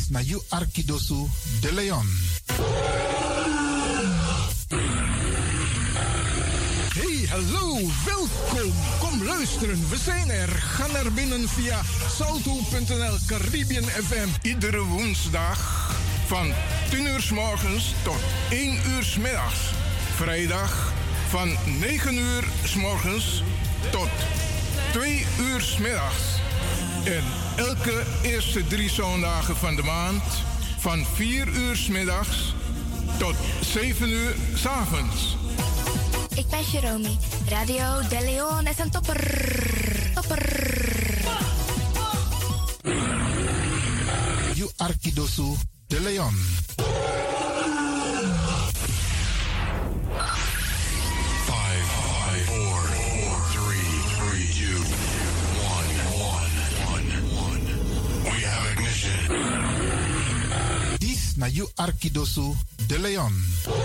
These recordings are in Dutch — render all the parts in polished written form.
na you Arkidosu de Leon. Hey, hallo, welkom. Kom luisteren, we zijn er. Ga naar binnen via salto.nl Caribbean FM. Iedere woensdag van 10 uur 's morgens tot 1 uur 's middags. Vrijdag van 9 uur 's morgens tot 2 uur 's middags. En elke eerste 3 zondagen van de maand van 4 uur 's middags tot 7 uur 's avonds. Ik ben Jerome. Radio De Leon is een topper. Topper. You Arkidosu de Leon. Na you Arkidosu de Leon.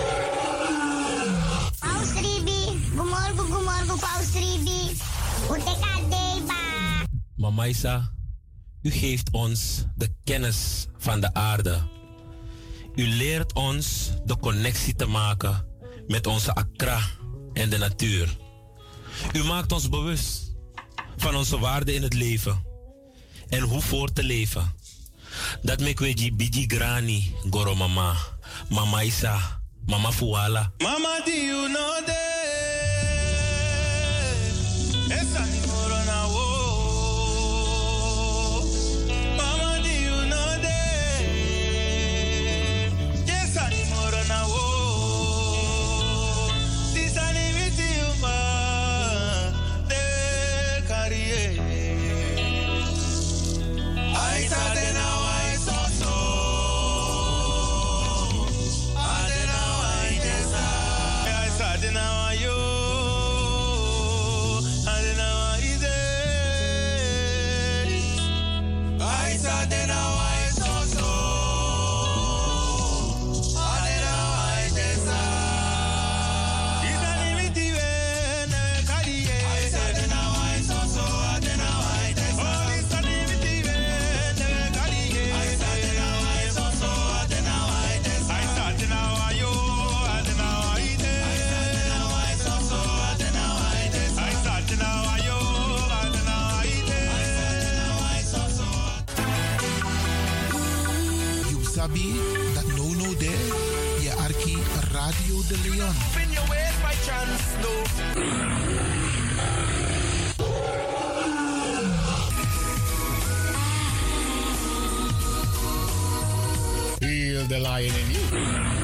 Paus Ribi, gumorgo, Paus Ribi. Utekadeba. Mama Isa, u geeft ons de kennis van de aarde. U leert ons de connectie te maken met onze Accra en de natuur. U maakt ons bewust van onze waarde in het leven en hoe voor te leven. Dat mekweji biji grani goro mama. Mama Isa, mama Fuala. Mama, do you know that? Esa ni morona wo. Mama, do you know that? Esa ni morona wo. Sisa ni viti uma de carrière. I said that now. Sabi dat no there, je Arki Radio de Leon. Spin your ways by chance, no. Heal the lion in you.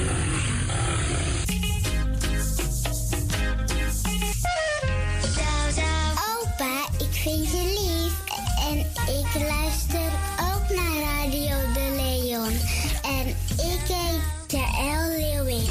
Opa, ik vind je lief en ik luister ook naar Radio De Leon. En ik heet Jaël Leeuwin.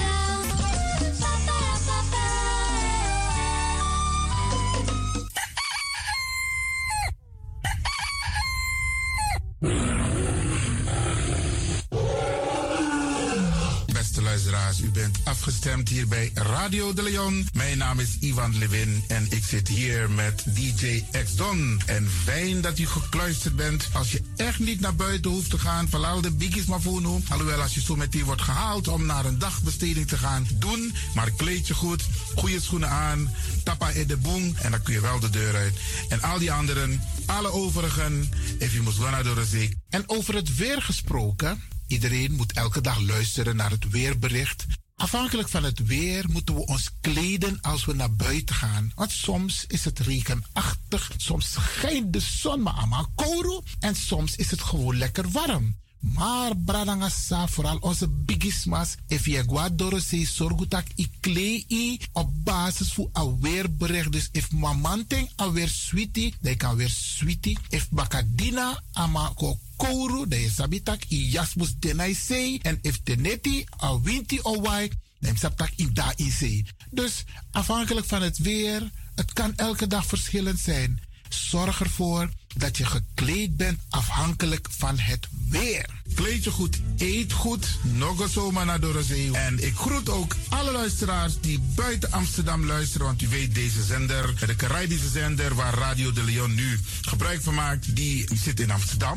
Beste luisteraars, u bent afgestemd hier bij Radio De Leon. Mijn naam is Ivan Levin en ik zit hier met DJ X-Don. En fijn dat u gekluisterd bent. Als je echt niet naar buiten hoeft te gaan, vooral de biggies maar voor nu. Alhoewel, als je zo meteen wordt gehaald om naar een dagbesteding te gaan, doen. Maar kleed je goed, goede schoenen aan, tappa in de boom en dan kun je wel de deur uit. En al die anderen, alle overigen, if you must go naar de zee. En over het weer gesproken, iedereen moet elke dag luisteren naar het weerbericht. Afhankelijk van het weer moeten we ons kleden als we naar buiten gaan. Want soms is het regenachtig, soms schijnt de zon maar allemaal kouro en soms is het gewoon lekker warm. Maar bradangasa, vooral onze bigismas, if je guadorose sorgutak i klei op basis van een weerbericht. Dus if mamanting alweer sweetie, dan kan weer sweetie. If bakadina ama kouru, dan is sabitak i jasmus denai sei. En if teneti a winti o wai, dan sabtak in da in sei. Dus afhankelijk van het weer, het kan elke dag verschillend zijn. Zorg ervoor dat je gekleed bent afhankelijk van het weer. Kleed je goed, eet goed, nog zomaar naar Dorozee. En ik groet ook alle luisteraars die buiten Amsterdam luisteren. Want u weet, deze zender, de Caribische zender waar Radio De Leon nu gebruik van maakt, die zit in Amsterdam.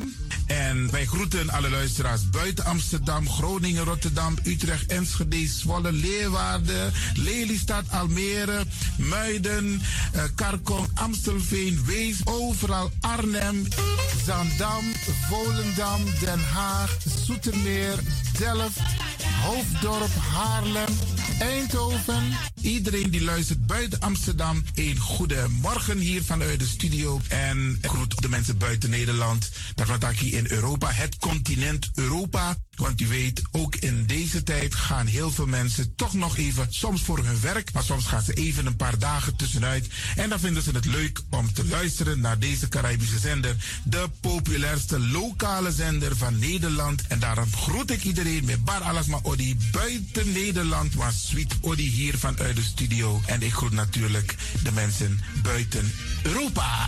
En wij groeten alle luisteraars buiten Amsterdam, Groningen, Rotterdam, Utrecht, Enschede, Zwolle, Leeuwarden, Lelystad, Almere, Muiden, Karkong, Amstelveen, Wees, overal Arnhem, Zandam, Volendam, Den Haag, Zoetermeer, Delft, Hoofddorp, Haarlem, Eindhoven. Iedereen die luistert buiten Amsterdam, een goede morgen hier vanuit de studio. En ik groet de mensen buiten Nederland. Daarvan dat ik hier in Europa, het continent Europa. Want u weet, ook in deze tijd gaan heel veel mensen toch nog even, soms voor hun werk, maar soms gaan ze even een paar dagen tussenuit. En dan vinden ze het leuk om te luisteren naar deze Caribische zender. De populairste lokale zender van Nederland. En daarom groet ik iedereen met Bar Alasma Odi buiten Nederland, maar Sweet Odi hier vanuit de studio. En ik groet natuurlijk de mensen buiten Europa.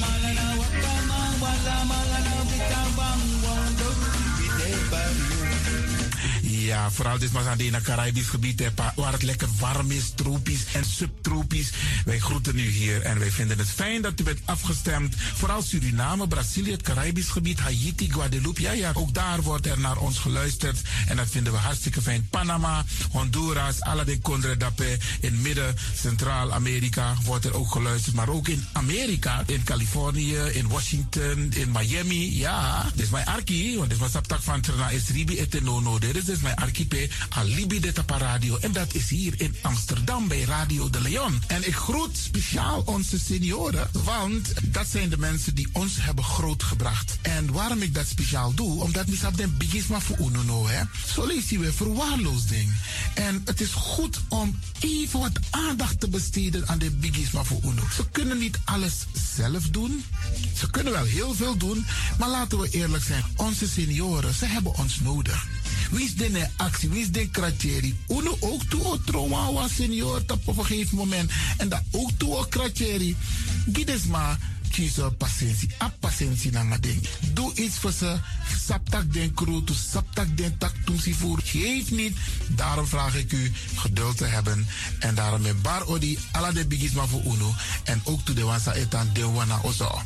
Ja, vooral dit was aan het Caribisch gebied, waar het lekker warm is, tropisch en subtropisch. Wij groeten u hier en wij vinden het fijn dat u bent afgestemd. Vooral Suriname, Brazilië, het Caribisch gebied, Haiti, Guadeloupe. Ja, ook daar wordt er naar ons geluisterd. En dat vinden we hartstikke fijn. Panama, Honduras, alla de Condre Dapé. In midden, Centraal-Amerika wordt er ook geluisterd. Maar ook in Amerika, in Californië, in Washington, in Miami. Ja, dit is mijn arki, want dit was op tak van Trana Esribi etenono. Dit is mijn archipel Alibi de Tapa Radio. En dat is hier in Amsterdam bij Radio de Leon. En ik groet speciaal onze senioren, want dat zijn de mensen die ons hebben grootgebracht. En waarom ik dat speciaal doe, omdat we op den bigisma voor UNO, hè. Zo lezen we verwaarloosding. En het is goed om even wat aandacht te besteden aan de bigisma voor UNO. Ze kunnen niet alles zelf doen. Ze kunnen wel heel veel doen, maar laten we eerlijk zijn. Onze senioren, ze hebben ons nodig. Wie is de actie, wie is de kratjeri? Uno ook toe trauma was senior op een gegeven moment. En dat ook toe kratjeri. Gides maar kiezen patiëntie. A patiëntie na ding. Doe iets voor ze. Saptak den crew, to saptak den tak toesie voer. Geef niet. Daarom vraag ik u geduld te hebben. En daarom met bar odi ala de bigisma voor uno. En ook toe de wansa etan de wana ozo.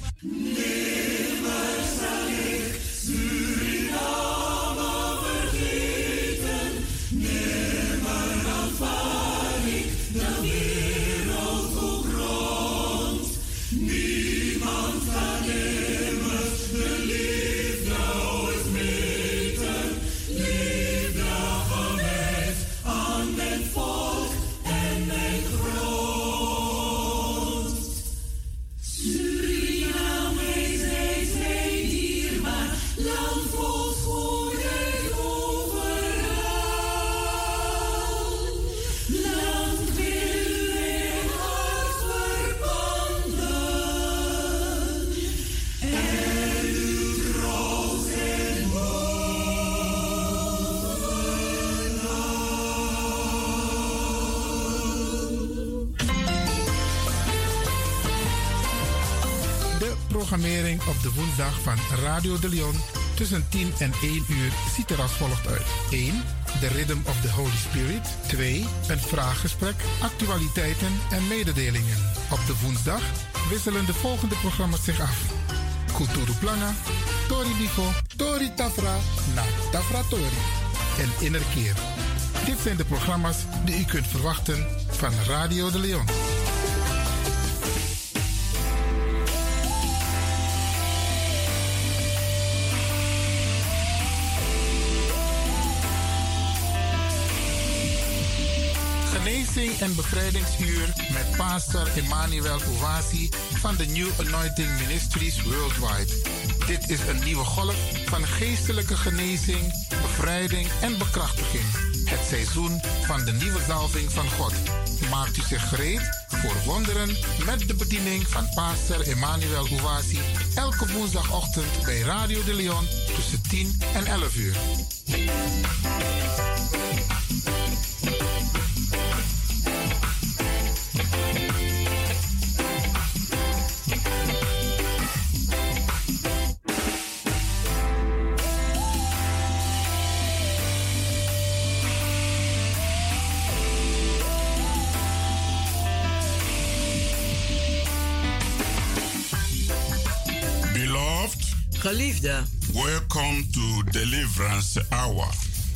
Programmering op de woensdag van Radio de Leon tussen 10 en 1 uur ziet er als volgt uit. 1. The Rhythm of the Holy Spirit. 2. Een vraaggesprek, actualiteiten en mededelingen. Op de woensdag wisselen de volgende programma's zich af. Kulturu Plana, Tori Bifo, Tori Tafra, na Tafra Tori en Innerkeer. Dit zijn de programma's die u kunt verwachten van Radio de Leon. Genezing en bevrijdingsuur met pastor Emmanuel Ouasi van de New Anointing Ministries Worldwide. Dit is een nieuwe golf van geestelijke genezing, bevrijding en bekrachtiging. Het seizoen van de nieuwe zalving van God. Maakt u zich gereed voor wonderen met de bediening van pastor Emmanuel Ouasi elke woensdagochtend bij Radio de Leon tussen 10 en 11 uur. Geliefde, welcome to Deliverance Hour.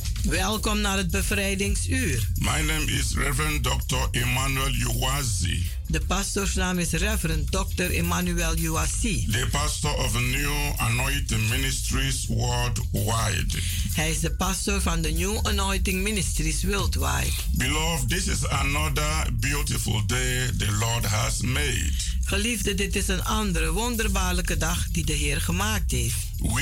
Welkom naar het bevrijdingsuur. My name is Reverend Dr. Emmanuel Uwazi. De pastoorsnaam is Reverend Dr. Emmanuel Uwazi. The pastor of New Anointing Ministries worldwide. Hij is de pastor van de New Anointing Ministries worldwide. Beloved, this is another beautiful day the Lord has made. Geliefde, dit is een andere wonderbaarlijke dag die de Heer gemaakt heeft.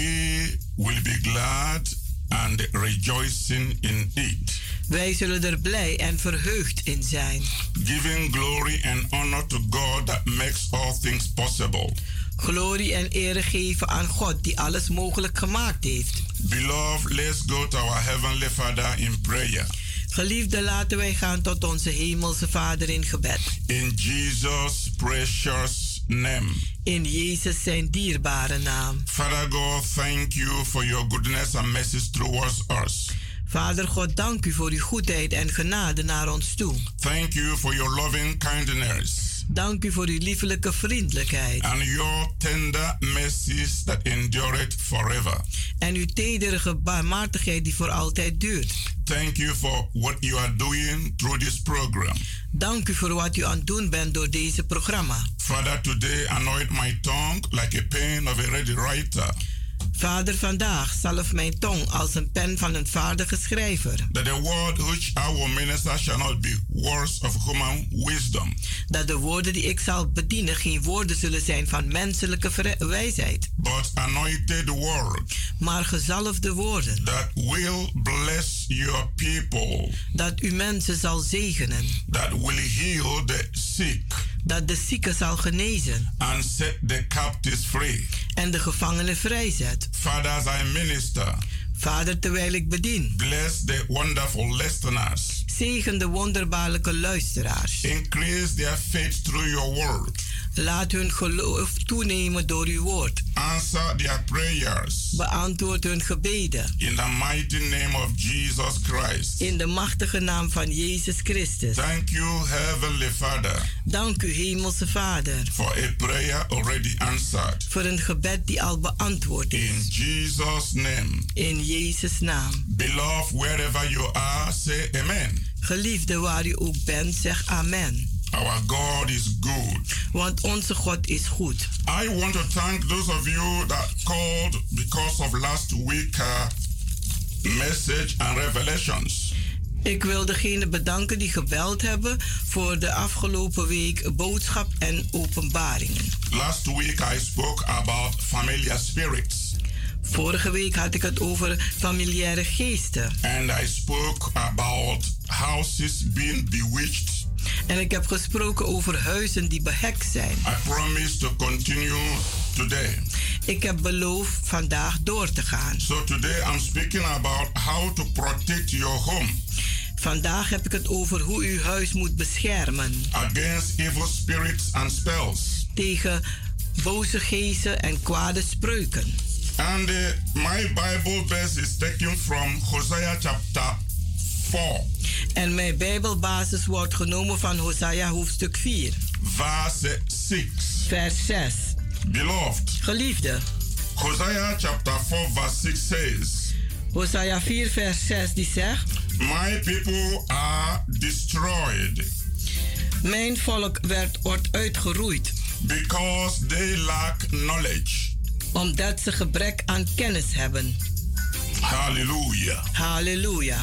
We will be glad and rejoicing in it. Wij zullen er blij en verheugd in zijn. Giving glory and honor to God that makes all things possible. Glorie en ere geven aan God die alles mogelijk gemaakt heeft. Beloved, let's go to our Heavenly Father in prayer. Geliefde, laten wij gaan tot onze hemelse Vader in gebed. In Jesus' precious name. In Jezus zijn dierbare naam. Father God, thank you for your goodness and mercy towards us. Vader God, dank u voor uw goedheid en genade naar ons toe. Thank you for your loving kindness. Dank u voor uw liefelijke vriendelijkheid. And your tender mercies that endureth forever. En uw tedere barmhartigheid die voor altijd duurt. Thank you for what you are doing through this program. Dank u voor wat u aan het doen bent door deze programma. Father, today anoint my tongue like a pen of a ready writer. Vader, vandaag zalf mijn tong als een pen van een vaardige schrijver. That the word which I will minister shall not be words of human wisdom. Dat de woorden die ik zal bedienen geen woorden zullen zijn van menselijke wijsheid. But anointed word. Maar gezalfde woorden. That will bless your people. Dat uw mensen zal zegenen. That will heal the sick. Dat de zieken zal genezen. And set the captives free. En de gevangenen vrijzet. Father, as I minister. Vader, terwijl ik bedien. Bless the wonderful listeners. Zegen de wonderbaarlijke luisteraars. Increase their faith through your word. Laat hun geloof toenemen door uw woord. Answer their prayers. Beantwoord hun gebeden. In the mighty name of Jesus Christ. In de machtige naam van Jezus Christus. Thank you, Heavenly Father. Dank u, Hemelse Vader. For a prayer already answered. Voor een gebed die al beantwoord is. In Jesus' name. In Jezus' naam. Beloved, wherever you are, say amen. Geliefde, waar u ook bent, zeg amen. Our God is good. Want onze God is goed. I want to thank those of you that called because of last week's message and revelations. Ik wil degene bedanken die gebeld hebben voor de afgelopen week boodschap en openbaringen. Last week I spoke about familiar spirits. Vorige week had ik het over familiaire geesten. And I spoke about houses being bewitched. En ik heb gesproken over huizen die behekt zijn. I promise to continue today. Ik heb beloofd vandaag door te gaan. So today I'm speaking about how to protect your home. Vandaag heb ik het over hoe uw huis moet beschermen. Against evil spirits and spells. Tegen boze geesten en kwade spreuken. And my Bible verse is taken from Hosea chapter 4. En mijn Bijbelbasis wordt genomen van Hosea hoofdstuk 4. Verse 6. Vers 6. Beloved. Geliefde. Hosea chapter 4 verse 6 says. Hosea 4 vers 6 die zegt. My people are destroyed. Mijn volk wordt uitgeroeid. Because they lack knowledge. Omdat ze gebrek aan kennis hebben. Hallelujah. Halleluja.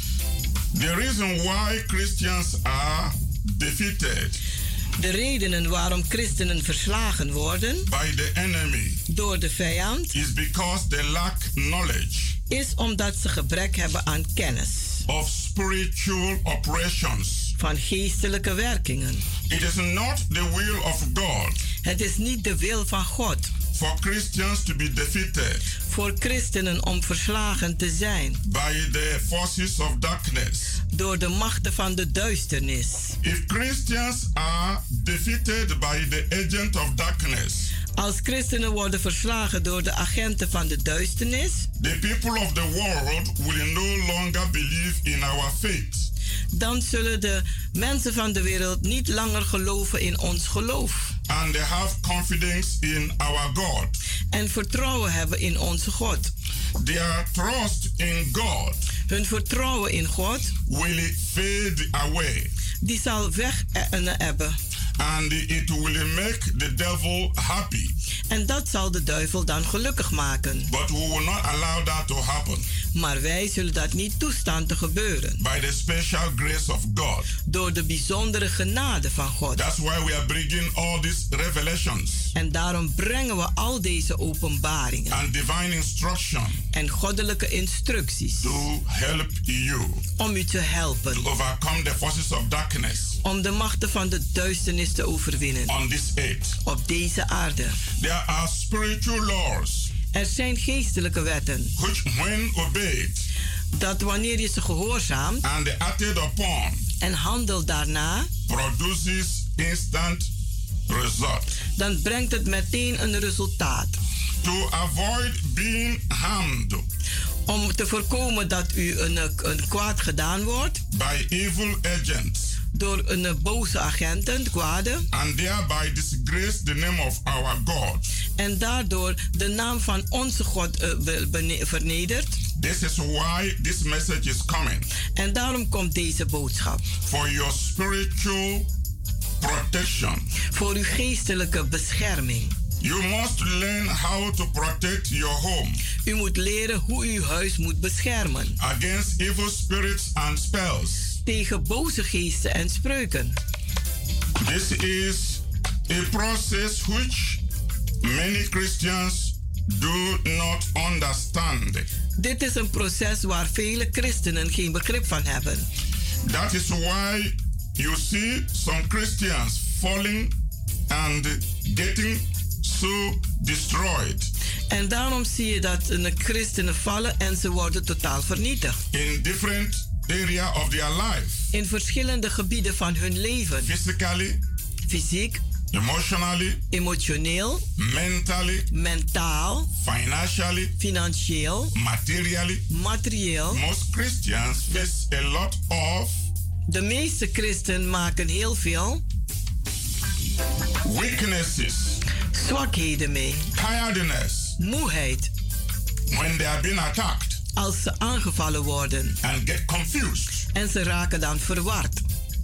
The reason why Christians are defeated. De redenen waarom christenen verslagen worden. By the enemy. Door de vijand. Is because they lack knowledge. Is omdat ze gebrek hebben aan kennis. Of spiritual operations. Van geestelijke werkingen. It is not the will of God. Het is niet de wil van God. For Christians to be defeated. Voor christenen om verslagen te zijn. By the forces of darkness. Door de machten van de duisternis. If Christians are defeated by the agent of darkness. Als christenen worden verslagen door de agenten van de duisternis. The people of the world will no longer believe in our faith. Dan zullen de mensen van de wereld niet langer geloven in ons geloof. And they have confidence in our God. En vertrouwen hebben in onze God. Their trust in God Hun vertrouwen in God will fade away. Die zal weg hebben. And it will make the devil happy. En dat zal de duivel dan gelukkig maken. But we will not allow that to happen. Maar wij zullen dat niet toestaan te gebeuren. By the special grace of God. Door de bijzondere genade van God. That's why we are bringing all these revelations. En daarom brengen we al deze openbaringen. And divine instruction. En goddelijke instructies. To help you. Om u te helpen. To overcome the forces of darkness. Om de machten van de duisternis te overwinnen. On this earth. Op deze aarde. There are spiritual laws. Er zijn geestelijke wetten. Which when obeyed. Dat wanneer je ze gehoorzaamt. And acted upon. En handelt daarna. Produces instant result. Dan brengt het meteen een resultaat. To avoid being harmed. Om te voorkomen dat u een kwaad gedaan wordt. By evil agents. Door een boze agenten, kwade. And thereby disgrace the name of our God. En daardoor de naam van onze God vernedert. This is why this message is coming. En daarom komt deze boodschap. For your spiritual protection. Voor uw geestelijke bescherming. You must learn how to protect your home. U moet leren hoe u uw huis moet beschermen. Against evil spirits and spells. Tegen boze geesten en spreuken. This is a process which many Christians do not understand. Dit is een proces waar vele christenen geen begrip van hebben. That is why you see some Christians falling and getting so destroyed. En daarom zie je dat christenen vallen en ze worden totaal vernietigd. In different area of their life. In verschillende gebieden van hun leven. Physically. Fysiek. Emotionally. Emotioneel. Mentally. Mentaal. Financially. Financieel. Materially. Materieel. Most Christians face a lot of. De meeste christenen maken heel veel. Weaknesses. Zwakheden mee. Tiredness. Moeheid. When they are being attacked. Als ze aangevallen worden. And get confused. En ze raken dan verward.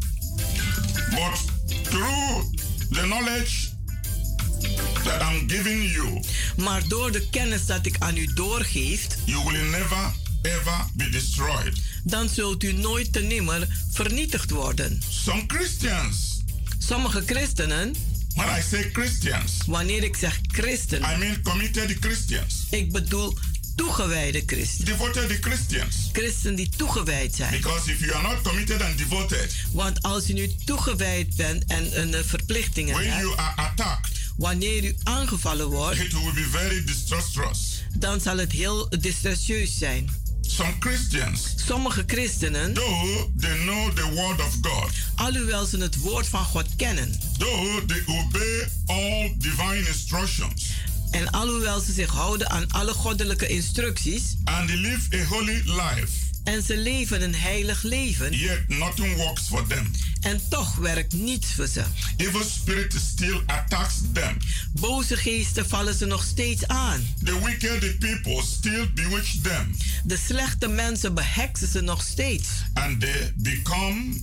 But through the knowledge that I'm giving you. Maar door de kennis dat ik aan u doorgeef. You will never ever be destroyed. Dan zult u nooit te nimmer vernietigd worden. Some Christians. Sommige christenen. When I say Christians. Wanneer ik zeg christenen. I mean committed Christians. Ik bedoel toegewijde christenen. Devoted Christians. Christen die toegewijd zijn. Because if you are not committed and devoted. Want als u nu toegewijd bent en een verplichtingen when hebt. You are attacked. Wanneer u aangevallen wordt. It will be very disastrous. Dan zal het heel distressieus zijn. Some Christians. Sommige christenen. Though they know the word of God. Alhoewel ze het woord van God kennen. Though they obey all divine instructions. En alhoewel ze zich houden aan alle goddelijke instructies. And they live a holy life. En ze leven een heilig leven. Yet nothing works for them. En toch werkt niets voor ze. Evil spirit still attacks them. Boze geesten vallen ze nog steeds aan. The wicked people still bewitch them. De slechte mensen beheksen ze nog steeds. And they become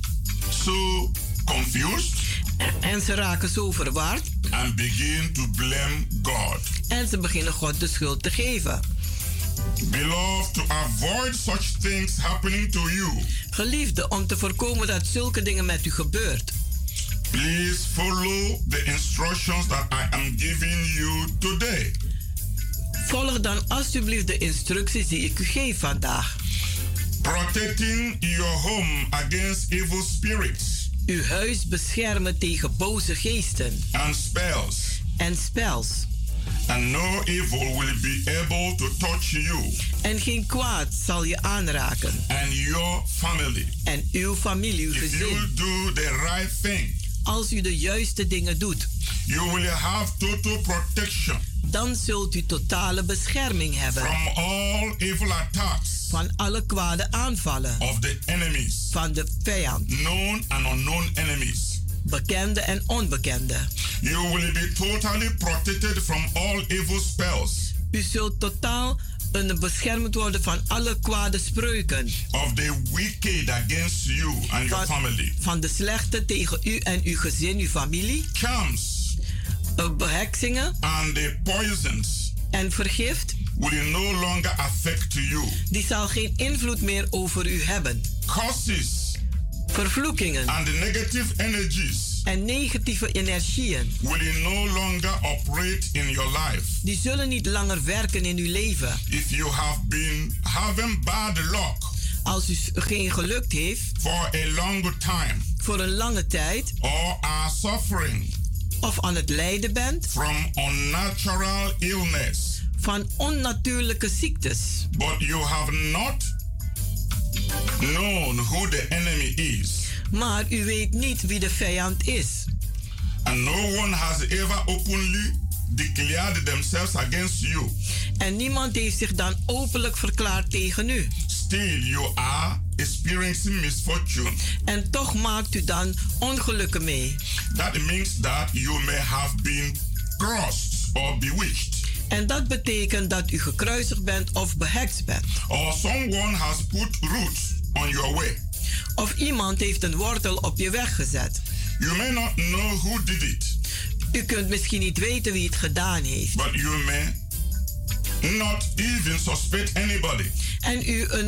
so confused. En ze raken zo verward. And begin to blame God. En ze beginnen God de schuld te geven. Beloved, to avoid such things happening to you. Geliefde, om te voorkomen dat zulke dingen met u gebeurt. Please follow the instructions that I am giving you today. Volg dan alsjeblieft de instructies die ik u geef vandaag. Protecting your home against evil spirits. Uw huis beschermen tegen boze geesten. And spells. En spels. And no evil will be able to touch you. En geen kwaad zal je aanraken. And your family. En uw familie, uw gezin. If you do the right thing. Als u de juiste dingen doet. You will have total protection. Dan zult u totale bescherming hebben. From all evil attacks. Van alle kwade aanvallen. Of the enemies. Van de vijand. Known and unknown enemies. bekende en onbekende. You will be totally protected from all evil spells. U zult totaal beschermd worden van alle kwade spreuken. Of the wicked against you and your family. Van de slechte tegen u en uw gezin, uw familie. Charms. Beheksingen. And the poisons. En vergift. Will no longer affect you. Die zal geen invloed meer over u hebben. Curses. Vervloekingen. And the negative energies. En negatieve energieën. Will no longer operate in your life. Die zullen niet langer werken in uw leven. If you have been having bad luck. Als u geen geluk heeft. For a long time. Voor een lange tijd. Or are suffering. Of aan het lijden bent. From unnatural illness. Van onnatuurlijke ziektes. But you have not known who the enemy is. Maar u weet niet wie de vijand is. And no one has ever openly declared themselves against you. En niemand heeft zich dan openlijk verklaard tegen u. Still you are experiencing misfortune. En toch maakt u dan ongelukken mee. That means that you may have been crossed or bewitched. En dat betekent dat u gekruisigd bent of behekst bent. Or someone has put roots on your way. Of iemand heeft een wortel op je weg gezet. You may not know who did it. U kunt misschien niet weten wie het gedaan heeft. But you may not even suspect anybody. En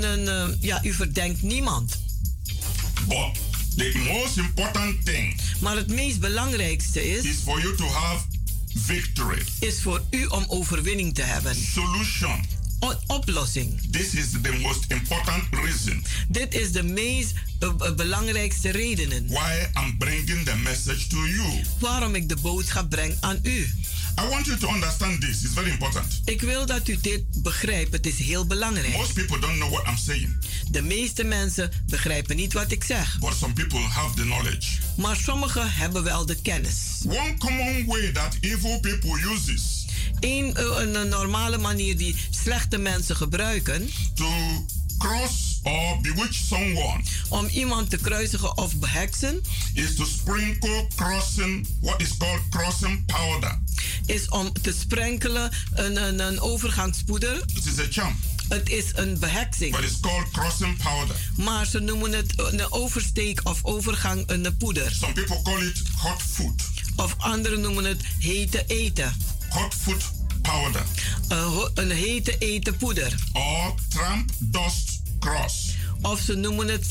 u verdenkt niemand. But the most important thing. Maar het meest belangrijkste is for you to have victory. Is voor u om overwinning te hebben. Solution. Oplossing. This is the most important reason. Dit is de meest belangrijkste redenen. Why I'm bringing the message to you. Waarom ik de boodschap breng aan u. I want you to understand this. It's very important. Ik wil dat u dit begrijpt. Het is heel belangrijk. Most people don't know what I'm saying. De meeste mensen begrijpen niet wat ik zeg. But some people have the knowledge. Maar sommigen hebben wel de kennis. One common way that evil people uses. Een normale manier die slechte mensen gebruiken. To cross or bewitch someone. Om iemand te kruisigen of beheksen. Is to sprinkle crossing, what is called crossing powder. Is om te sprenkelen een overgangspoeder. It is a charm. Het is een beheksing. But it's called crossing powder. Maar ze noemen het een oversteek of overgang een poeder. Some people call it hot food. Of anderen noemen het hete eten. Hot food powder. Een hete eten poeder. Or tramp dust cross. Of ze noemen het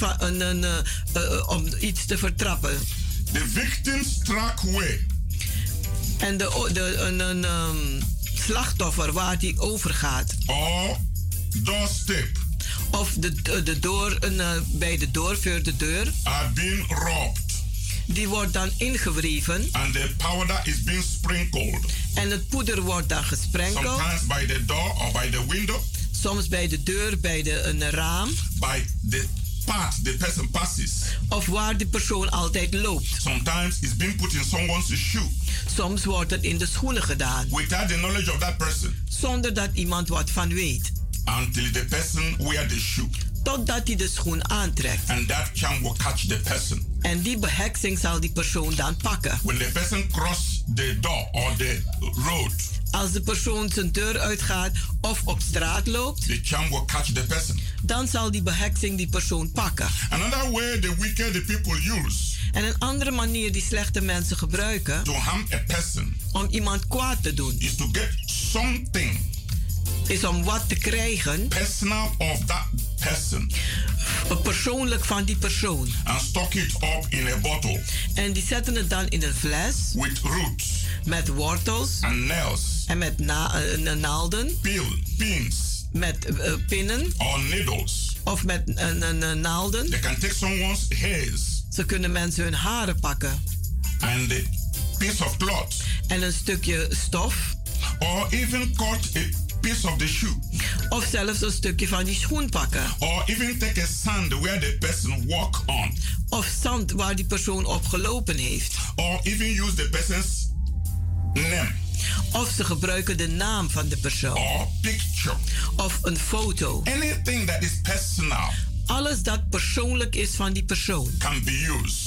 om iets te vertrappen. The victim's trackway. En een slachtoffer waar die overgaat. Or doorstep. Of bij de voor de deur. Are being robbed. Die wordt dan ingewreven. And the powder is being sprinkled. En het poeder wordt dan gesprenkeld. Sometimes by the door or by the window. Soms bij de deur, bij een raam. By the path the person passes. Of waar die persoon altijd loopt. Sometimes it's being put in someone's shoe. Soms wordt het in de schoenen gedaan. Without the knowledge of that person. Zonder dat iemand wat van weet. Until the person wear the shoe. Totdat hij de schoen aantrekt. And that charm will catch the person. En die beheksing zal die persoon dan pakken. When the person cross the door or the road. Als de persoon zijn deur uitgaat of op straat loopt. The charm will catch the person. Dan zal die beheksing die persoon pakken. Another way the wicked people use. En een andere manier die slechte mensen gebruiken. To harm a person. Om iemand kwaad te doen. Is to get something. Is om wat te krijgen. Personal of that person. Persoonlijk van die persoon. And stock it up in a bottle. En die zetten het dan in een fles. With roots. Met wortels. And nails. En met naalden. Pins. Met pinnen. Or needles. Of met naalden. They can take someone's hairs. Ze kunnen mensen hun haren pakken. And a piece of cloth. En een stukje stof. Or even cut a piece of the shoe. Of zelfs een stukje van die schoen pakken. Or even take a sand where the person walk on. Of zand waar die persoon op gelopen heeft. Or even use the person's name. Of ze gebruiken de naam van de persoon. Or picture. Of een foto. Anything that is personal. Alles dat persoonlijk is van die persoon. Can be used.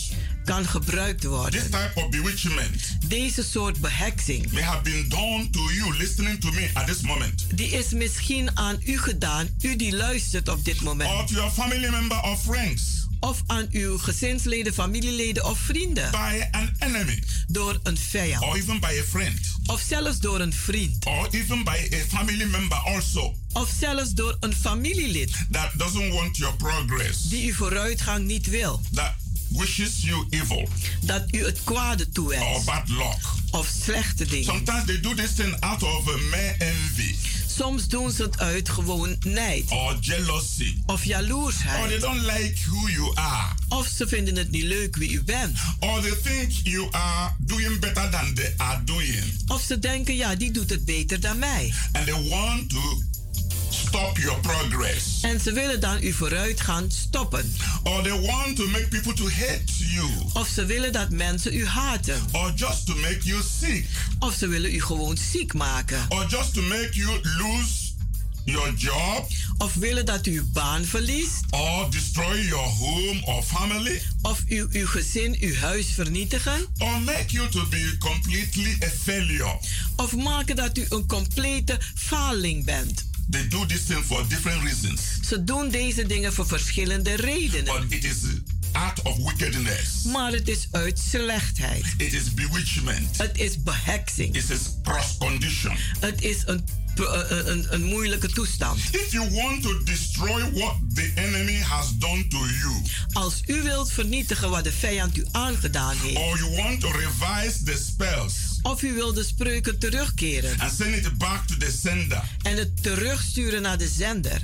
kan gebruikt worden. This type of bewitchment Deze soort beheksing, may have been done to you listening to me at this moment. die is misschien aan u gedaan, u die luistert op dit Or moment. to your family member or friends. Of aan uw gezinsleden, familieleden of vrienden. By an enemy. Door een vijand. Or even by a friend. Of zelfs door een vriend. Or even by a family member also. Of zelfs door een familielid. That doesn't want your progress. Die uw vooruitgang niet wil. That wishes you evil. Dat u het kwade toewenst. Or bad luck. Of slechte dingen. Sometimes they do this thing out of mere envy. Soms doen ze het uit gewoon nijd. Or jealousy. Of Or jaloersheid. they don't like who you are. Of ze vinden het niet leuk wie u bent. Or they think you are doing better than they are doing. Of ze denken, ja, die doet het beter dan mij. And they want to stop your progress. En ze willen dan uw vooruitgang stoppen. Or they want to make people to hate you. Of ze willen dat mensen u haten. Or just to make you sick. Of ze willen u gewoon ziek maken. Or just to make you lose your job. Of willen dat u uw baan verliest. Or destroy your home or family. Of uw gezin, uw huis vernietigen. Or make you to be completely a failure. Of maken dat u een complete faling bent. They do this thing for different reasons. Ze doen deze dingen voor verschillende redenen. But it is out of wickedness. Maar het is uit slechtheid. It is bewitchment. Het is beheksing. It is cross condition. Het is een moeilijke toestand. If you want to destroy what the enemy has done to you. Als u wilt vernietigen wat de vijand u aangedaan heeft. Or you want to revise the spells. Of u wilt de spreuken terugkeren. And send it back to the sender. En het terugsturen naar de zender.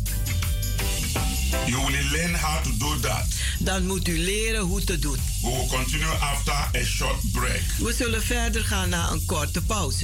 You will learn how to do that. Dan moet u leren hoe te doen. We will continue after a short break. We zullen verder gaan na een korte pauze.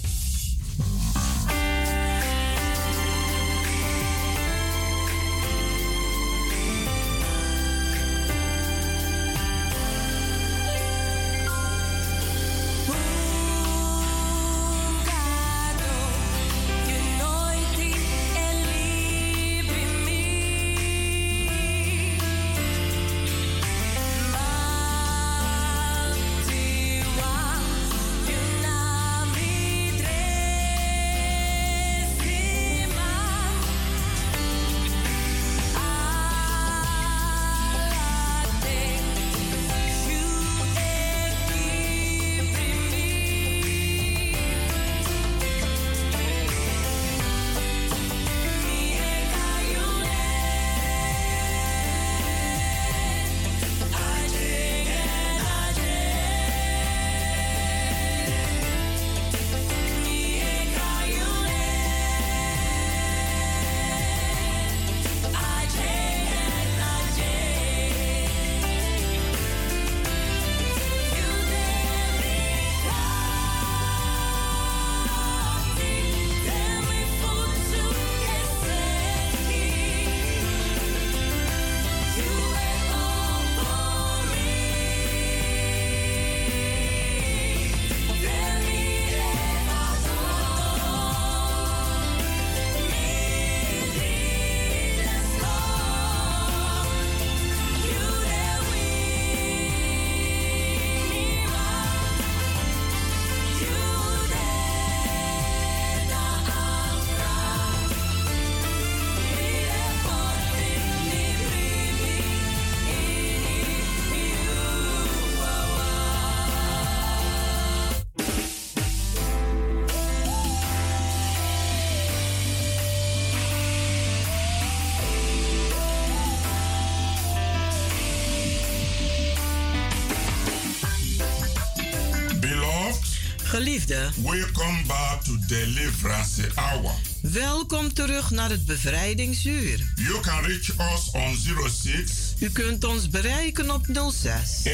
Geliefde, welcome back to Deliverance Hour. Welkom terug naar het bevrijdingsuur. You can reach us on 06. U kunt ons bereiken op 06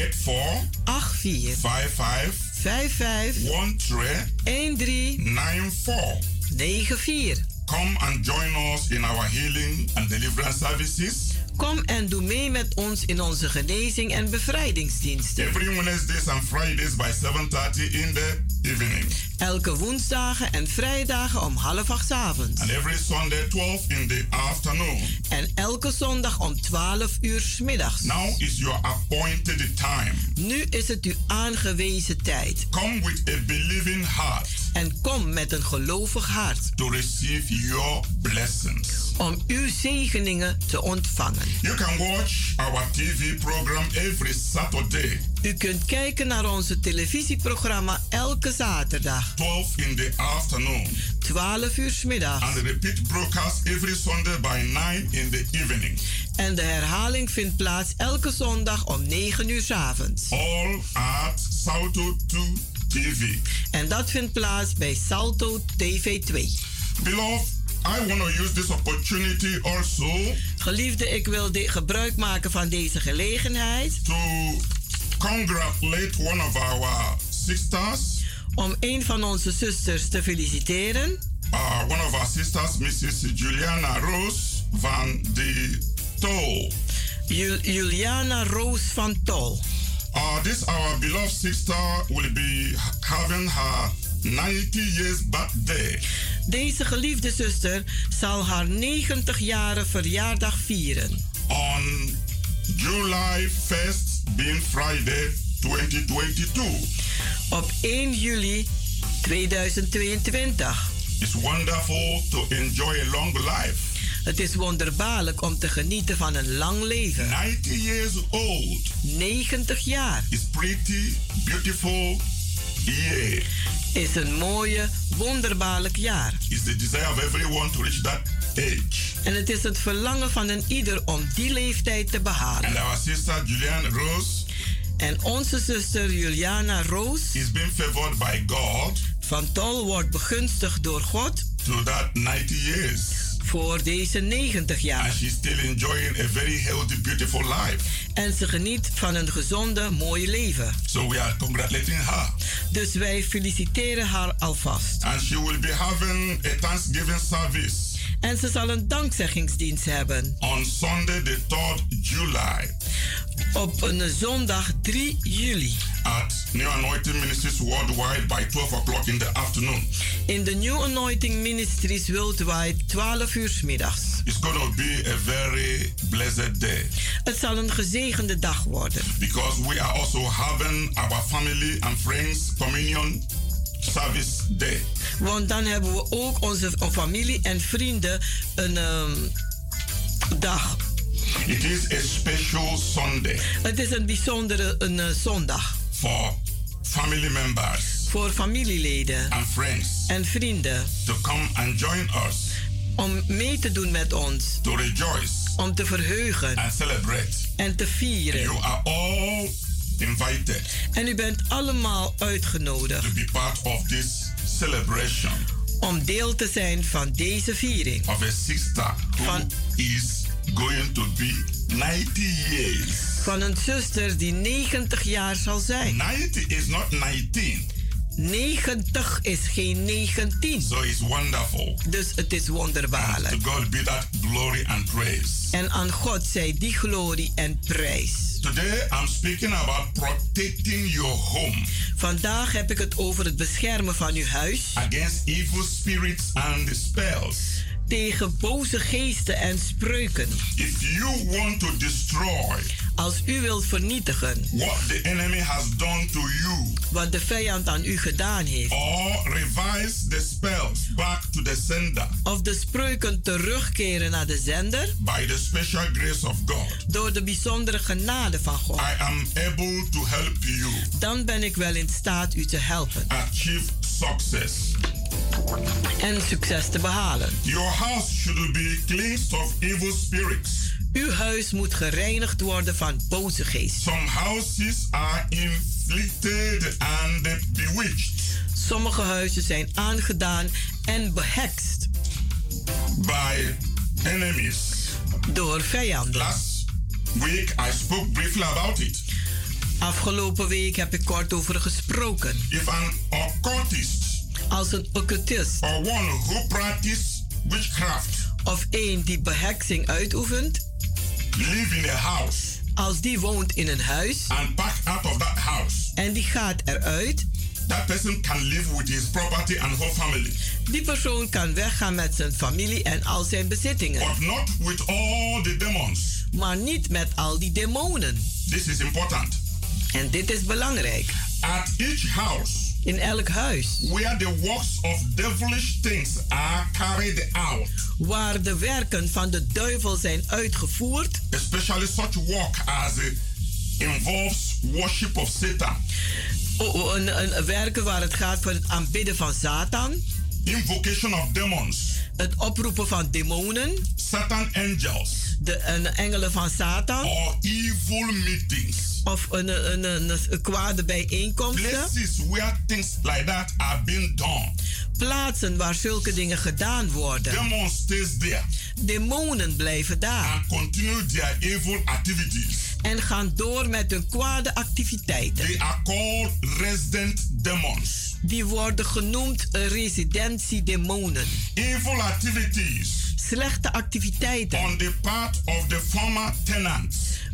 84 55 13 94. Come and join us in our healing and deliverance services. Kom en doe mee met ons in onze genezing en bevrijdingsdiensten. Every Wednesdays and Fridays by 7:30 in the evening. Elke woensdagen en vrijdagen om 7:30 avonds. And every Sunday 12 in the afternoon. En elke zondag om 12 uur 's middags. Now is your appointed time. Nu is het uw aangewezen tijd. Come with a believing heart. En kom met een gelovig hart. To receive your blessings. Om uw zegeningen te ontvangen. You can watch our TV program every Saturday. U kunt kijken naar onze televisieprogramma elke zaterdag. 12 in the afternoon. 12 uur 's middags. And the repeat broadcast every Sunday by 9 in the evening. En de herhaling vindt plaats elke zondag om 9 uur 's avonds. All at Salto 2 TV. En dat vindt plaats bij Salto TV 2. Beloved, I want to use this opportunity also. Geliefde, ik wil gebruik maken van deze gelegenheid. To congratulate one of our sisters. Om een van onze zusters te feliciteren. One of our sisters, Mrs. Juliana Rose van de Tol. Juliana Roos van Tol. This our beloved sister will be having her 90 years birthday. Deze geliefde zuster zal haar 90-jarige verjaardag vieren. On July 1st, being Friday 2022. Op 1 juli 2022. It's wonderful to enjoy a long life. Het is wonderbaarlijk om te genieten van een lang leven. 90 years old. 90 jaar. It's pretty beautiful year. Is een mooie, wonderbaarlijk jaar. It's the desire of everyone to reach that age. En het is het verlangen van een ieder om die leeftijd te behalen. And our sister Juliana Rose. En onze zuster Juliana Roos is being favored by God. Van Tol wordt begunstigd door God. To that 90 years. Voor deze 90 jaar. And she's still enjoying a very healthy, beautiful life. En ze geniet van een gezonde, mooie leven. So we are congratulating her. Dus wij feliciteren haar alvast. And she will be having a Thanksgiving service. En ze zal een dankzeggingsdienst hebben. On Sunday the 3rd July. Op een zondag 3 juli. At New Anointing Ministries Worldwide by 12 o'clock in the afternoon. In de New Anointing Ministries Worldwide 12 uur 's middags. It's going to be a very blessed day. Het zal een gezegende dag worden. Because we are also having our family and friends communion service day. Want dan hebben we ook onze familie en vrienden een dag. It is a special Sunday. Het is een bijzondere zondag. For family members. Voor familieleden. And friends. En vrienden. To come and join us. Om mee te doen met ons. To rejoice. Om te verheugen. And celebrate. En te vieren. You are all invited. En u bent allemaal uitgenodigd. To be part of this celebration. Om deel te zijn van deze viering. Of a sister who is going to be 90 years. Van een zuster die 90 jaar zal zijn. 90 is not 19. 90 is geen 19. So it's wonderful. Dus het is wonderbaarlijk. And to God be that glory and praise. En aan God zij die glorie en prijs. Today I'm speaking about protecting your home. Vandaag heb ik het over het beschermen van uw huis. Against evil spirits and spells. Tegen boze geesten en spreuken. If you want to destroy. Als u wilt vernietigen. What the enemy has done to you. Wat de vijand aan u gedaan heeft. Or revise the spells back to the sender. Of de spreuken terugkeren naar de zender. By the special grace of God. Door de bijzondere genade van God. I am able to help you. Dan ben ik wel in staat u te helpen. Achieve success. En succes te behalen. Your house should be cleansed of evil spirits. Uw huis moet gereinigd worden van boze geesten. Some houses are inflicted and bewitched. Sommige huizen zijn aangedaan en behekst. By enemies. Door vijanden. Last week I spoke briefly about it. Afgelopen week heb ik kort over gesproken. If an occultist. Als een occultist. Or one who practices witchcraft. Of een die beheksing uitoefent. Live in a house. Als die woont in een huis. And back out of that house. En die gaat eruit. That person can live with his property and whole family. Die persoon kan weggaan met zijn familie en al zijn bezittingen. But not with all the demons. Maar niet met al die demonen. This is important. En dit is belangrijk. At each house, in elk huis, where the works of devilish things are carried out, waar de werken van de duivel zijn uitgevoerd, especially such work as involves worship of Satan, een werken waar het gaat voor het aanbidden van Satan, invocation of demons, het oproepen van demonen, Satan angels, de engelen van Satan, or evil meetings, of een kwade bijeenkomsten. Places where things like that are being done. Plaatsen waar zulke dingen gedaan worden. Demons stays there. Demonen blijven daar. And continue their evil activities. En gaan door met hun kwade activiteiten. They are called resident demons. Die worden genoemd residentiedemonen. Evil activities. Slechte activiteiten. On the part of the former tenants.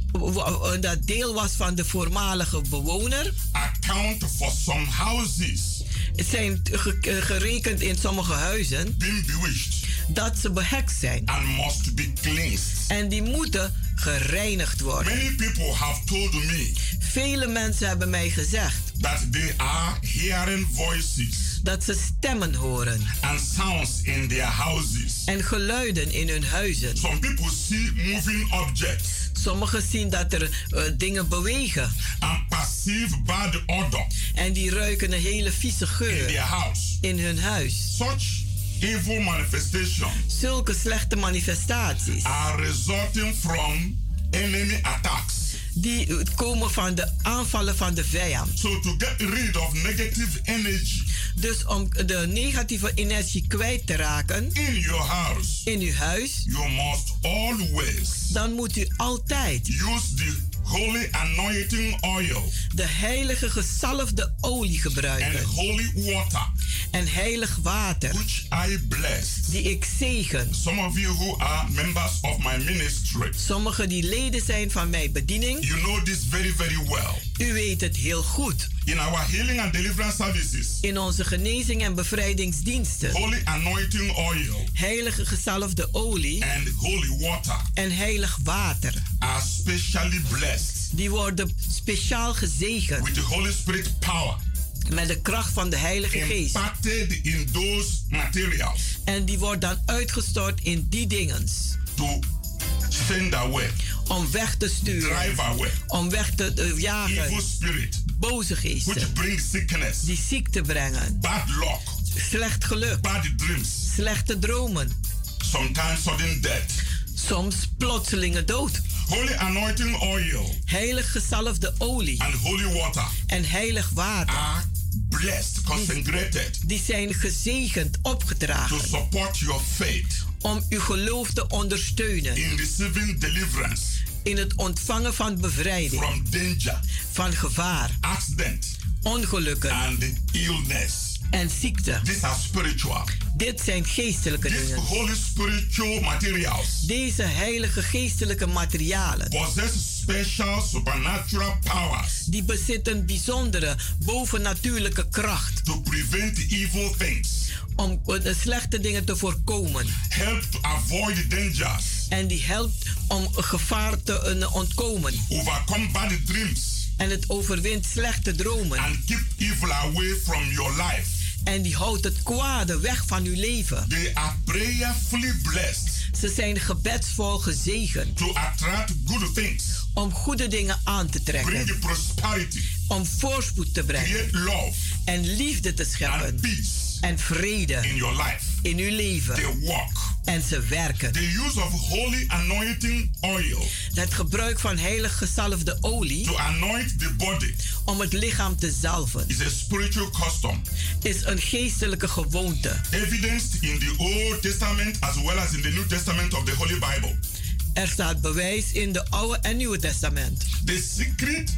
Dat deel was van de voormalige bewoner. Account for some houses. Het zijn gerekend in sommige huizen. Being bewitched. Dat ze behekst zijn. And must be cleansed. En die moeten gereinigd worden. Many people have told me. Vele mensen hebben mij gezegd. That they are hearing voices. Dat ze stemmen horen. And sounds in their houses. En geluiden in hun huizen. Some people see moving objects. Sommigen zien dat er dingen bewegen. And perceive bad odor. En die ruiken een hele vieze geur. In their house. In hun huis. Such evil manifestations. Zulke slechte manifestaties. Are resulting from enemy attacks. Die komen van de aanvallen van de vijand. So to get rid of negative energy. Dus om de negatieve energie kwijt te raken. In your house. In uw huis. You must always. Dan moet u altijd. Use the holy anointing oil. De heilige gezalfde olie gebruiken. And holy water. En heilig water. Which I bless. Die ik zegen. Some of you who are members of my ministry. Sommigen die leden zijn van mijn bediening. You know this very, very well. U weet het heel goed. In our healing and deliverance services. In onze genezing en bevrijdingsdiensten. Holy anointing oil. Heilige gezalfde olie. And holy water. En heilig water. Are specially blessed. Die worden speciaal gezegend. With the Holy Spirit power. Met de kracht van de Heilige Geest. Imparted in those materials. En die wordt dan uitgestort in die dingens. To send away. Om weg te sturen. Drive away. Om weg te jagen. Evil spirit. Boze geesten. Which brings sickness. Die ziekte brengen. Bad luck. Slecht geluk. Bad dreams. Slechte dromen. Sometimes sudden death. Soms plotselinge dood. Holy anointing oil. Heilig gezalfde olie. And holy water. En heilig water. Are blessed, consecrated. Die zijn gezegend, opgedragen. To support your faith. Om uw geloof te ondersteunen. In receiving deliverance. In het ontvangen van bevrijding. From danger. Van gevaar. Accident. Ongelukken. And illness. En ziekte. These are spiritual. Dit zijn geestelijke These dingen. Holy spiritual materials. Deze heilige geestelijke materialen. Possess special supernatural powers. Die bezitten bijzondere bovennatuurlijke kracht. To prevent evil things. Om de slechte dingen te voorkomen. Help to avoid dangers. En die helpt om gevaar te ontkomen. Overcome bad dreams. En het overwint slechte dromen. And keep evil away from your life. En die houdt het kwade weg van uw leven. They are prayerfully blessed. Ze zijn gebedsvol gezegend. To attract good things. Om goede dingen aan te trekken. Bring prosperity. Om voorspoed te brengen. Create love. En liefde te scheppen. And peace. En vrede. In your life. In uw leven. They walk. En ze werken. The use of holy anointing oil. Het gebruik van heilig gezalfde olie. To anoint the body. Om het lichaam te zalven. Is a spiritual custom. Is een geestelijke gewoonte. Evidenced in the Old Testament as well as in the New Testament of the Holy Bible. Er staat bewijs in de Oude en Nieuwe Testament. The secret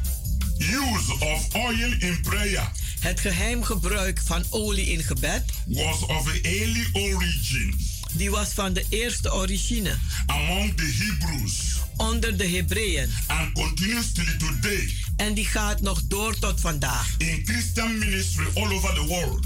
use of oil in prayer. Het geheim gebruik van olie in gebed Was of early origin. Die was van de eerste origine. Among the Hebrews. Onder de Hebreeën. And continues till today. En die gaat nog door tot vandaag. In Christian ministry all over the world.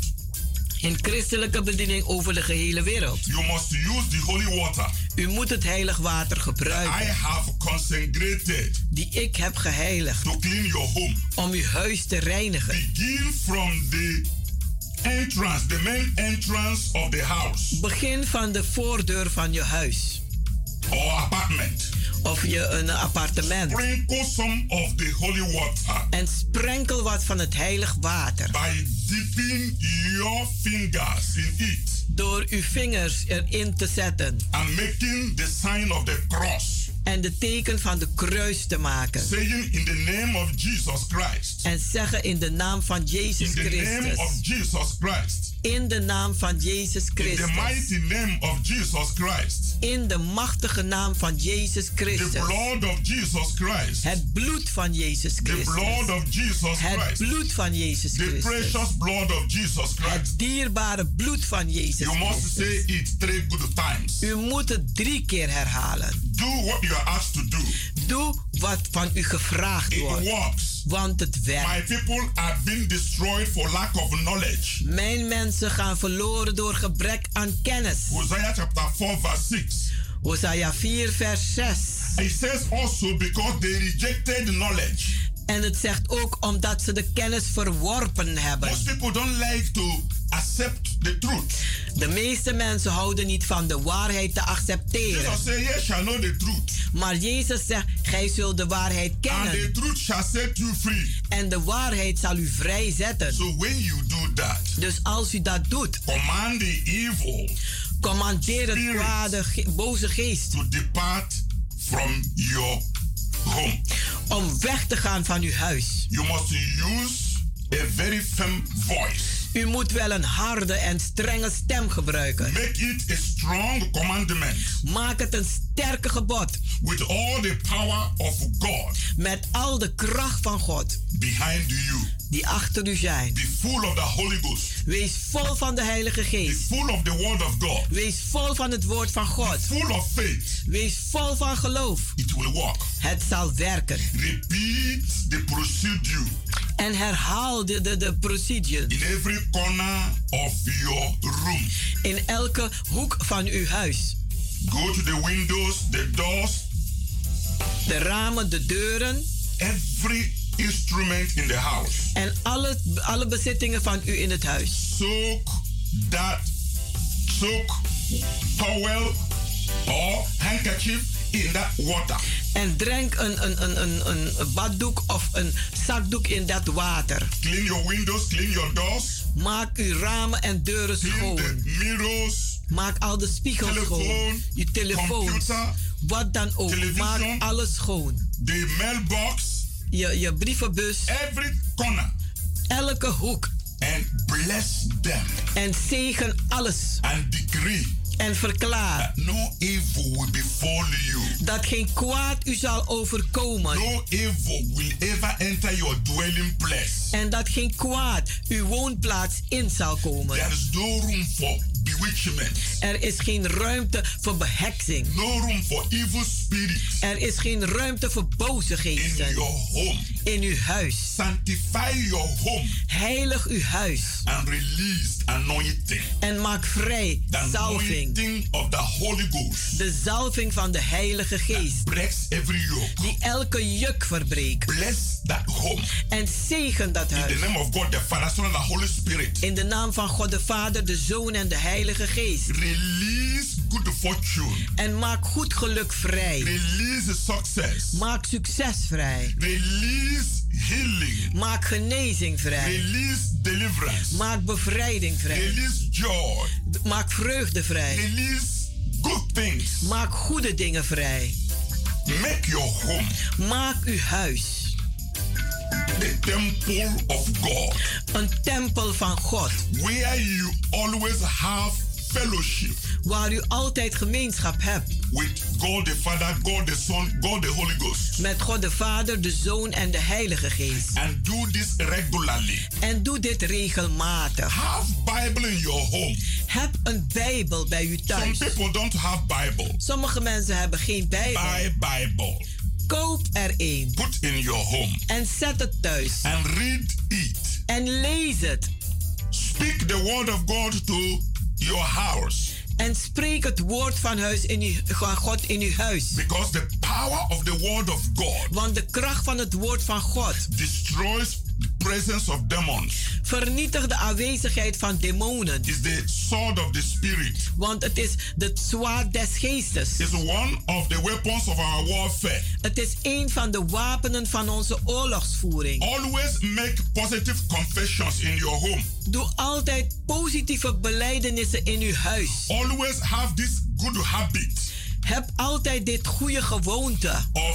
In christelijke bediening over de gehele wereld. You must use the holy water. U moet het heilig water gebruiken. I have consecrated. Die ik heb geheiligd. To clean your home. Om uw huis te reinigen. Begin from the entrance, the main entrance of the house. Begin van de voordeur van je huis. Or apartment. Of je een appartement. Sprinkle some of the holy water. En sprenkel wat van het heilig water. By dipping your fingers in it. Door uw vingers erin te zetten. And making the sign of the cross. En de teken van de kruis te maken. Saying in the name of Jesus Christ. En zeggen in de naam van Jezus Christus. In the name of Jesus Christ. In de naam van Jezus Christus. In the mighty name of Jesus Christ. In de machtige naam van Jezus Christus. The blood of Jesus Christ. Het bloed van Jezus Christus. The blood of Jesus Christ. Het bloed van Jezus Christus. The precious blood of Jesus Christ. Het dierbare bloed van Jezus Christus. You must say it 3 good times. U moet het 3 keer herhalen. Do what you are asked to do. Doe wat van u gevraagd wordt. It works. Want het werkt. My people are being destroyed for lack of knowledge. Mijn mensen gaan verloren door gebrek aan kennis. Hosea chapter 4 verse 6. Hosea 4 vers 6. It says also because they rejected knowledge. En het zegt ook omdat ze de kennis verworpen hebben. Most people don't like to accept the truth. De meeste mensen houden niet van de waarheid te accepteren. Jesus said, "Ye shall know the truth." Maar Jezus zegt, gij zult de waarheid kennen. And the truth shall set you free. En de waarheid zal u vrijzetten. So when you do that, dus als u dat doet, command the evil. Commandeer het kwade, boze geest. To depart from your home. Om weg te gaan van uw huis. You must use a very firm voice. U moet wel een harde en strenge stem gebruiken. Make it a strong commandment. Maak het een sterke gebod. With all the power of God. Met al de kracht van God. Behind you. Die achter u zijn. Be full of the Holy Ghost. Wees vol van de Heilige Geest. Be full of the Word of God. Wees vol van het woord van God. Be full of faith. Wees vol van geloof. It will work. Het zal werken. Repeat the procedure. En herhaal de procedure. In every corner of your room. In elke hoek van uw huis. Go to the windows, the doors. De ramen, de deuren. Every instrument in the house. En alle bezittingen van u in het huis. Soak towel or handkerchief in that water. En drenk een baddoek of een zakdoek in dat water. Clean your windows, clean your doors. Maak uw ramen en deuren schoon. Clean the mirrors. Maak al de spiegels schoon. Je telefoon. Computer. Wat dan ook. Television. Maak alles schoon. The mailbox. Je brievenbus. Every corner. Elke hoek. And bless them. En zegen alles. And decree. En verklaar. No evil will befall you. Dat geen kwaad u zal overkomen. No evil will ever enter your dwelling place. En dat geen kwaad uw woonplaats in zal komen. There is no room for bewitchment. Er is geen ruimte voor beheksing. No room for evil spirits. Er is geen ruimte voor boze geesten. In your home. In uw huis. Sanctify your home. Heilig uw huis. And release anointing. En maak vrij zalving. Of the Holy Ghost. De zalving van de Heilige Geest. Breaks every yoke. Die elke juk verbreekt. Bless that home. En zegen dat huis. In the name of God the Father, Son and the Holy Spirit. In de naam van God de Vader, de Zoon en de Heilige Geest. Release good fortune. En maak goed geluk vrij. Release success. Maak succes vrij. Release healing. Maak genezing vrij. Release deliverance. Maak bevrijding vrij. Release joy. Maak vreugde vrij. Release good things. Maak goede dingen vrij. Make your home. Maak uw huis. The temple of God. Een tempel van God. Where you always have fellowship. Waar u altijd gemeenschap hebt. With God the Father, God the Son, God the Holy Ghost. Met God de Vader, de Zoon en de Heilige Geest. And do this regularly. En doe dit regelmatig. Have Bible in your home. Heb een Bijbel bij u thuis. Some people don't have Bible. Sommige mensen hebben geen Bijbel. Buy Bible. Koop er een. Put in your home. En zet het thuis. And read it. En lees het. Speak the word of God to your house. En spreek het woord van God in uw huis. Because the power of the word of God. Want de kracht van het woord van God destroys the presence of demons. Vernietigt de aanwezigheid van demonen. Is the sword of the spirit. Want het is het zwaard des geestes. It's one of the weapons of our warfare. Het is een van de wapenen van onze oorlogsvoering. Always make positive confessions in your home. Doe altijd positieve belijdenissen in uw huis. Always have this good habit. Heb altijd dit goede gewoonte. Of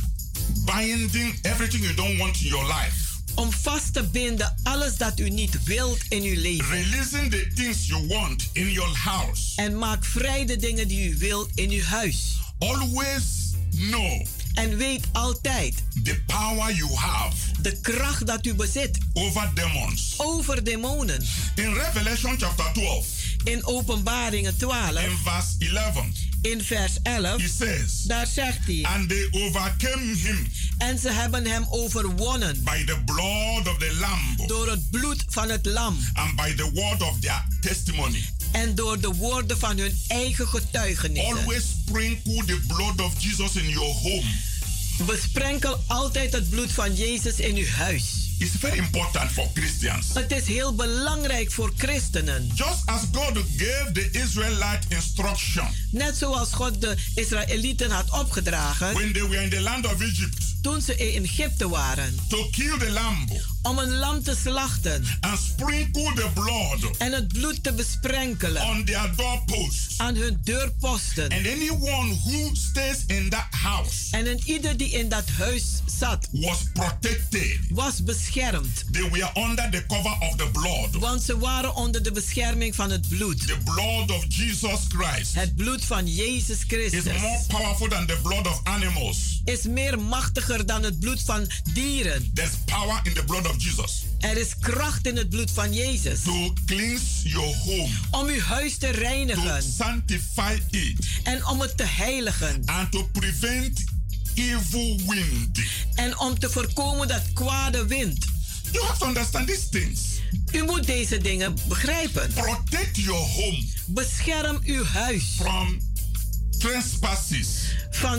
binding everything you don't want in your life. Om vast te binden alles dat u niet wilt in uw leven. Releasing the things you want in your house. En maak vrij de dingen die u wilt in uw huis. Always know. En weet altijd. The power you have. De kracht dat u bezit. Over demons. Over demonen. In Revelation chapter 12. In Openbaringen 12. In verse 11. In vers 11. He says. Daar zegt hij. And they overcame him. En ze hebben hem overwonnen. By the blood of the Lamb. Door het bloed van het lam. And by the word of their testimony. En door de woorden van hun eigen getuigenissen. Always sprinkle the blood of Jesus in your home. Besprenkel altijd het bloed van Jezus in uw huis. It's very important for Christians. Het is heel belangrijk voor christenen. Just as God gave the Israelites instruction. Net zoals God de Israëlieten had opgedragen. When they were in the land of Egypt. Toen ze in Egypte waren. To kill the lamb. Om een lam te slachten. And sprinkle the blood. En het bloed te besprenkelen. On their doorposts. Aan hun deurposten. And anyone who stays in that house. En ieder die in dat huis zat. Was protected. Was beschermd. They were under the cover of the blood. Want ze waren onder de bescherming van het bloed. The blood of Jesus Christ. Het bloed van Jezus Christus. Is more powerful than the blood of animals. Is meer machtiger dan het bloed van dieren. There's power in the blood of Jesus. Er is kracht in het bloed van Jezus. To cleanse your home. Om uw huis te reinigen. To sanctify it. En om het te heiligen. And to prevent evil wind. En om te voorkomen dat kwade wind. You have to understand these things. U moet deze dingen begrijpen. Protect your home. Bescherm uw huis. From trespasses. Van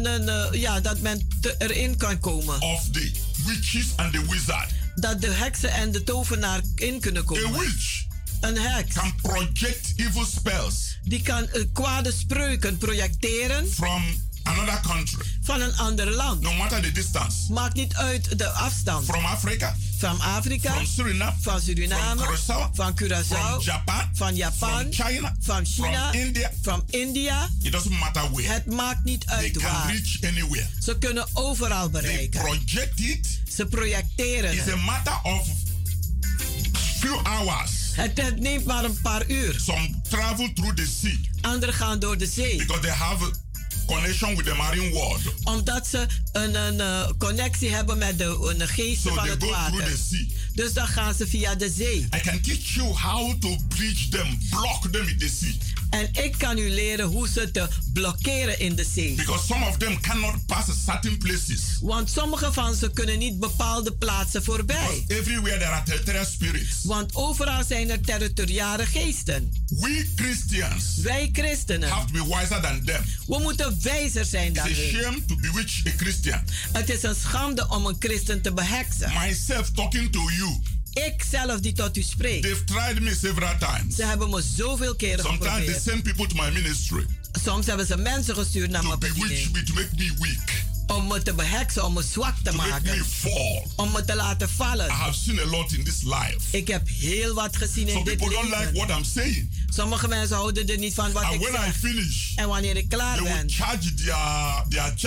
dat men erin kan komen. Of the witches and the wizard. Dat de heksen en de tovenaar in kunnen komen. A witch. Een heks. Can project evil spells. Die kan kwade spreuken projecteren. From another country. Van een ander land. No matter the distance. Maakt niet uit de afstand. From Africa. Van Afrika. From Suriname. Van Suriname. From Curaçao. From Japan. Van Japan. From China. Van China. From India. Van India. It doesn't matter where. Het maakt niet uit They waar. Can reach anywhere. Ze kunnen overal bereiken. They project it. Ze projecteren It's het. a matter of few hours. Het neemt maar een paar uur. Some travel through the sea. Anderen gaan door de zee. Because they have connection with the marine world. Omdat ze een connectie hebben met de geesten van het water. Dus dan gaan ze via de zee. I can teach you how to breach them, block them in the sea. En ik kan u leren hoe ze te blokkeren in de zee. Because some of them cannot pass certain places. Want sommige van ze kunnen niet bepaalde plaatsen voorbij. Because everywhere there are territorial spirits. Want overal zijn er territoriale geesten. We Christians. Wij christenen. Have to be wiser than them. We moeten wijzer zijn dan It's a shame to bewitch a Christian. Het is een schande om een christen te beheksen. Myself talking to you. Ik zelf die tot u spreek. They've tried me several times. Ze hebben me zoveel keren Sometimes geprobeerd. they send people to my ministry. Soms hebben ze mensen gestuurd naar mijn bediening. To make me weak. Om me te beheksen, om me zwak te maken. Make me fall. Om me te laten vallen. I have seen a lot in this life. Ik heb heel wat gezien in dit leven. Some people don't like what I'm saying. Sommige mensen houden er niet van wat ik zeg. I finish, en wanneer ik klaar ben, charge their charm.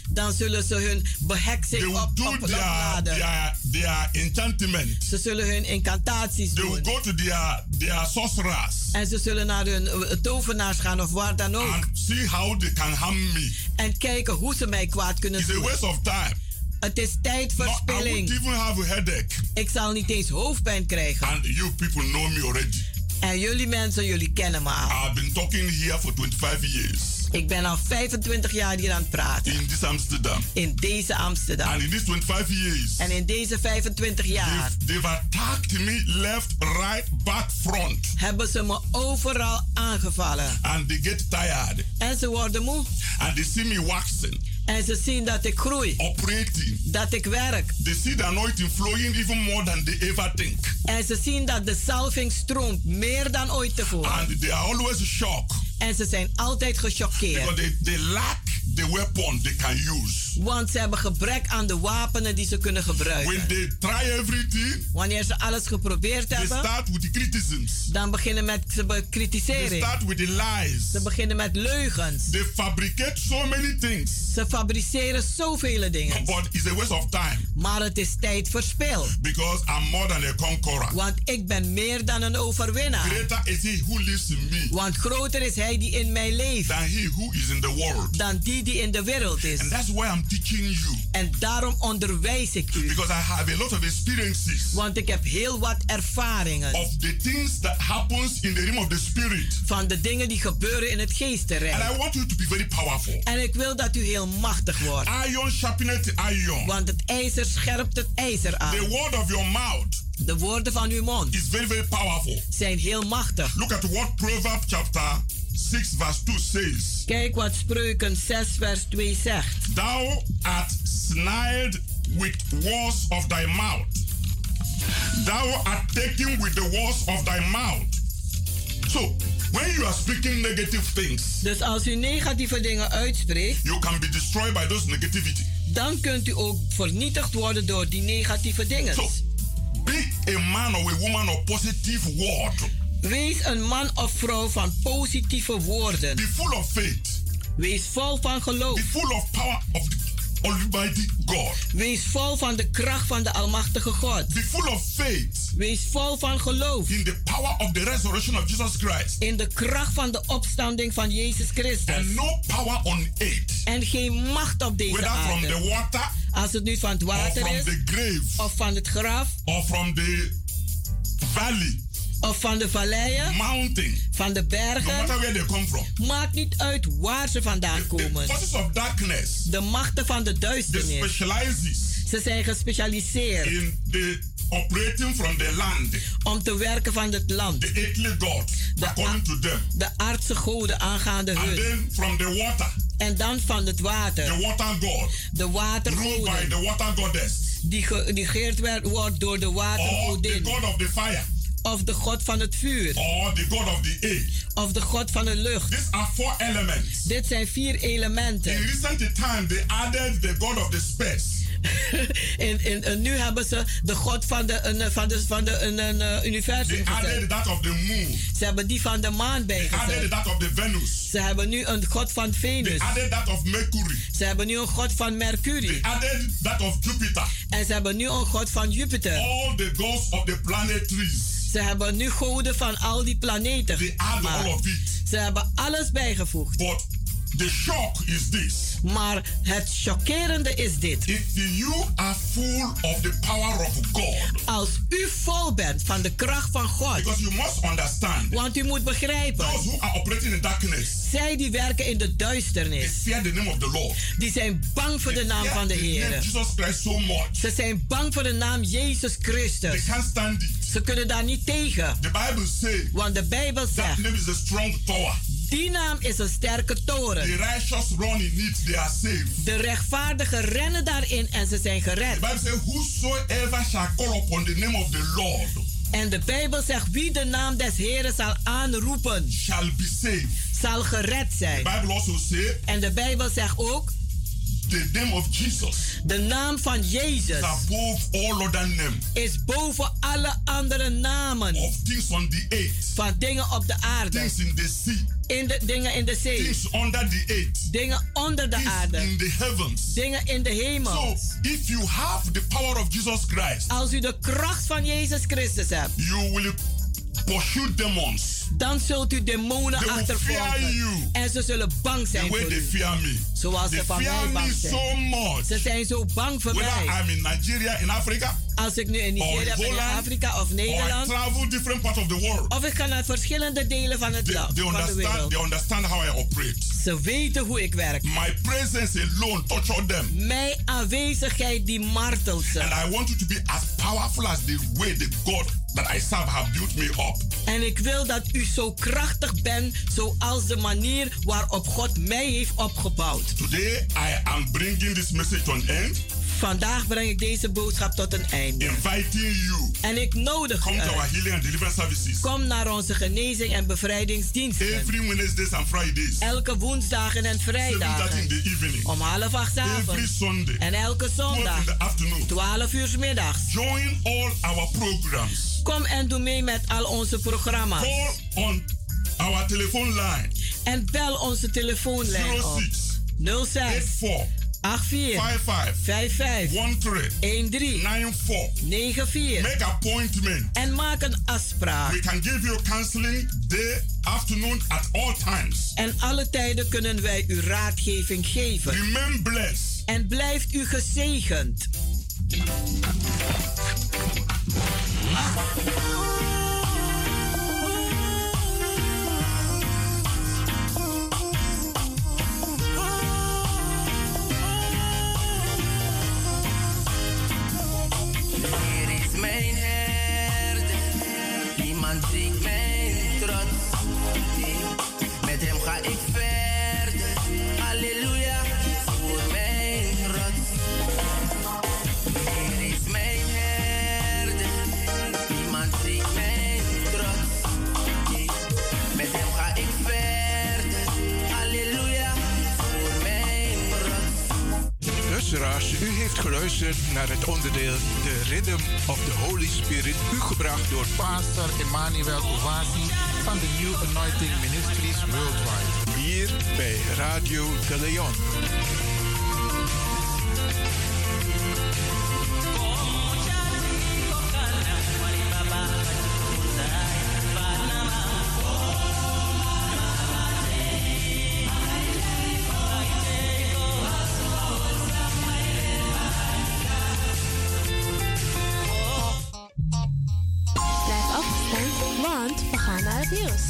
Dan zullen ze hun They beheksing will do opladen. their enchantment. Ze zullen hun incantaties They will doen. go to their sorcerers En ze zullen naar hun tovenaars gaan of waar dan ook. and see how they can harm me. En kijken hoe ze mij kwaad kunnen It's a doen. waste of time. Het is No, I won't tijdverspilling. even have a headache. Ik zal niet eens hoofdpijn krijgen. And you people know me already. En jullie mensen, jullie kennen me al. I've been talking here for 25 years Ik ben al 25 jaar hier aan het praten. in this Amsterdam. In deze Amsterdam. And in these 25 years, En in deze 25 jaar they've attacked me left, right, back, front. hebben ze me overal aangevallen. And they get tired. En ze worden moe. And they see me waxing, En ze zien dat ik groei. operating. Dat ik werk. They see the anointing flowing even more than they ever think. En ze zien dat de salving stroomt meer dan ooit tevoren. And they are always shocked En ze zijn altijd gechoqueerd. because they lack the weapon they can use. Want ze hebben gebrek aan de wapenen die ze kunnen When gebruiken. they try everything, Wanneer ze alles geprobeerd they hebben, start with the criticisms. dan beginnen met They bekritisering. start with the lies. Ze beginnen met leugens. They fabricate so many things. Ze fabriceren zoveel dingen. But it's a waste of time Maar het is tijd verspild. because I'm more than a conqueror. Want ik ben meer dan een overwinnaar. Greater is he who lives in me Want groter is hij die in mij leeft than he who is in the world. dan die in de wereld is. And that's why I'm teaching you, En daarom onderwijs ik u. because I have a lot of experiences Want ik heb heel wat ervaringen of the things that happens in the realm of the spirit. van de dingen die gebeuren in het And geestenrijk. I want you to be very powerful. En ik wil dat u heel machtig wordt. Iron sharpeneth iron. Want het ijzer scherpt het ijzer aan. The word of your mouth De woorden van uw mond is very, very powerful. zijn heel machtig. Look at what Proverbs chapter 6 verse 2 says. Kijk wat Spreuken 6 vers 2 zegt. Thou art snared with words of thy mouth. Thou art taken with the words of thy mouth. So, when you are speaking negative things, Dus als u negatieve dingen uitspreekt, you can be destroyed by those negativity. dan kunt u ook vernietigd worden door die negatieve dingen. So, be a man or a woman of positive word. Wees een man of vrouw van positieve woorden. Be full of faith. Wees vol van geloof. Be full of power of the Almighty God. Wees vol van de kracht van de Almachtige God. Be full of faith Wees vol van geloof in the power of the resurrection of Jesus Christ. in de kracht van de opstanding van Jezus Christus. And no power on earth, En geen macht op deze whether from the aarde. water Als het nu van het or water from is, the grave of van het graf, or from the valley, of van de valleien, mountain, van de no bergen. matter where they come from. Maakt niet uit waar ze vandaan The komen. forces of darkness, De machten van de they duisternis. specializes Ze zijn gespecialiseerd in the operating from the land, om te werken van het land. the earthly God, according to them. De aardse goden aangaande And hun. then from the water, En dan van het the water. water God, De ruled by watergoden. the water goddess, Die geregeerd wordt door de or the watergodin. God of the fire, Of de god van het vuur. or the God of the air. Of de god van de lucht. These are 4 elements. Dit zijn 4 In elementen. recent time, they added the God of the space. En nu hebben ze de god van de universum They added gezet. that of the moon. Ze hebben die van de maan They added bijgezet. that of the Venus. Ze hebben nu een god van They Venus. added that of Mercury. Ze hebben nu een god van They Mercurie. added that of Jupiter. En ze hebben nu een god van Jupiter. All the gods of the planetaries. Ze hebben nu goden van al die planeten They add all gemaakt. of it. Ze hebben alles bijgevoegd. But the shock is this. Maar het chockerende is dit. If you are full of the power of God, Als u vol bent van de kracht van God. because you must understand, Want u moet begrijpen. those who are operating in darkness, Zij die werken in de they duisternis. fear the name of the Lord. Die zijn bang voor de naam Fear van de the name Heer. Jesus Christ so much. Ze zijn bang voor de naam Jezus They Christus. can't stand it. Ze kunnen daar niet tegen. The Bible says Want de Bijbel that zegt. name is a strong tower. Die naam is een sterke The toren. righteous run in it, they are saved. De rechtvaardigen rennen daarin en ze zijn The gered. Bible says, whosoever shall call upon the name of the Lord En de Bijbel zegt wie de naam des Heeren zal aanroepen, shall be saved. zal gered The zijn. Bible also says, En de Bijbel zegt ook, The name of Jesus. De naam van Jezus. Is above all other names. Is boven alle andere namen. Of things on the earth. Van dingen op de aarde. Things in the sea. Dingen in de zee. Things under the earth. Dingen onder de things aarde. In the heavens. Dingen in de hemel. So, if you have the power of Jesus Christ. Als u de kracht van Jezus Christus hebt. You will pursue demons. Dan zult u demonen achtervolgen. En ze zullen bang zijn voor u. Zoals ze van mij bang zijn. So much. Ze zijn zo bang voor mij. I'm in Nigeria, in Africa. Als ik nu in Nigeria ben, in Afrika of Nederland. Or I travel different parts of the world. Of ik ga naar verschillende delen van het land. They understand how I operate. Ze weten hoe ik werk. My presence alone touches them. Mijn aanwezigheid die martelt ze. And I want you to be as powerful as the way the God that I serve have built me up. En ik wil dat u zo krachtig bent zoals de manier waarop God mij heeft opgebouwd. Today I am bringing this message to an end. Vandaag breng ik deze boodschap tot een einde. Inviting you. En ik nodig u. Come to our healing and deliverance services. Kom naar onze genezing en bevrijdingsdiensten. Every Wednesdays and Fridays. Elke woensdagen en vrijdagen. 7:30 in the evening. Om 7:30 avonds. Every Sunday. En elke zondag. 12 in the afternoon. 12 uur 's middags. Join all our programs. Kom en doe mee met al onze programma's. Call on our telephone line. En bel onze telefoonlijn op. 06 84 55 13 94. Make appointment. En maak een afspraak. We can give you counseling day, afternoon, at all times. En alle tijden kunnen wij u raadgeving geven. Remain blessed. En blijft u gezegend. Ziek mijn trots. Met hem ga ik verder. Halleluja, voor mijn rots. Hier is mijn herder. Niemand ziek mijn trots. Met hem ga ik verder. Halleluja, voor mijn rots. Luisteraars, u heeft geluisterd naar het onderdeel The Rhythm of the Holy Spirit, u gebracht door Pastor Emmanuel Owasi van de New Anointing Ministries Worldwide. Hier bij Radio de Leon. Want we gaan naar het nieuws.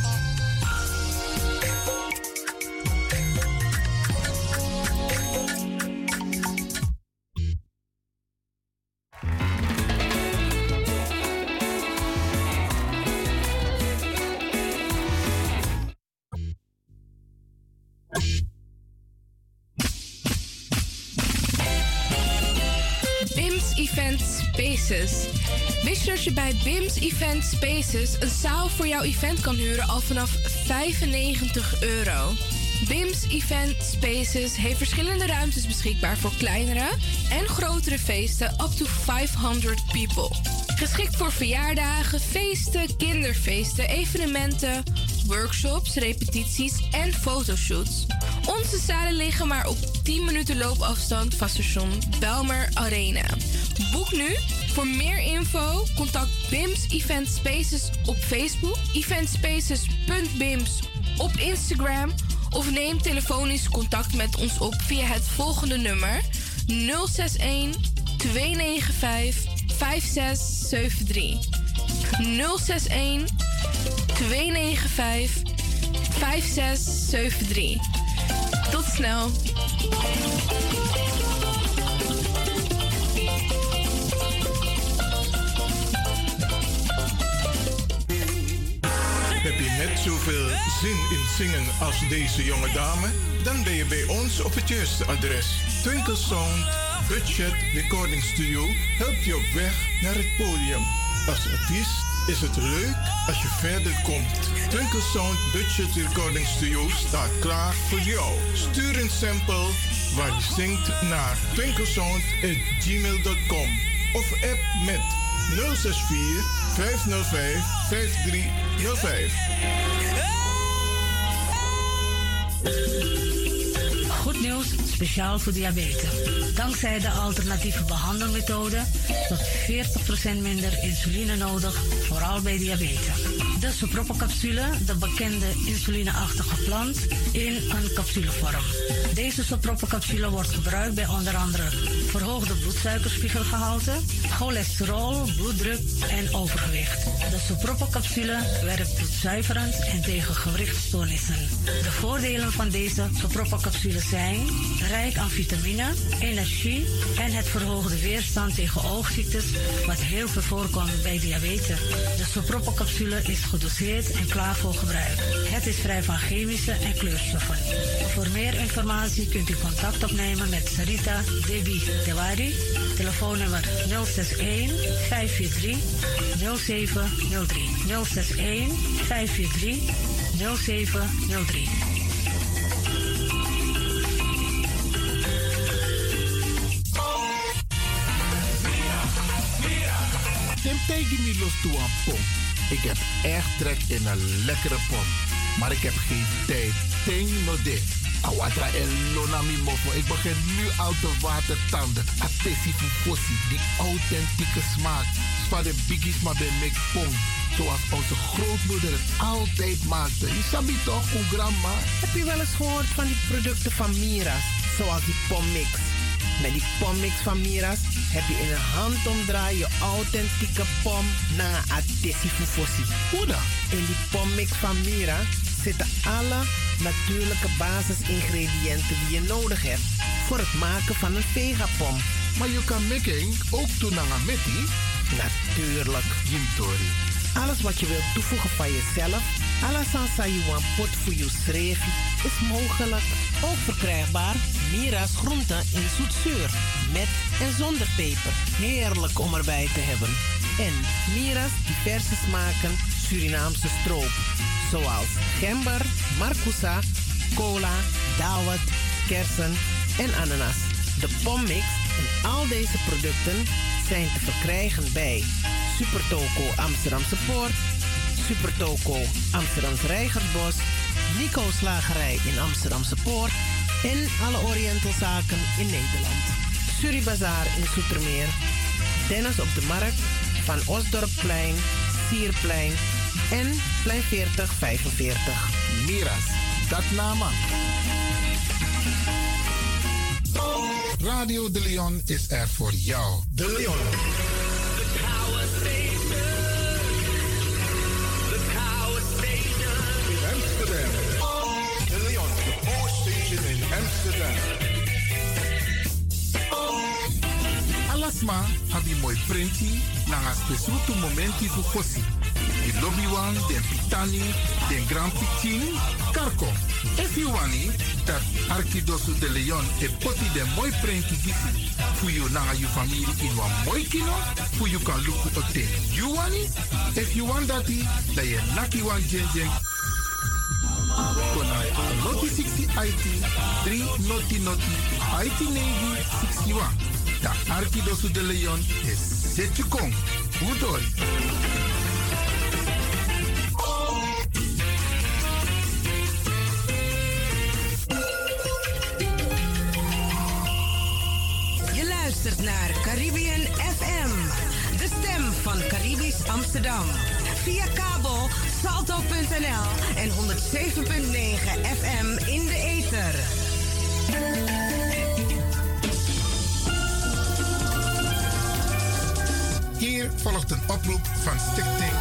BIMS Event Spaces. Wist je dat je bij BIMS Event Spaces een zaal voor jouw event kan huren al vanaf €95? BIMS Event Spaces heeft verschillende ruimtes beschikbaar voor kleinere en grotere feesten up to 500 people. Geschikt voor verjaardagen, feesten, kinderfeesten, evenementen, workshops, repetities en fotoshoots. Onze zalen liggen maar op 10 minuten loopafstand van station Belmer Arena. Boek nu. Voor meer info contact BIMS Event Spaces op Facebook, eventspaces.bims op Instagram of neem telefonisch contact met ons op via het volgende nummer 061 295 5673. 061 295 5673. Tot snel. Heb je net zoveel zin in zingen als deze jonge dame? Dan ben je bij ons op het juiste adres. Twinkle Sound Budget Recording Studio helpt je op weg naar het podium. Als artiest is het leuk als je verder komt. Twinkle Sound Budget Recording Studio staat klaar voor jou. Stuur een sample waar je zingt naar twinklesound@gmail.com of app met 064 505 5305. Goed nieuws, speciaal voor diabetes. Dankzij de alternatieve behandelmethode tot 40% minder insuline nodig, vooral bij diabetes. De Sopropocapsule, de bekende insulineachtige plant, in een capsulevorm. Deze Sopropocapsule wordt gebruikt bij onder andere verhoogde bloedsuikerspiegelgehalte, cholesterol, bloeddruk en overgewicht. De Sopropocapsule werkt bloedzuiverend en tegen gewrichtstoornissen. De voordelen van deze Sopropocapsule zijn rijk aan vitamine, energie en het verhoogde weerstand tegen oogziektes, wat heel veel voorkomt bij diabetes. De Sopropocapsule is gedoseerd en klaar voor gebruik. Het is vrij van chemische en kleurstoffen. Voor meer informatie kunt u contact opnemen met Sarita Debi Tewari. Telefoonnummer 061 543 0703. 061 543 0703. Tempegi mi los toe aan pom. Ik heb echt trek in een lekkere pom. Maar ik heb geen tijd. Ting no de. Awatra el lonami mofo. Ik begin nu al te watertanden. Atesi fufosi. Die authentieke smaak. Zwa de biggies maar bij mek pom. Zoals onze grootmoeder het altijd maakte. Je sabi toch, een grandma? Heb je wel eens gehoord van die producten van Mira's? Zoals die pommix. Met die pommix van Mira's heb je in een handomdraai je authentieke pom naar Atesi fufosi. Hoe dan? In die pommix van Mira zitten alle natuurlijke basisingrediënten die je nodig hebt voor het maken van een vegapom. Maar je kan making ook doen aan meti? Natuurlijk. Jimtori. Alles wat je wilt toevoegen van jezelf, alla sansa you want pot voor je srevi, is mogelijk. Ook verkrijgbaar Mira's groenten in zoetzuur, met en zonder peper. Heerlijk om erbij te hebben. En Mira's diverse smaken Surinaamse stroop, zoals gember, marcousa, cola, dawet, kersen en ananas. De pommix en al deze producten zijn te verkrijgen bij Supertoco Amsterdamse Poort, Supertoco Amsterdamse Reigersbos, Nico Slagerij in Amsterdamse Poort en alle Orientalzaken in Nederland. Suribazaar in Zoetermeer, Dennis op de Markt, Van Osdorpplein, Sierplein en Plein 4045. Miras, dat nama. Radio De Leon is er voor jou. De Leon. The Power Station. The Power Station. In Amsterdam. De Leon, the Power Station in Amsterdam. Alasma, habi mooi printi, nanga spesrutu momenti fu fosi. Di lobby wan, den pitani, den grand pitin, karko. If you wani, dat Arkidosu de Leon e poti den mooi printi gisi. Fu you nanga you familie in wan mooi kino, fu you kan luku ote. You wani? If you want dati, da ye naki wan jen. Konai noti 60 IT, 3 noti IT navy 61. Da Arkidosu de Leon is Setjukong. Udori. Je luistert naar Caribbean FM, de stem van Caribisch Amsterdam. Via kabel salto.nl en 107.9 FM in de ether. Hier volgt een oproep van Stichting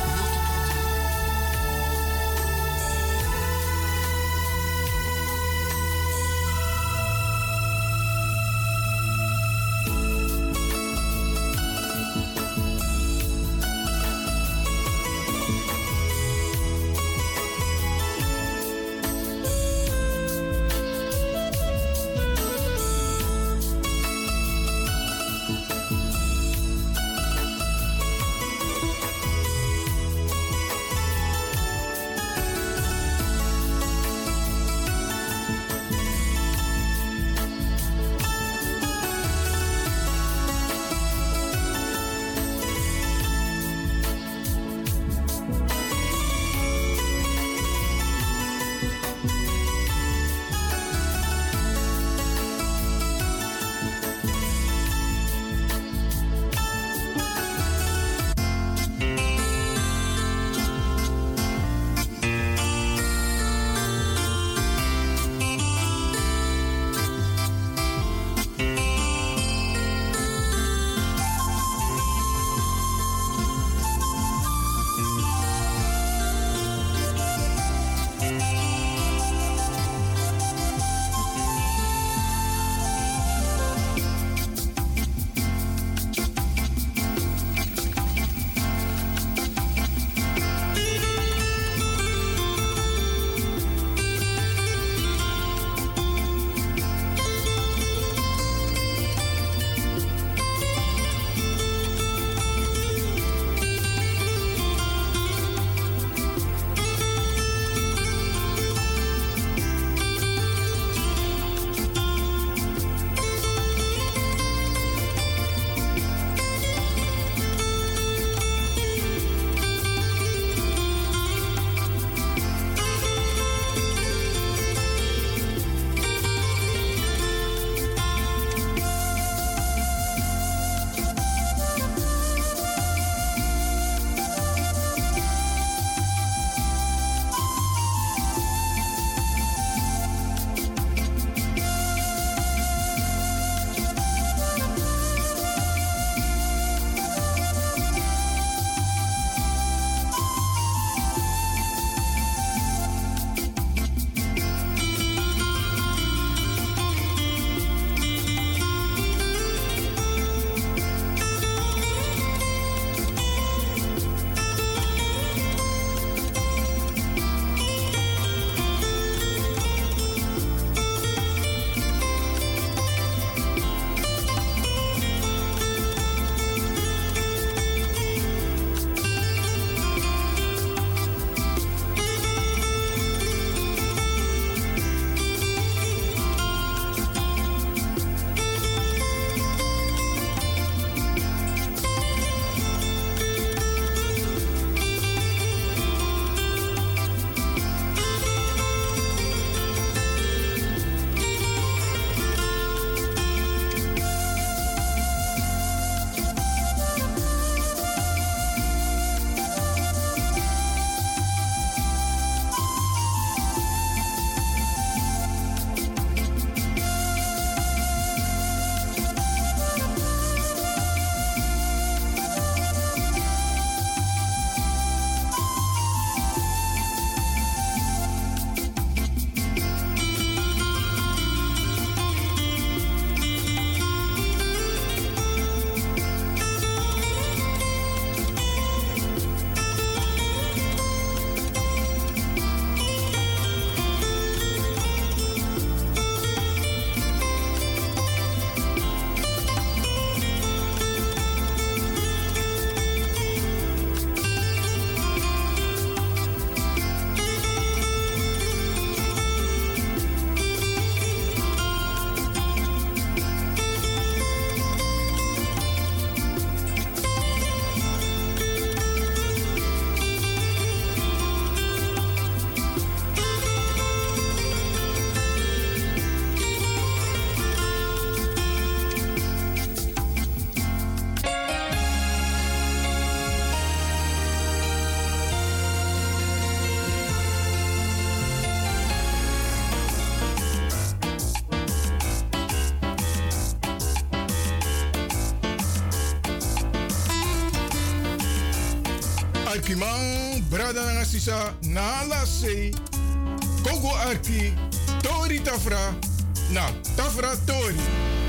Arkimang, Brada Sisa, Nala Se, Kogo Arki, Tori Tafra, na Tafra Tori.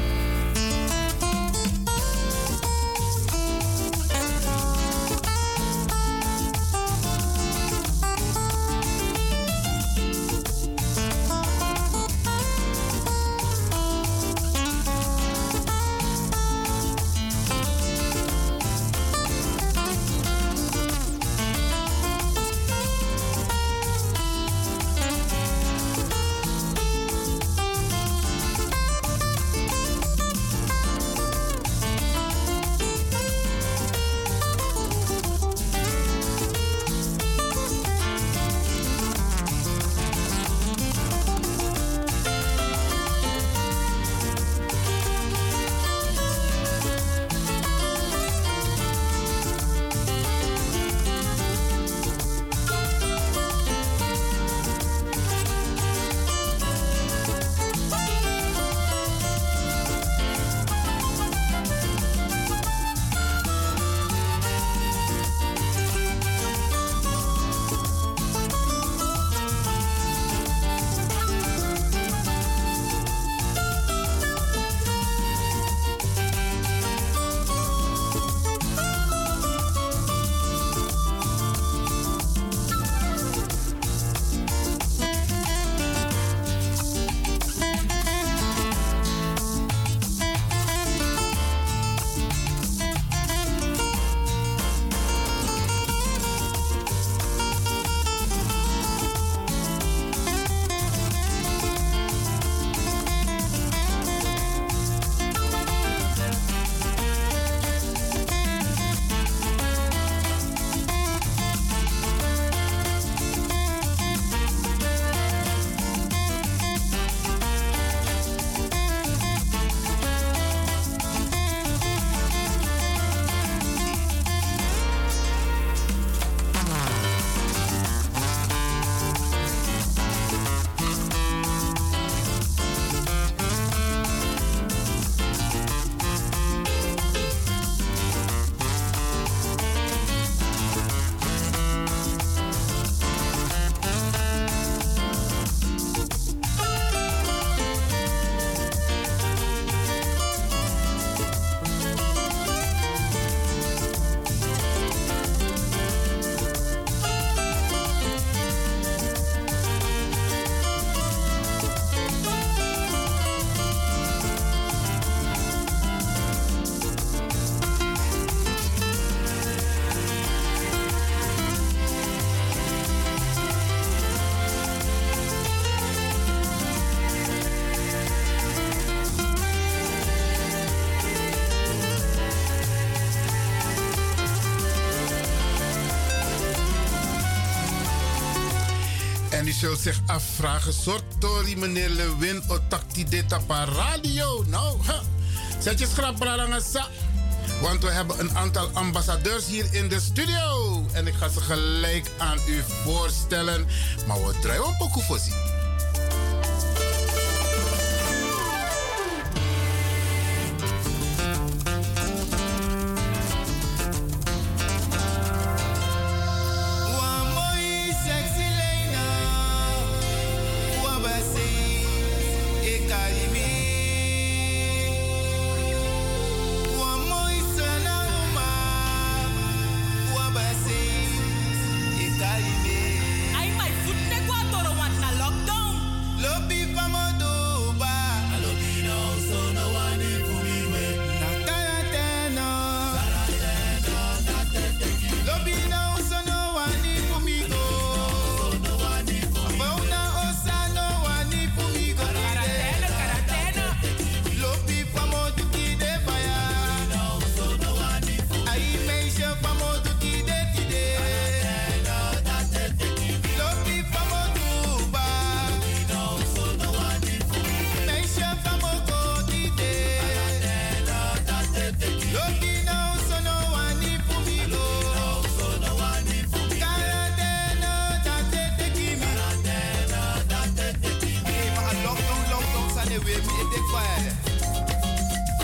En u zult zich afvragen, sorry meneer Lewin, otakti dit op radio. Nou, zet je schraprarangasa. Want we hebben een aantal ambassadeurs hier in de studio. En ik ga ze gelijk aan u voorstellen. Maar we draaien een pokoe voor zien.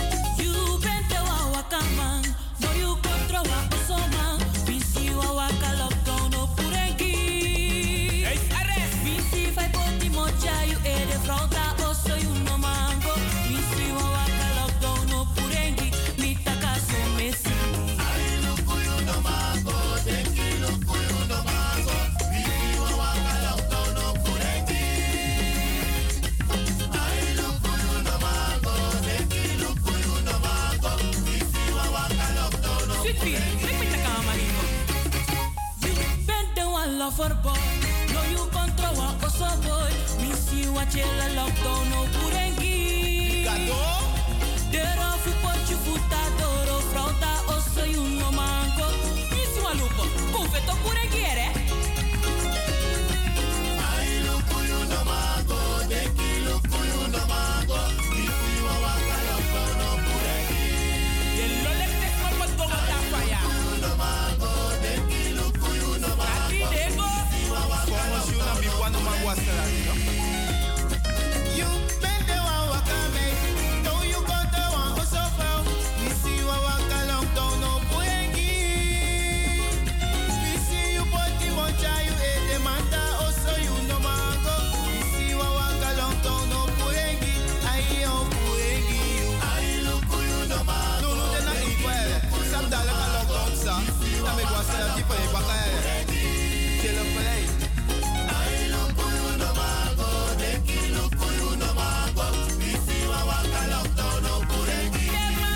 You bent the wawakaman, no you control wa osoma, bisi wawaka overboord. No you control wa oso boy. Missy wat je la lockdown no purengi. Gado. Dero fu potju futa doro frauta oso you no mango. Missy wa lupo. Confeto purengi ere. Ai lupo you no mango. Deki lupo you no mango. Missy wa waka lockdown no purengi. Ye lole te korpot bogo ta faya. No mango. Deki lupo you no mango. Ati dego. Como si una mi cuando mango hasta la you been the one waka me. No you got the one also fell. We see you waka long down no puengi. We see you body one try you eat the manta also you no mango. We see you waka long down no puengi. Ai o puengi you. Ai look you no mango. No de na ikwele. Sam dale ka long down sa. Na me go sa di pa baka. Tell up play. Ai look you no mango. De kilo you no mango. We see you waka long down no puengi.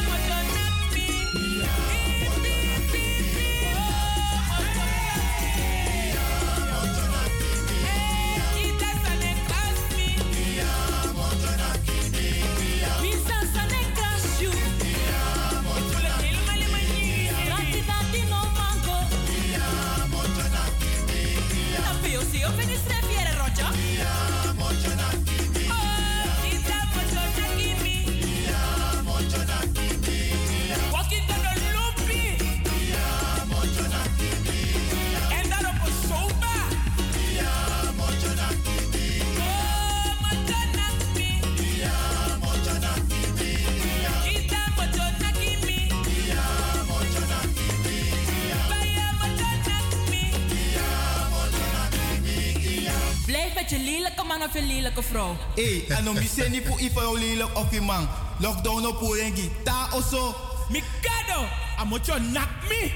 Blijf met je lelijke man of je lelijke vrouw. Hey, en dan missie niet voor iemand lelijk of je man. Lockdown op Porengi. Ta oso. Mikado. Amocho nak me.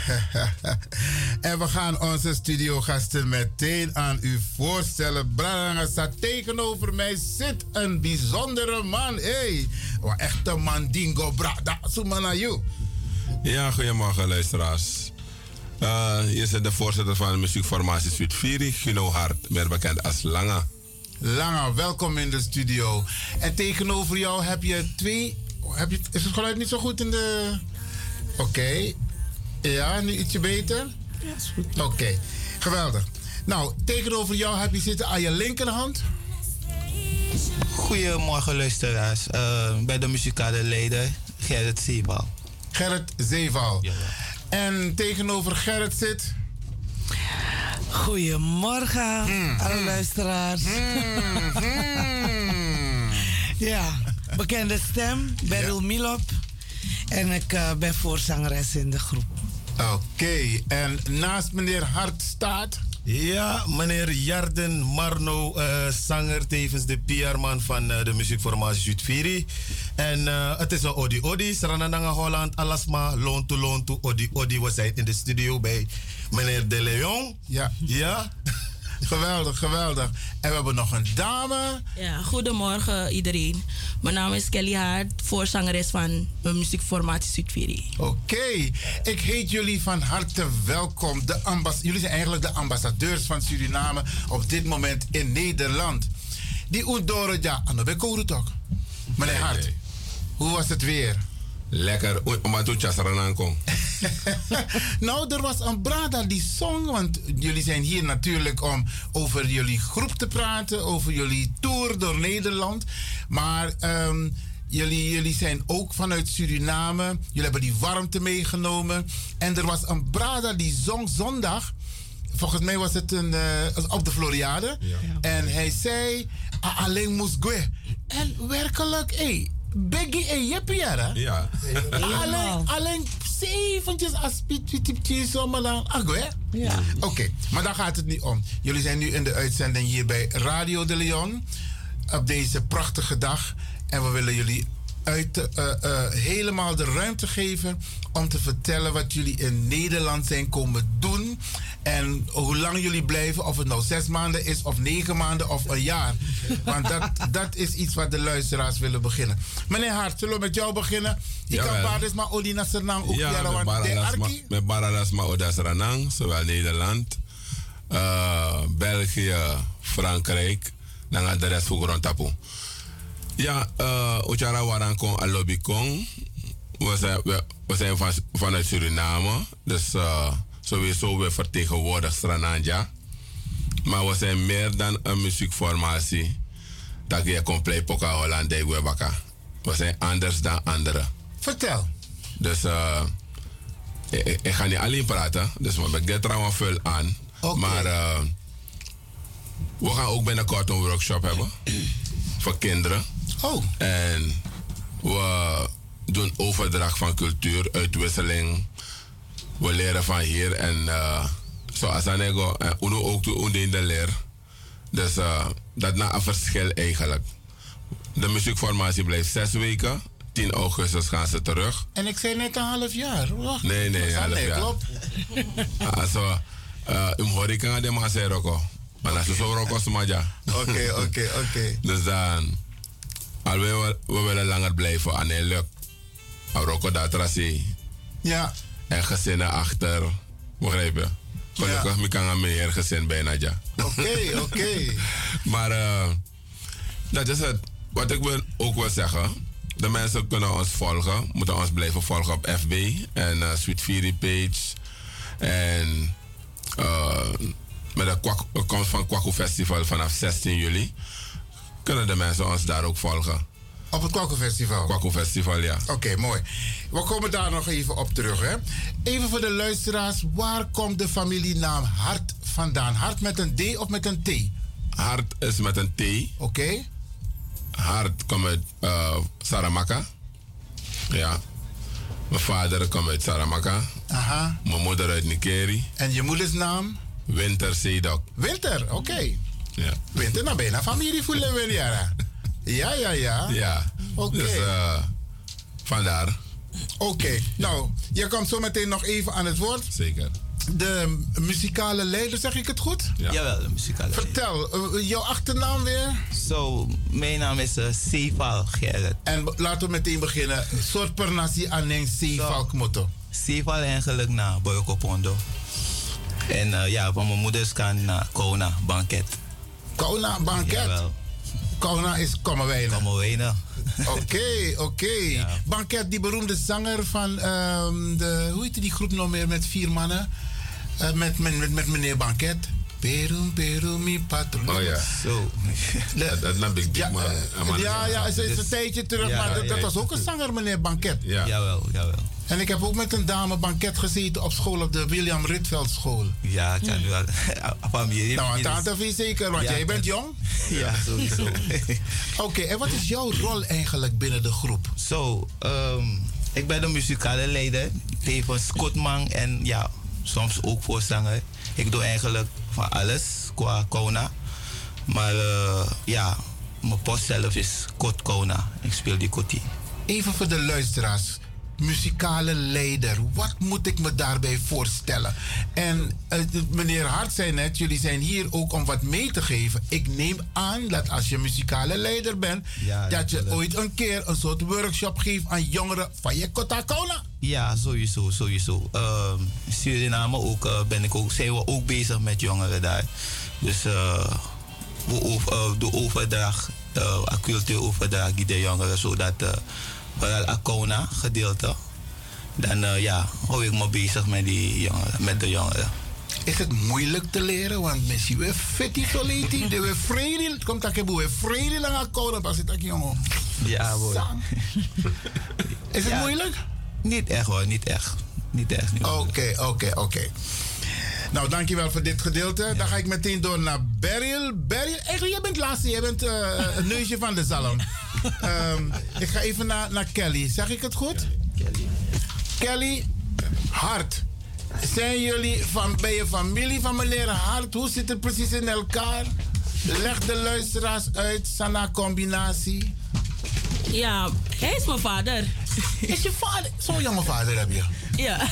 En we gaan onze studiogasten meteen aan u voorstellen. Branga staat tegenover mij zit een bijzondere man. Hey, een echte mandingo bra. Dat is naar you. Ja, goedemorgen luisteraars. Hier zit de voorzitter van de muziekformatie Suite 4, Guno Hart, meer bekend als Langa. Langa, welkom in de studio. En tegenover jou heb je twee... is het geluid niet zo goed in de... Oké. Ja, nu ietsje beter? Ja, is goed. Oké, geweldig. Nou, tegenover jou heb je zitten aan je linkerhand. Goedemorgen luisteraars. Bij de muzikale leider Gerrit Zeeval. Gerrit Zeeval. Ja. En tegenover Gerrit zit... Goedemorgen, alle luisteraars. Ja, bekende stem, Beryl Milop. En ik ben voorzangeres in de groep. Oké, en naast meneer Hart staat... Ja, meneer Jarden Marno, zanger, tevens de PR-man van de muziekformatie Zuid-Viri. En het is een Odi-Odi, Sarananga Holland, Alasma, Lontu, Odi-Odi. We zijn in de studio bij meneer De Leon. Ja. Ja. Geweldig, geweldig. En we hebben nog een dame. Ja, goedemorgen iedereen. Mijn naam is Kelly Hart, voorzangeres van de muziekformatie Zuid-Viri. Oké, ik heet jullie van harte welkom. Jullie zijn eigenlijk de ambassadeurs van Suriname op dit moment in Nederland. Die Oendoro, ja, Anobe Korutok. Meneer Hart, hoe was het weer? Lekker, maar toen Chasaranan kon. Nou, er was een brada die zong, want jullie zijn hier natuurlijk om over jullie groep te praten, over jullie tour door Nederland. Maar jullie zijn ook vanuit Suriname, jullie hebben die warmte meegenomen. En er was een brada die zong zondag, volgens mij was het op de Floriade. Ja. En hij zei, alleen moest gue. En werkelijk, Beggy Jeppiara. Ja. Alleen zeventjes als pietjes zomaar dan. Ja. Oké, maar daar gaat het niet om. Jullie zijn nu in de uitzending hier bij Radio de Leon. Op deze prachtige dag. En we willen jullie helemaal de ruimte geven om te vertellen wat jullie in Nederland zijn komen doen. En hoe lang jullie blijven, of het nou 6 maanden is, of 9 maanden, of een jaar. Want dat is iets wat de luisteraars willen beginnen. Meneer Hart, zullen we met jou beginnen? Ik kan baarders maar Olina Sernang ook met Baradas maar Odas Ranang, zowel Nederland. België, Frankrijk, dan gaat de rest voor grond tapu. Ja, Ochara Warankong en Lobbycong. We zijn vanuit Suriname, dus sowieso we vertegenwoordigen Strananja. Maar we zijn meer dan een muziekformatie. Dat je compleet Poka Hollandij Webaka. We zijn anders dan anderen. Vertel. Dus ik ga niet alleen praten, dus ik get trouwens veel aan. Okay. Maar we gaan ook binnenkort een workshop hebben voor kinderen. Oh. En we doen overdracht van cultuur, uitwisseling. We leren van hier en zoals dan uno ook doen in de leer. Dus dat is een verschil eigenlijk. De muziekformatie blijft 6 weken. 10 augustus gaan ze terug. En ik zei net een half jaar. Wacht. Nee, een half jaar. Klopt. Also, hoor ik aan de man zeggen roko. Maar als je zo roko smaja. Oké. Dus dan, we willen langer blijven aan een lukt. Roko dat rasie. Ja. En gezinnen achter. Begrijp je? Gelukkig ik kan aan meer gezin bijna ja. Oké. Maar dat is het. Wat ik ook wil zeggen. De mensen kunnen ons volgen, moeten ons blijven volgen op FB en Sweet Fury page. En met de komst van Kwaku Festival vanaf 16 juli kunnen de mensen ons daar ook volgen. Op het Kwaku Festival? Kwaku Festival, ja. Oké, mooi. We komen daar nog even op terug. Hè? Even voor de luisteraars, waar komt de familienaam Hart vandaan? Hart met een D of met een T? Hart is met een T. Oké. Hart komt uit Saramaka. Ja. Mijn vader komt uit Saramaka. Aha. Mijn moeder uit Nikeri. En je moeders naam? Winter Sedok. Winter, oké. Ja. Winter, nou bijna familie voelen we ja. Ja. Ja. Oké. Dus vandaar. Oké. Nou, je komt zo meteen nog even aan het woord. Zeker. De muzikale leider, zeg ik het goed? Ja. Jawel, de muzikale leider. Vertel, jouw achternaam weer? Mijn naam is Seval Gerrit. En laten we meteen beginnen. Soort per nasi aneng Seval kmoto. Seval eigenlijk naar Boyokopondo. En van mijn moeders kan naar Kona Banket. Kona Banket? Jawel. Kona is Kommerwijnen. Kommerwijnen. Oké. Ja. Banket, die beroemde zanger van hoe heet die groep nog meer met 4 mannen? Met meneer Banket. Peru, mi patron. Oh ja. Zo. Dat is een big man. Ja, het is een tijdje terug, maar dat was ook een zanger, meneer Banket. Ja. Jawel. En ik heb ook met een dame Banket gezeten op school, op de William Rietveld school. Ja, ik kan nu wel. Nou, een tante zeker, want jij bent jong. Ja, sowieso. Oké, en wat is jouw rol eigenlijk binnen de groep? Ik ben de muzikale leider, tevens skotman en soms ook voorzanger. Ik doe eigenlijk van alles qua Kona. Maar mijn post zelf is Kot Kona. Ik speel die kotie. Even voor de luisteraars. Muzikale leider. Wat moet ik me daarbij voorstellen? En meneer Hart zei net, jullie zijn hier ook om wat mee te geven. Ik neem aan dat als je muzikale leider bent, dat je ooit een keer een soort workshop geeft aan jongeren van je Kota Kona. Ja, sowieso. In Suriname zijn we ook bezig met jongeren daar. Dus de overdracht, cultuuroverdracht die de jongeren, zodat vooral Akona gedeelte, dan hou ik me bezig met de jongeren. Is het moeilijk te leren? Want mensen we fit soliti, de we vrede, komt dat je boe vrede lang Akona pas het jongen. Ja, hoor. Is het moeilijk? Niet echt hoor, niet echt. Oké. Nou, dankjewel voor dit gedeelte. Ja. Dan ga ik meteen door naar Beryl. Eigenlijk, jij bent laatste. Jij bent het neusje van de zalm. Ik ga even naar Kelly. Zeg ik het goed? Ja, Kelly Hart. Zijn jullie bij je familie van meneer Hart? Hoe zit het precies in elkaar? Leg de luisteraars uit, Sana combinatie. Ja, hij is mijn vader. Is je vader? Zo'n jonge vader heb je? Ja.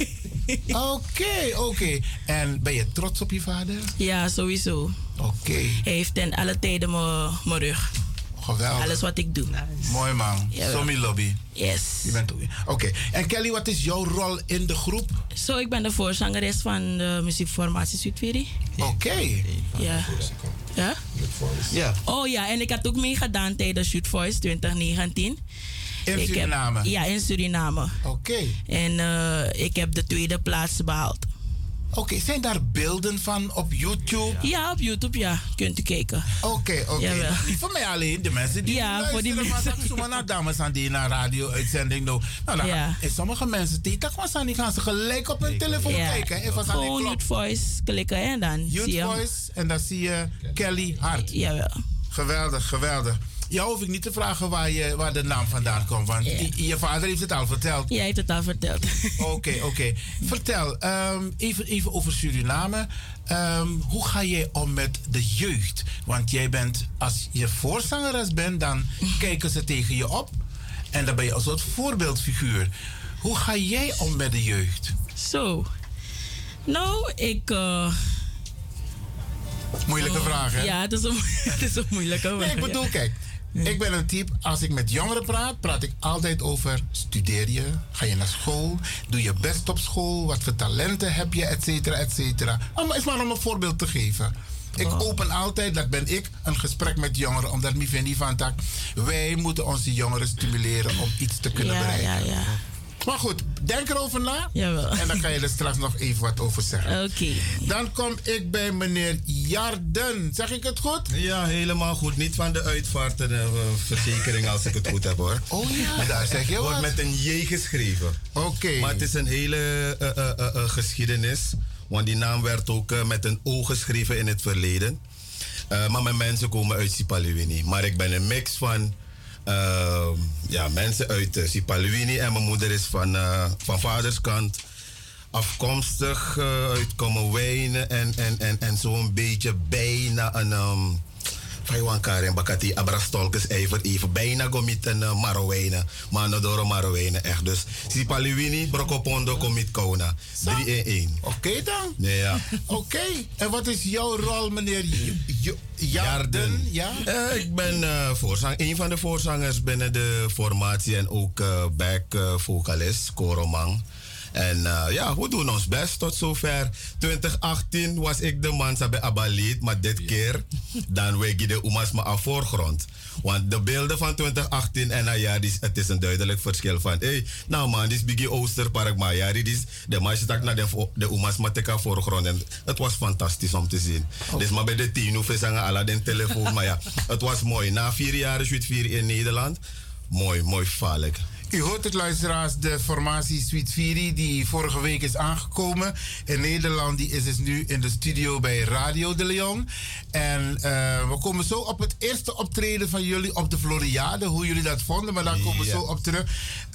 Oké. En ben je trots op je vader? Ja, sowieso. Oké. Hij heeft ten alle tijden mijn rug. geweldig. Alles wat ik doe. Mooi man. Somi Lobby. Yes. Oké. En Kelly, wat is jouw rol in de groep? Zo, ik ben de voorzangeres van de muziekformatie Zuidviri. Oké. Ja. Ja? Ja. Oh ja, en ik had ook meegedaan tijdens Youth Voice 2019. In Suriname? Ja, in Suriname. Oké. En ik heb de tweede plaats behaald. Oké, zijn daar beelden van op YouTube? Ja, op YouTube, ja. Kunt u kijken. Oké. Niet voor mij alleen, de mensen die ja, voor die mensen. Maar naar dames aan die naar radio-uitzending doen. Nou, en sommige mensen die gaan ze gelijk op hun telefoon kijken. Even gewoon Youth Voice klikken en dan Youth zie je Voice en dan zie je Kelly Hart. Jawel. Geweldig. Ja, hoef ik niet te vragen waar de naam vandaan komt. Want je vader heeft het al verteld. Jij heeft het al verteld. Oké. Vertel, even over Suriname. Hoe ga jij om met de jeugd? Want jij bent, als je voorzangeres bent, dan kijken ze tegen je op. En dan ben je een soort voorbeeldfiguur. Hoe ga jij om met de jeugd? Zo. Nou, Moeilijke vraag, hè? Ja, het is een moeilijke vraag. Nee, ik bedoel, kijk. Ik ben een type, als ik met jongeren praat ik altijd over studeer je, ga je naar school, doe je best op school, wat voor talenten heb je, et cetera. Is maar om een voorbeeld te geven. Ik open altijd, dat ben ik, een gesprek met jongeren, omdat ik vind van tak, wij moeten onze jongeren stimuleren om iets te kunnen bereiken. Ja. Maar goed, denk erover na. Jawel. En dan kan je er straks nog even wat over zeggen. Oké. Dan kom ik bij meneer Jarden. Zeg ik het goed? Ja, helemaal goed. Niet van de uitvaartverzekering als ik het goed heb hoor. Oh ja, daar zeg je wat. Wordt met een J geschreven. Oké. Maar het is een hele geschiedenis. Want die naam werd ook met een O geschreven in het verleden. Maar mijn mensen komen uit Sipaliwini. Maar ik ben een mix van... mensen uit Sipaliwini en mijn moeder is van vaderskant afkomstig uit Kommerwijnen en zo'n beetje bijna een Faiwankar en Bakati Abrastolkes even bijna gomit een Marowijnen, maar door Marowijnen echt. Dus Sipaliwini, Brokopondo, Komit Kona. 3-1. Oké dan. Nee, ja. Oké. En wat is jouw rol, meneer Jarden? Ja? Ik ben een van de voorzangers binnen de formatie en ook back-vocalist, Koromang. En we doen ons best tot zover. 2018 was ik de man bij Abaliet, maar dit keer dan weeg je de Umas maar aan voorgrond. Want de beelden van 2018 en het is een duidelijk verschil van nou man, dit is Biggie Oosterpark, maar de meisje tak naar de Umas maar teka voorgrond. En het was fantastisch om te zien. Dus maar bij de 10 hoeven zangen alle den telefoon, maar het was mooi. Na 4 jaar Sweet 4 in Nederland, mooi valk. U hoort het, luisteraars, de formatie Sweet Viri die vorige week is aangekomen in Nederland. Die is dus nu in de studio bij Radio de Leon. En we komen zo op het eerste optreden van jullie op de Floriade. Hoe jullie dat vonden, maar daar komen we zo op terug.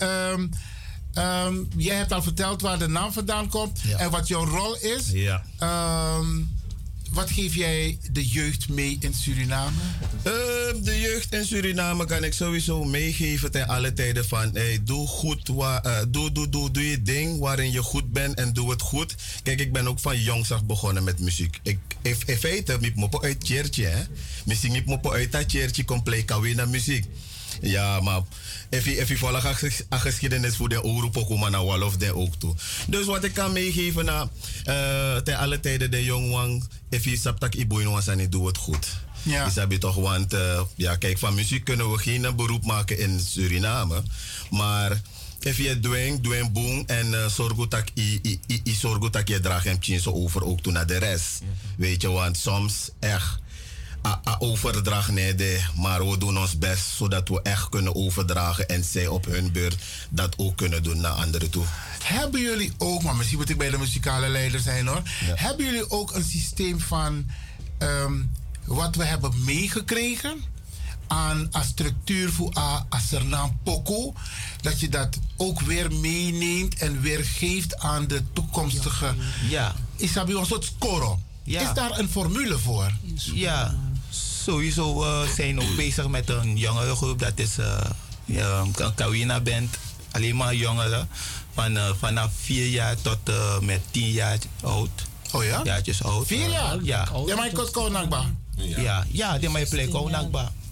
Jij hebt al verteld waar de naam vandaan komt en wat jouw rol is. Ja. Wat geef jij de jeugd mee in Suriname? De jeugd in Suriname kan ik sowieso meegeven ten alle tijden van doe goed, doe je ding waarin je goed bent en doe het goed. Kijk, ik ben ook van jongs af begonnen met muziek. In feite, ik mopo uit Tjertje, hè. Misschien ik mopo uit dat Tjertje compleet kan naar muziek. Ja, maar even volg een geschiedenis voor de Oeropo, maar naar Wolof de ook toe. Dus wat ik kan meegeven ten alle tijden de jongwang, even saptak iboino en doe het goed. Ja. Is dat toch, want kijk, van muziek kunnen we geen beroep maken in Suriname, maar even je doen boom en zorg dat je draagt hem zo over ook toe naar de rest. Weet je, want soms echt overdracht maar we doen ons best zodat we echt kunnen overdragen en zij op hun beurt dat ook kunnen doen naar anderen toe. Hebben jullie ook, maar misschien moet ik bij de muzikale leider zijn hoor. Ja. Hebben jullie ook een systeem van wat we hebben meegekregen aan structuur voor Asernam Poko, dat je dat ook weer meeneemt en weer geeft aan de toekomstige. Ja. Is dat bij ons een soort score? Ja. Is daar een formule voor? Ja, sowieso zijn we ook bezig met een jongere groep. Dat is een Kawina band. Alleen maar jongeren. Vanaf 4 jaar tot met 10 jaar oud. Oh ja? Jaartjes oud. 4 jaar? Ja. Ja, maar ik kon nakba. Ja, die mij plek ook nakba.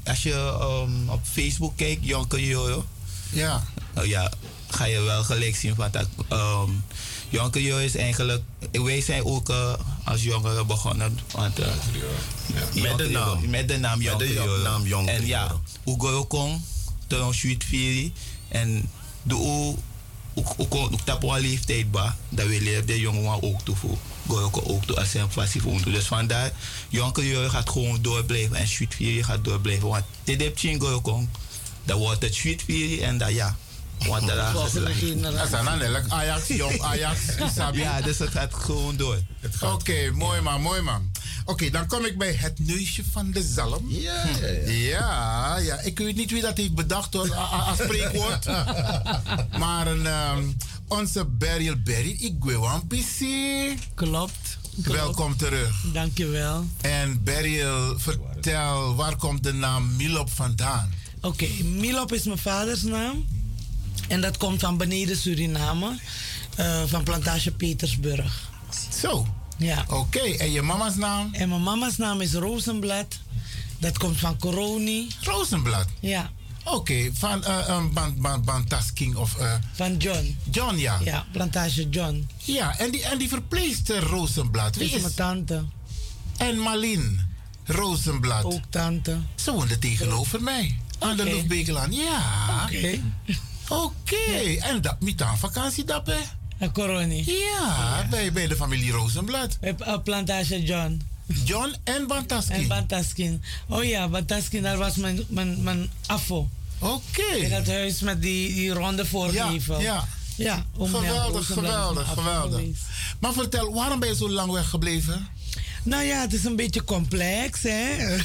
als je op Facebook kijkt, Jonker Jojo. Ja. Ja, ga je wel gelijk zien van dat. Jonker Jojo is eigenlijk. Wij zijn ook als jongeren begonnen. Want, met de naam Jonker Jojo. En ja, Ugo Kong, Toon Sweet Fury. En de ook dat op een leeftijd ba, dat we leren de jongen ook toe voor. Ook toe als een passief onder. Dus vandaar, Jonker Jojo gaat gewoon doorblijven en Sweet Fury gaat doorblijven. Want dit heb je in Goyokong, dat wordt het Sweet Fury en dat ja. Want dat is het. Ajax, jong Ajax, ja, dus het gaat gewoon door. Oké, mooi man. Oké, dan kom ik bij het neusje van de zalm. Ja. Ik weet niet wie dat heeft bedacht hoor, als spreekwoord. Maar onze Beryl Berry, ik wil een PC. Klopt. Welkom terug. Dankjewel. En Beryl, vertel, waar komt de naam Milop vandaan? Oké, Milop is mijn vaders naam. En dat komt van beneden Suriname, van plantage Petersburg. Zo? Ja. Oké, en je mama's naam? En mijn mama's naam is Rozenblad. Dat komt van Coroni. Rozenblad? Ja. Oké, van Bantasking of... Van John. John, ja. Ja, plantage John. Ja, en die verpleegster Rozenblad. Wie is mijn tante. En Malin Rozenblad. Ook tante. Ze woonde tegenover mij. Aan de Loefbekelaan. Ja. Oké. En dat met aan vakantie dat hè? En Coroni. Ja, bij de familie Rozenblad. Plantage John. John en Bantaskin. En Bantaskin. Oh ja, Bantaskin, daar was mijn afo. Oké. In dat huis met die ronde voorgevel. Ja. Geweldig. Maar vertel, waarom ben je zo lang weggebleven? Nou ja, het is een beetje complex, hè.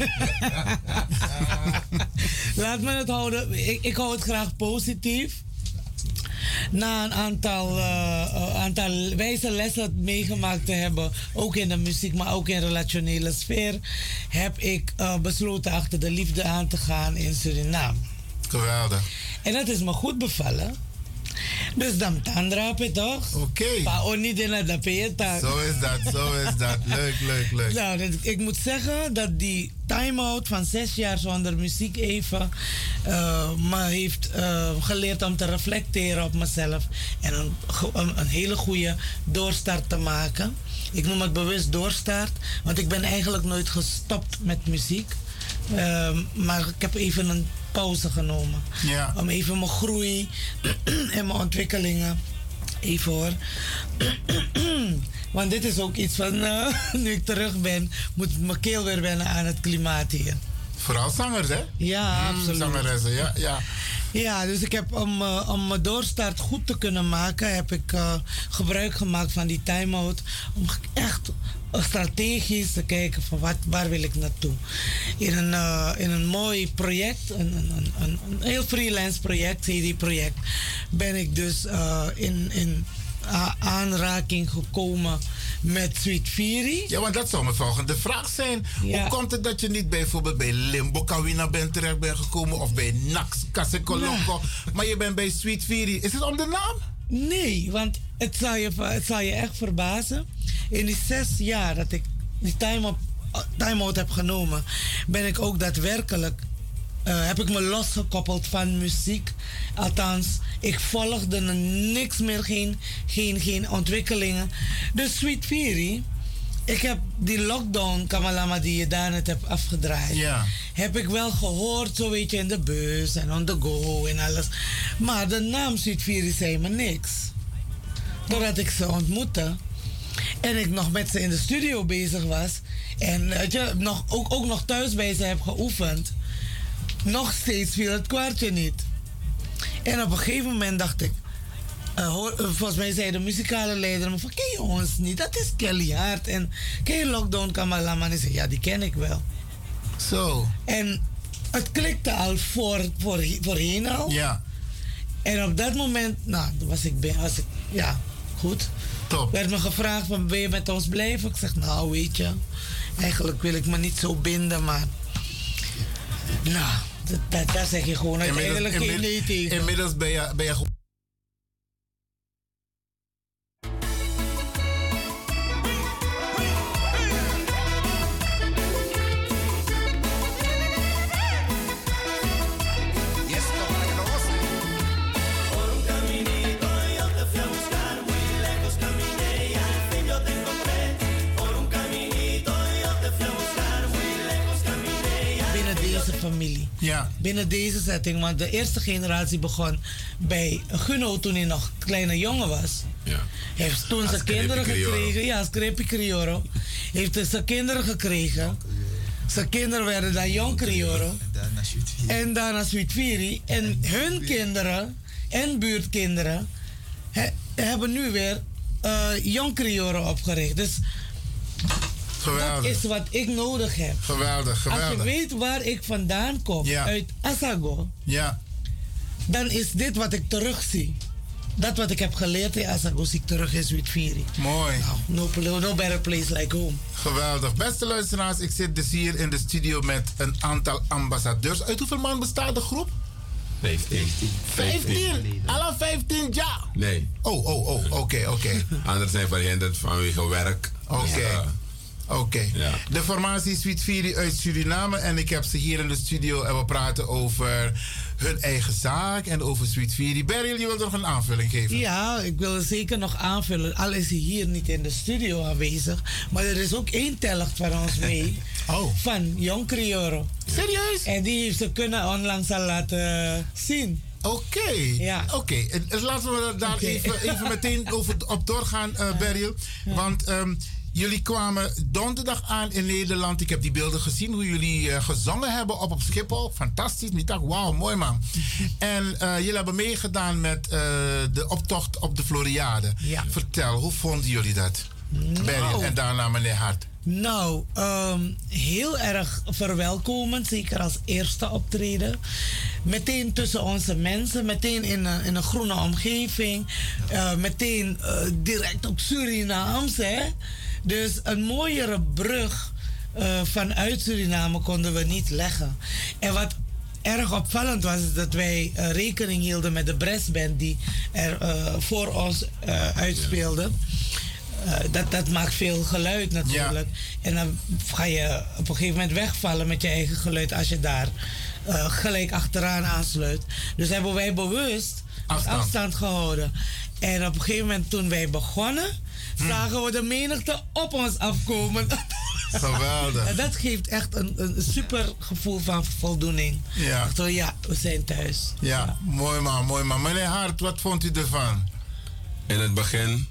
Laat me het houden. Ik hou het graag positief. Na een aantal wijze lessen meegemaakt te hebben, ook in de muziek, maar ook in de relationele sfeer, heb ik besloten achter de liefde aan te gaan in Suriname. Geweldig. En dat is me goed bevallen. Dus dan tandrapen toch? Oké. Pa oni de la peeta. Zo is dat. Leuk. Nou, ik moet zeggen dat die time-out van 6 jaar zonder muziek even me heeft geleerd om te reflecteren op mezelf. En een hele goede doorstart te maken. Ik noem het bewust doorstart, want ik ben eigenlijk nooit gestopt met muziek. Maar ik heb even een pauze genomen. Ja. Om even mijn groei en mijn ontwikkelingen. Even hoor. Want dit is ook iets van, nu ik terug ben, moet mijn keel weer wennen aan het klimaat hier. Vooral zangers, hè? Ja, absoluut. Zangeressen, ja. Ja, dus ik heb om mijn doorstart goed te kunnen maken, heb ik gebruik gemaakt van die time-out. Om echt strategisch te kijken van waar wil ik naartoe. In een mooi project, een heel freelance project, CD-project, ben ik dus in aanraking gekomen met Sweet Fury. Ja, want dat zou mijn volgende vraag zijn. Ja. Hoe komt het dat je niet bijvoorbeeld bij Limbo Kawina terecht bent gekomen of bij Nax Kasekolonko, maar je bent bij Sweet Fury? Is het om de naam? Nee, want het zal je echt verbazen. In die 6 jaar dat ik die time-out heb genomen, ben ik ook daadwerkelijk heb ik me losgekoppeld van muziek. Althans, ik volgde niks meer, geen ontwikkelingen. Dus Sweet Fury, ik heb die lockdown Kamalama die je daarnet hebt afgedraaid. Ja. Heb ik wel gehoord, zo weet je, in de bus en on the go en alles. Maar de naam Sweet Fury zei me niks. Doordat ik ze ontmoette en ik nog met ze in de studio bezig was en ook nog thuis bij ze heb geoefend, nog steeds viel het kwartje niet. En op een gegeven moment dacht ik, volgens mij zei de muzikale leider me van, ken je ons niet? Dat is Kelly Hart. En ken je Lockdown Kamalama? En ik zei, ja, die ken ik wel. Zo. En het klikte al voorheen al. Ja. En op dat moment, nou, was ik ja, goed. Top. Werd me gevraagd van, wil je met ons blijven? Ik zeg, nou, weet je, eigenlijk wil ik me niet zo binden, maar nou, daar zeg je gewoon uiteindelijk geen nee tegen. Inmiddels ben je binnen deze setting. Want de eerste generatie begon bij Gunno toen hij nog een kleine jongen was. Ja. Heeft toen zijn kinderen gekregen. Ja, Screpi Crioro. Heeft zijn kinderen gekregen. Zijn kinderen werden dan Jong Crioro. En daarna Sweet Viri. En hun kinderen en buurtkinderen hebben nu weer Jong Crioro opgericht. Dus geweldig. Dat is wat ik nodig heb. Geweldig, geweldig. Als je weet waar ik vandaan kom, uit Asago, dan is dit wat ik terugzie. Dat wat ik heb geleerd in Asago zie ik terug in Sweet Viri. Mooi. No better place like home. Geweldig. Beste luisteraars, ik zit dus hier in de studio met een aantal ambassadeurs. Uit hoeveel man bestaat de groep? 15? Alle 15 jaar? Nee. Oké. Anderen zijn verhinderd vanwege werk. Oké. Ja. De formatie Sweet Viri uit Suriname. En ik heb ze hier in de studio en we praten over hun eigen zaak en over Sweet Viri. Beryl, je wilt nog een aanvulling geven? Ja, ik wil er zeker nog aanvullen. Al is hij hier niet in de studio aanwezig. Maar er is ook één telgt van ons mee. Van Jong Crioro. Serieus? En die heeft ze kunnen onlangs al laten zien. Oké. Ja. Oké. Laten we daar even meteen op doorgaan, Beryl. Want jullie kwamen donderdag aan in Nederland. Ik heb die beelden gezien, hoe jullie gezongen hebben op Schiphol. Fantastisch. Ik dacht, wauw, mooi man. En jullie hebben meegedaan met de optocht op de Floriade. Ja. Vertel, hoe vonden jullie dat? Beryl en daarna meneer Hart. Nou, heel erg verwelkomend, zeker als eerste optreden. Meteen tussen onze mensen, meteen in een groene omgeving. Meteen direct op Surinaams, hè. Dus een mooiere brug vanuit Suriname konden we niet leggen. En wat erg opvallend was, is dat wij rekening hielden met de brassband die er voor ons uitspeelde. Dat maakt veel geluid natuurlijk. Ja. En dan ga je op een gegeven moment wegvallen met je eigen geluid als je daar gelijk achteraan aansluit. Dus hebben wij bewust afstand gehouden. En op een gegeven moment toen wij begonnen, zagen we de menigte op ons afkomen. Geweldig. En dat geeft echt een super gevoel van voldoening. Ja. We zijn thuis. Ja, mooi man. Meneer Hart, wat vond u ervan? In het begin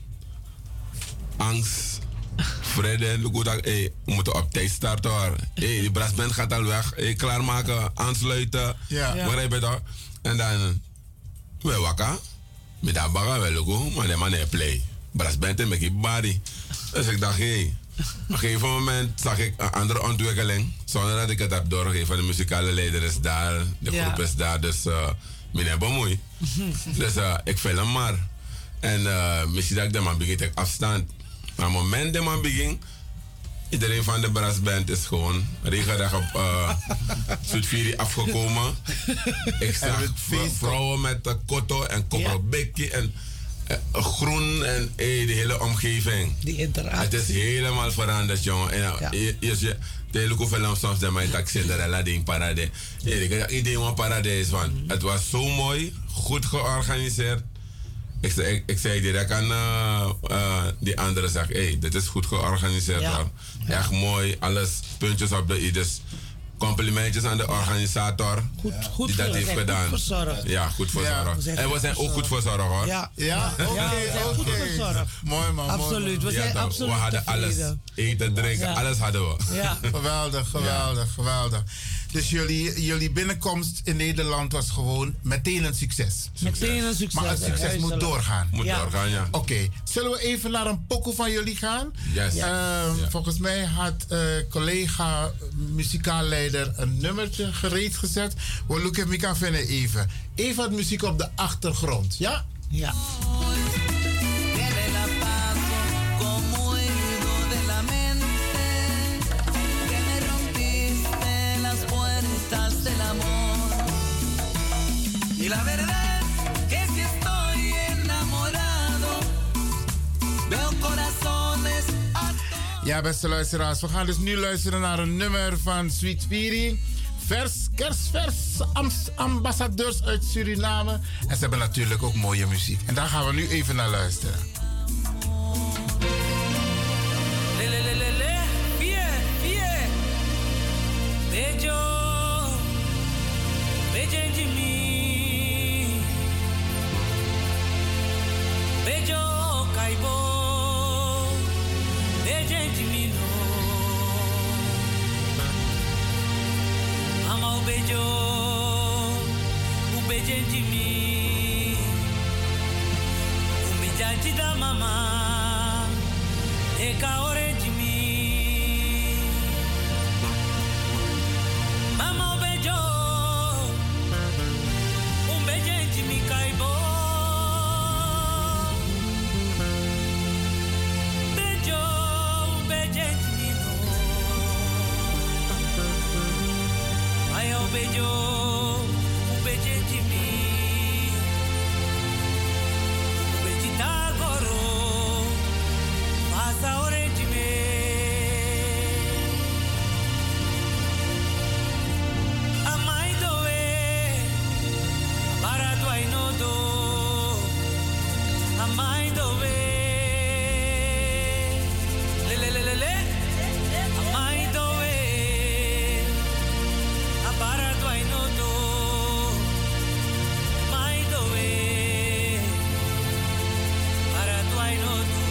angst, vrede. We moeten op tijd starten hoor. Die brassband gaat al weg. Klaarmaken, aansluiten. Begrijp je toch? En dan, we wakker. Met dat bagger wel goed, maar de man heeft play. Brassband en make it body. Dus ik dacht, op een gegeven moment zag ik een andere ontwikkeling. Zonder dat ik het heb doorgegeven. De muzikale leider is daar, de groep is daar. Dus meneer bemoei. Dus ik film maar. En misschien dat ik de man begin te afstand. Maar op het moment dat man begin, iedereen van de brassband is gewoon regelrecht op Sweet Viri afgekomen. Ik zag vrouwen met kotto en koprobekje en groen en de hele omgeving. Die interactie. Het is helemaal veranderd, jongen. En je hele film soms dat mij tak Cinderella ding parade. Ik denk een parade van. Het was zo mooi, goed georganiseerd. Ik zei direct aan die andere zeg, dit is goed georganiseerd. Ja. Echt mooi, alles, puntjes op de i. Dus complimentjes aan de organisator goed die dat heeft gedaan. Goed verzorgd. Ja, goed verzorgd. En we zijn ook goed verzorgd hoor. Goed verzorgd. Mooi man. Absoluut, we zijn absoluut we hadden alles, eten, drinken, alles hadden we. Ja. Geweldig. Dus jullie binnenkomst in Nederland was gewoon meteen een succes. Meteen een succes. Maar het succes moet doorgaan. Ja. Oké. Zullen we even naar een pokoe van jullie gaan? Yes. Volgens mij had collega muzikaalleider een nummertje gereed gezet. We loeken me kan vinden even. Even wat muziek op de achtergrond. Ja? Ja. Y la verdad es que estoy enamorado. Veo corazones. Ja, beste luisteraars, we gaan dus nu luisteren naar een nummer van Sweet Viri. Kerstvers ambassadeurs uit Suriname. En ze hebben natuurlijk ook mooie muziek. En daar gaan we nu even naar luisteren. bejo kaibo beje mino ama bejo beje mi umejaji da mama eka orange mi mama bejo beje mi kaibo bejo beje mi no ayo bejo beje mi beji tagoro pasa orange me amai doe para tu ai no do amai doe le amai doe para tu ai no do amai doe para tu ai no do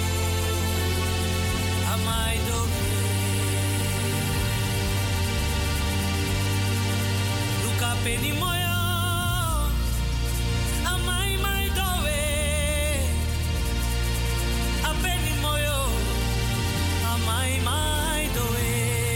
amai doe Luca peni moyo amai mai doe apeni moyo amai mai doe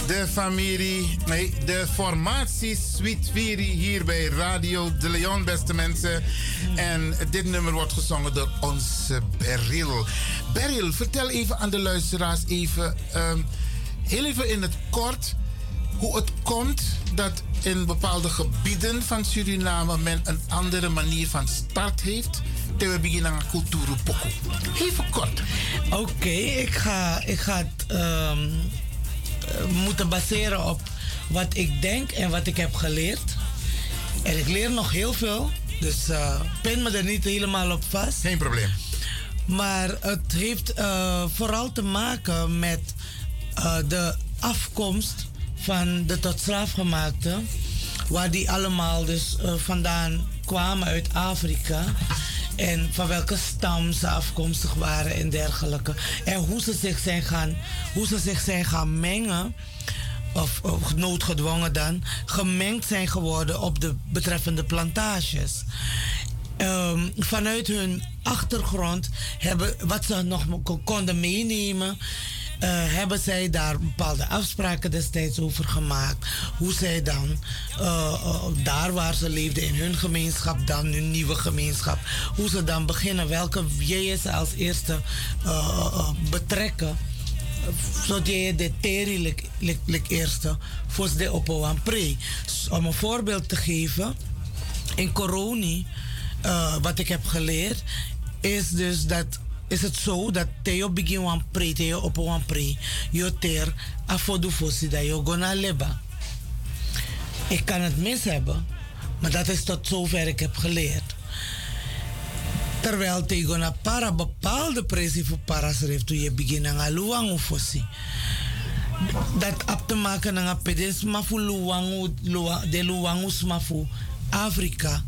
De familie, nee, de formatie Sweet Viri hier bij Radio de Leon, beste mensen. En dit nummer wordt gezongen door onze Beryl. Beryl, vertel even aan de luisteraars even, heel even in het kort, hoe het komt dat in bepaalde gebieden van Suriname men een andere manier van start heeft. We beginnen aan cultuur pokoe. Even kort. Oké, ik ga het moeten baseren op wat ik denk en wat ik heb geleerd. En ik leer nog heel veel, dus pin me er niet helemaal op vast. Geen probleem. Maar het heeft vooral te maken met de afkomst van de tot slaafgemaakten, waar die allemaal dus vandaan kwamen uit Afrika. En van welke stam ze afkomstig waren en dergelijke. En hoe ze zich zijn gaan mengen, of noodgedwongen dan, gemengd zijn geworden op de betreffende plantages. Vanuit hun achtergrond wat ze nog konden meenemen, hebben zij daar bepaalde afspraken destijds over gemaakt. Hoe zij dan, daar waar ze leefden in hun gemeenschap, dan hun nieuwe gemeenschap, hoe ze dan beginnen, welke jij ze als eerste betrekken. Zodat je de teri eerste voor de opoan pre. Om een voorbeeld te geven, in Coroni, wat ik heb geleerd, is dus dat is het zo dat Theo begin wan pre, Theo op wan pre, je ter afodu fosi dat je gona leba. Ik kan het mis hebben, maar dat is tot zover ik heb geleerd. Terwijl tegen een para bepaalde pressie voor parasref toen je begint aan luang fosi. Dat op te maken aan pedens mafu luang de luang smafu Afrika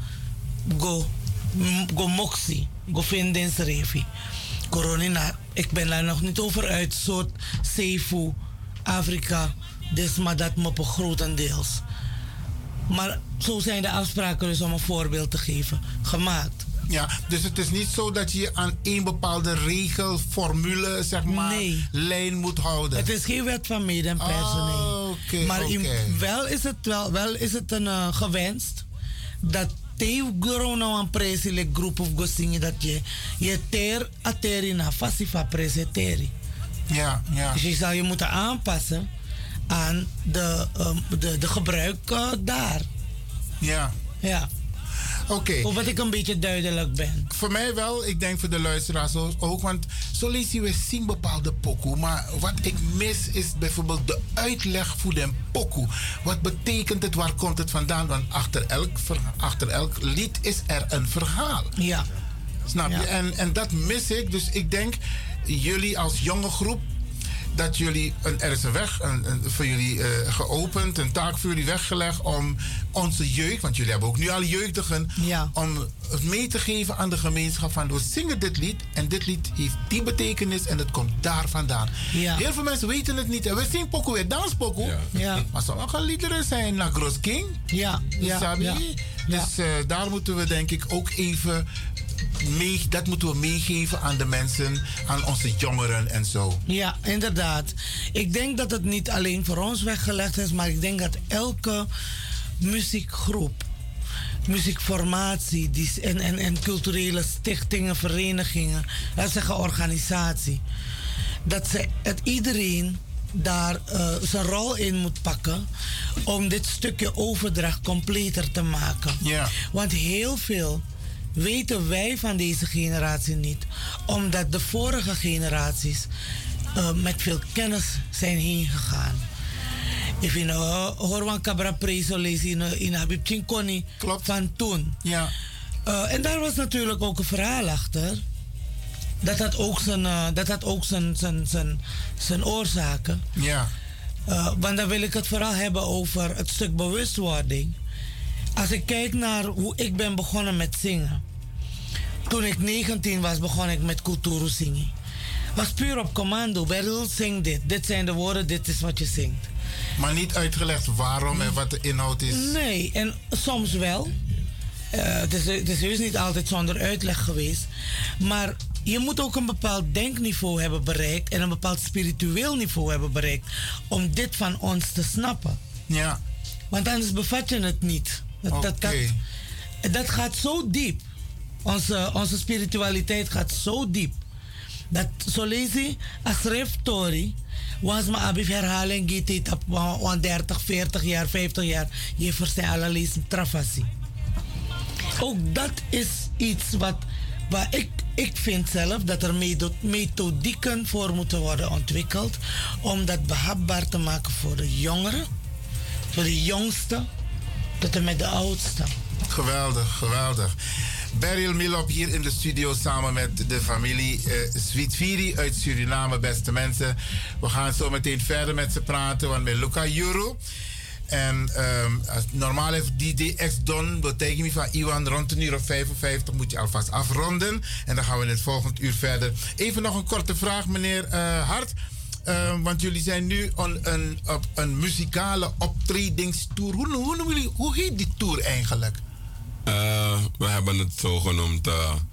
go moxie go vinden refi. Coronina, ik ben daar nog niet over uit, soort Zeefu, Afrika, dus maar dat me op grotendeels. Maar zo zijn de afspraken, dus om een voorbeeld te geven, gemaakt. Ja, dus het is niet zo dat je aan één bepaalde regel, formule, zeg maar, lijn moet houden. Het is geen wet van mede en persen, maar wel is het een gewenst dat Teu corona een presile groep of gosing dat je ter aterina fasifa preseteri. Ja. Dus je zal je moeten aanpassen aan de gebruik daar. Ja. Oké. Of wat ik een beetje duidelijk ben. Voor mij wel, ik denk voor de luisteraars ook, want zo lezen we zien bepaalde pokoe. Maar wat ik mis is bijvoorbeeld de uitleg voor de pokoe. Wat betekent het, waar komt het vandaan? Want achter elk lied is er een verhaal. Ja. Snap je? En dat mis ik, dus ik denk jullie als jonge groep, dat jullie, er is een weg voor jullie geopend, een taak voor jullie weggelegd om onze jeugd, want jullie hebben ook nu al jeugdigen, om het mee te geven aan de gemeenschap van we zingen dit lied en dit lied heeft die betekenis en het komt daar vandaan. Ja. Heel veel mensen weten het niet. We zingen pokoe, we dansen pokoe, maar sommige liederen zijn naar Gros King. Dus daar moeten we denk ik ook even dat moeten we meegeven aan de mensen, aan onze jongeren en zo. Ja, inderdaad. Ik denk dat het niet alleen voor ons weggelegd is, maar ik denk dat elke muziekgroep, muziekformatie en culturele stichtingen, verenigingen, laten zeggen organisatie, dat iedereen daar zijn rol in moet pakken om dit stukje overdracht completer te maken. Ja. Want heel veel weten wij van deze generatie niet, omdat de vorige generaties met veel kennis zijn heen gegaan. Ik vind Horwan Cabra Preso lezen in Habib Chinkoni van toen. Ja. En daar was natuurlijk ook een verhaal achter. Dat had ook zijn oorzaken. Ja. Want dan wil ik het vooral hebben over het stuk bewustwording. Als ik kijk naar hoe ik ben begonnen met zingen. Toen ik 19 was, begon ik met culturu zingen. Was puur op commando. Beryl, zing dit. Dit zijn de woorden, dit is wat je zingt. Maar niet uitgelegd waarom en wat de inhoud is? Nee, en soms wel. Het is heus niet altijd zonder uitleg geweest. Maar je moet ook een bepaald denkniveau hebben bereikt en een bepaald spiritueel niveau hebben bereikt om dit van ons te snappen. Ja. Want anders bevat je het niet. Dat gaat zo diep. Onze spiritualiteit gaat zo diep. Dat zo lees je, als schrijft Tori, was maar abif herhaling gaat op 30, 40 jaar, 50 jaar, je verstaan allerlei trafassie. Ook dat is iets waar ik vind zelf dat er methodieken voor moeten worden ontwikkeld om dat behapbaar te maken voor de jongeren, voor de jongsten tot en met de oudsten. Geweldig, geweldig. Beryl Milop hier in de studio samen met de familie Sweet Firi uit Suriname, beste mensen. We gaan zo meteen verder met ze praten, want met Luca Juru. En normaal heeft DJ X Don, betekent me van Iwan, rond een uur of 55 moet je alvast afronden. En dan gaan we in het volgende uur verder. Even nog een korte vraag, meneer Hart. Want jullie zijn nu op een muzikale optredingstour. Hoe heet die tour eigenlijk? We hebben het zo genoemd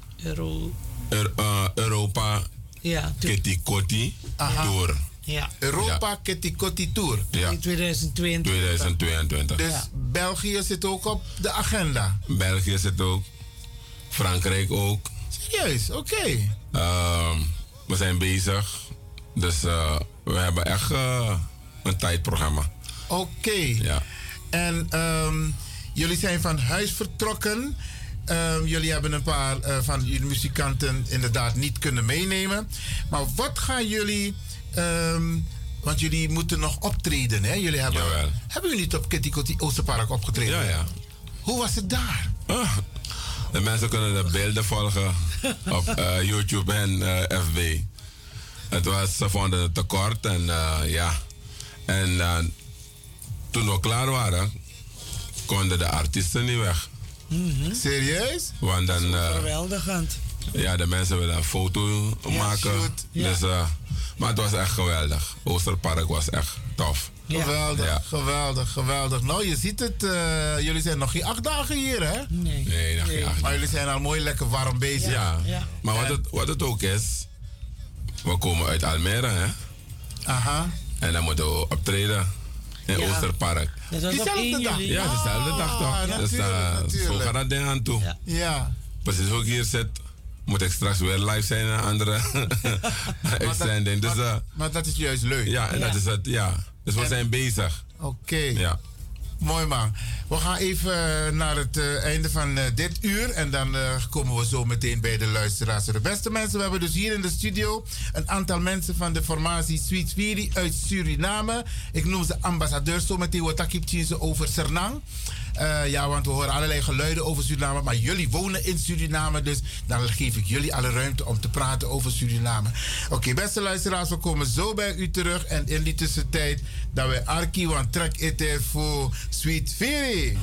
Europa Kitty Kotti Tour. Ja. Europa Kitty Kotti Tour. Ja. In 2022. Dus België zit ook op de agenda? België zit ook. Frankrijk ook. Serieus? Oké. We zijn bezig. Dus we hebben echt een tijdprogramma. Oké. Ja. En jullie zijn van huis vertrokken. Jullie hebben een paar van jullie muzikanten inderdaad niet kunnen meenemen. Maar wat gaan jullie... want jullie moeten nog optreden, hè? Jullie hebben jullie niet op Kitty Kotti Oosterpark opgetreden? Ja. Hoe was het daar? De mensen kunnen de beelden volgen op YouTube en FB. Ze vonden het te kort en En toen we klaar waren, konden de artiesten niet weg. Serieus? Want dan... Verweldigend. Ja, de mensen willen een foto maken. Ja. Dus, maar het was echt geweldig. Oosterpark was echt tof. Ja. Geweldig. Nou, je ziet het. Jullie zijn nog geen 8 dagen hier, hè? Nee, nog geen 8 dagen. Maar jullie zijn al mooi lekker warm bezig. Ja. Maar wat het ook is... We komen uit Almere, hè? Aha. En dan moeten we optreden in Oosterpark. Diezelfde dag? Ja, dezelfde dag toch? Dus zo gaat dat ding aan toe. Ja. Precies hoe ik hier zit, moet ik straks weer live zijn in een andere uitzending. Maar dat is juist leuk. Ja, en dat is het, Dus we zijn bezig. Oké. Ja. Mooi man. We gaan even naar het einde van dit uur. En dan komen we zo meteen bij de luisteraars. De beste mensen, we hebben dus hier in de studio een aantal mensen van de formatie Sweet Firi uit Suriname. Ik noem ze ambassadeurs. Zo meteen wat ik ze over Sernang. Want we horen allerlei geluiden over Suriname. Maar jullie wonen in Suriname. Dus dan geef ik jullie alle ruimte om te praten over Suriname. Oké, beste luisteraars, we komen zo bij u terug. En in die tussentijd dat we Arki want trek eten voor Sweet Firi.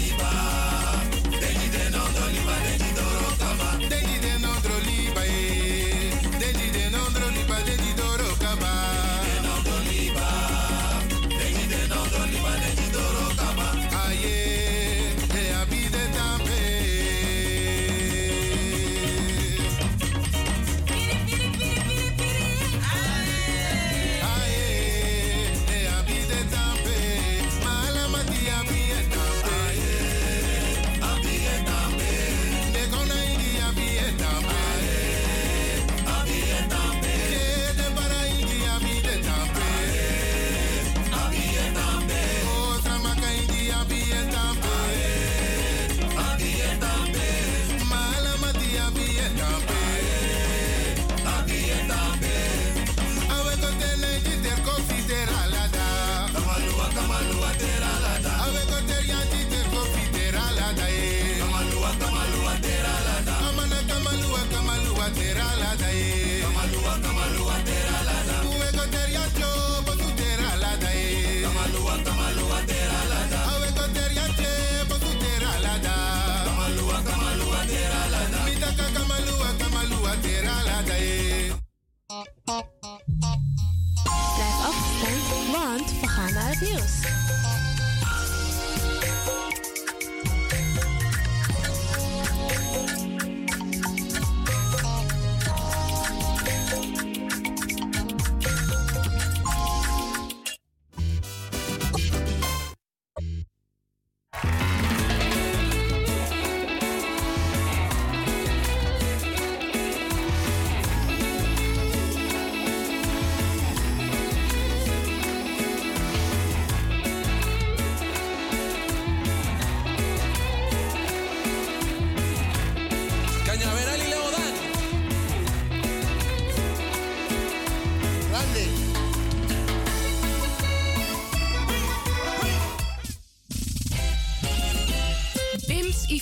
Blijf afgestemd, want we gaan naar het nieuws.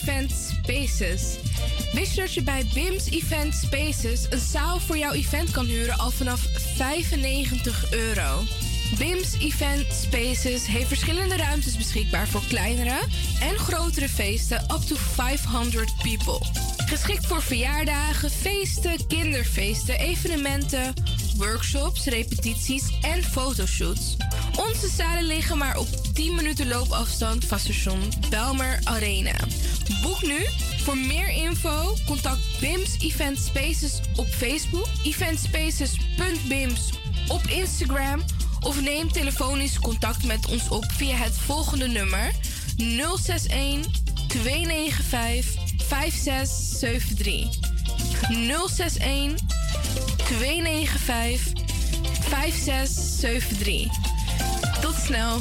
Event Spaces. Wist je dat je bij BIMS Event Spaces een zaal voor jouw event kan huren al vanaf €95? BIMS Event Spaces heeft verschillende ruimtes beschikbaar voor kleinere en grotere feesten up to 500 people. Geschikt voor verjaardagen, feesten, kinderfeesten, evenementen, workshops, repetities en fotoshoots. Onze zalen liggen maar op 10 minuten loopafstand van station Belmer Arena. Boek nu. Voor meer info contact BIMS Event Spaces op Facebook, eventspaces.bims op Instagram of neem telefonisch contact met ons op via het volgende nummer 061 295 5673. 061 295 5673. Tot snel.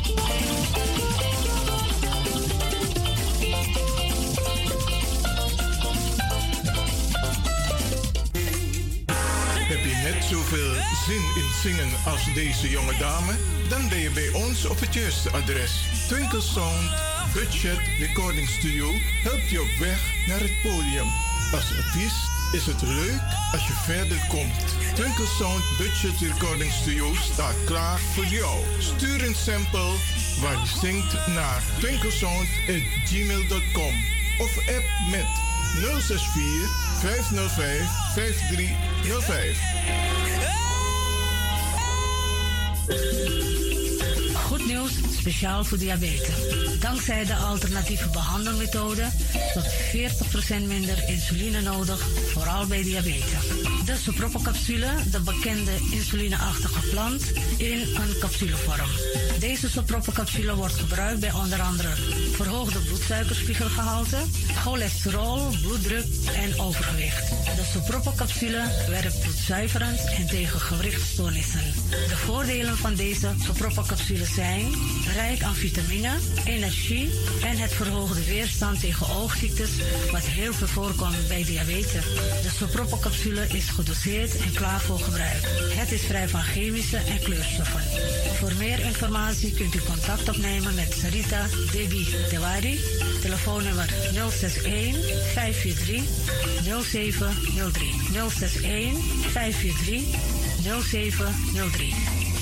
Heb je net zoveel zin in zingen als deze jonge dame? Dan ben je bij ons op het juiste adres. Twinkle Sound Budget Recording Studio helpt je op weg naar het podium. Als artiest is het leuk als je verder komt. Twinkle Sound Budget Recording Studio staat klaar voor jou. Stuur een sample waar je zingt naar twinklesound@gmail.com of app met 064 505 5305. Goed nieuws, speciaal voor diabetes. Dankzij de alternatieve behandelmethode tot 40% minder insuline nodig, vooral bij diabetes. De Sopropocapsule, de bekende insulineachtige plant, in een capsulevorm. Deze Sopropocapsule wordt gebruikt bij onder andere verhoogde bloedsuikerspiegelgehalte, cholesterol, bloeddruk en overgewicht. De Sopropocapsule werkt bloedzuiverend en tegen gewrichtstoornissen. De voordelen van deze Sopropocapsule zijn rijk aan vitamine, energie en het verhoogde weerstand tegen oogziektes, wat heel veel voorkomt bij diabetes. De Sopropocapsule is gedoseerd en klaar voor gebruik. Het is vrij van chemische en kleurstoffen. Voor meer informatie kunt u contact opnemen met Sarita Debi Dewari. Telefoonnummer 061 543 0703. 061 543 0703.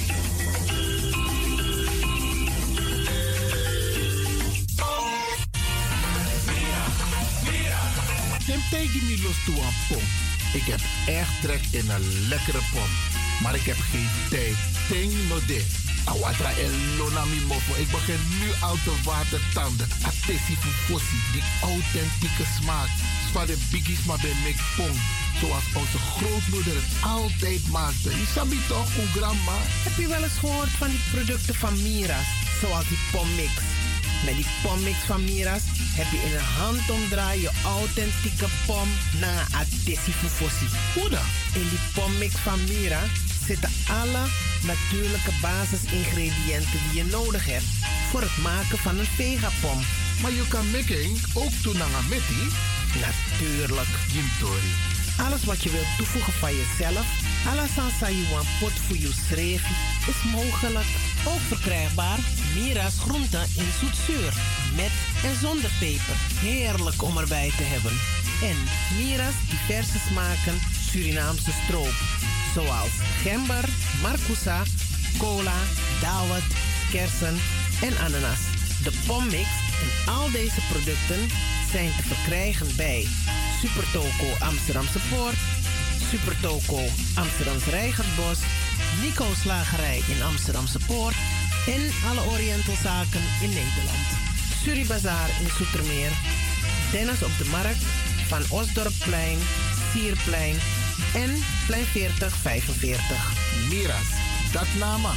Tim tegen me los toe aan pom. Ik heb echt trek in een lekkere pom. Maar ik heb geen tijd. Ting no de. Awatra en lonami mofo. Ik begin nu al te watertanden. Atesi fufosi. Die authentieke smaak. Zwa de biggies maar bij mek pom. Zoals onze grootmoeder het altijd maakte. Je sabi toch, een grandma? Heb je wel eens gehoord van die producten van Mira's? Zoals die pommix. Met die pommix van Mira's heb je in een handomdraai je authentieke pom naar Atesi Fufosi. Hoe dan? In die pommix van Mira zitten alle natuurlijke basisingrediënten die je nodig hebt voor het maken van een vegapom. Maar je kan making ook doen aan metti? Natuurlijk. Jimtori. Alles wat je wilt toevoegen van jezelf, alasansa je wan pot voor je schreefje, is mogelijk. Ook verkrijgbaar Mira's groenten in zoetzuur, met en zonder peper. Heerlijk om erbij te hebben. En Mira's diverse smaken Surinaamse stroop, zoals gember, marcousa, cola, dawet, kersen en ananas. De pommix en al deze producten zijn te verkrijgen bij Supertoco Amsterdamse Poort, Supertoco Amsterdamse Reigersbos, Nico Slagerij in Amsterdamse Poort en alle Orientalzaken in Nederland. Suribazaar in Zoetermeer, Dennis op de Markt, Van Osdorpplein, Sierplein en Plein 4045. Miras, dat nama.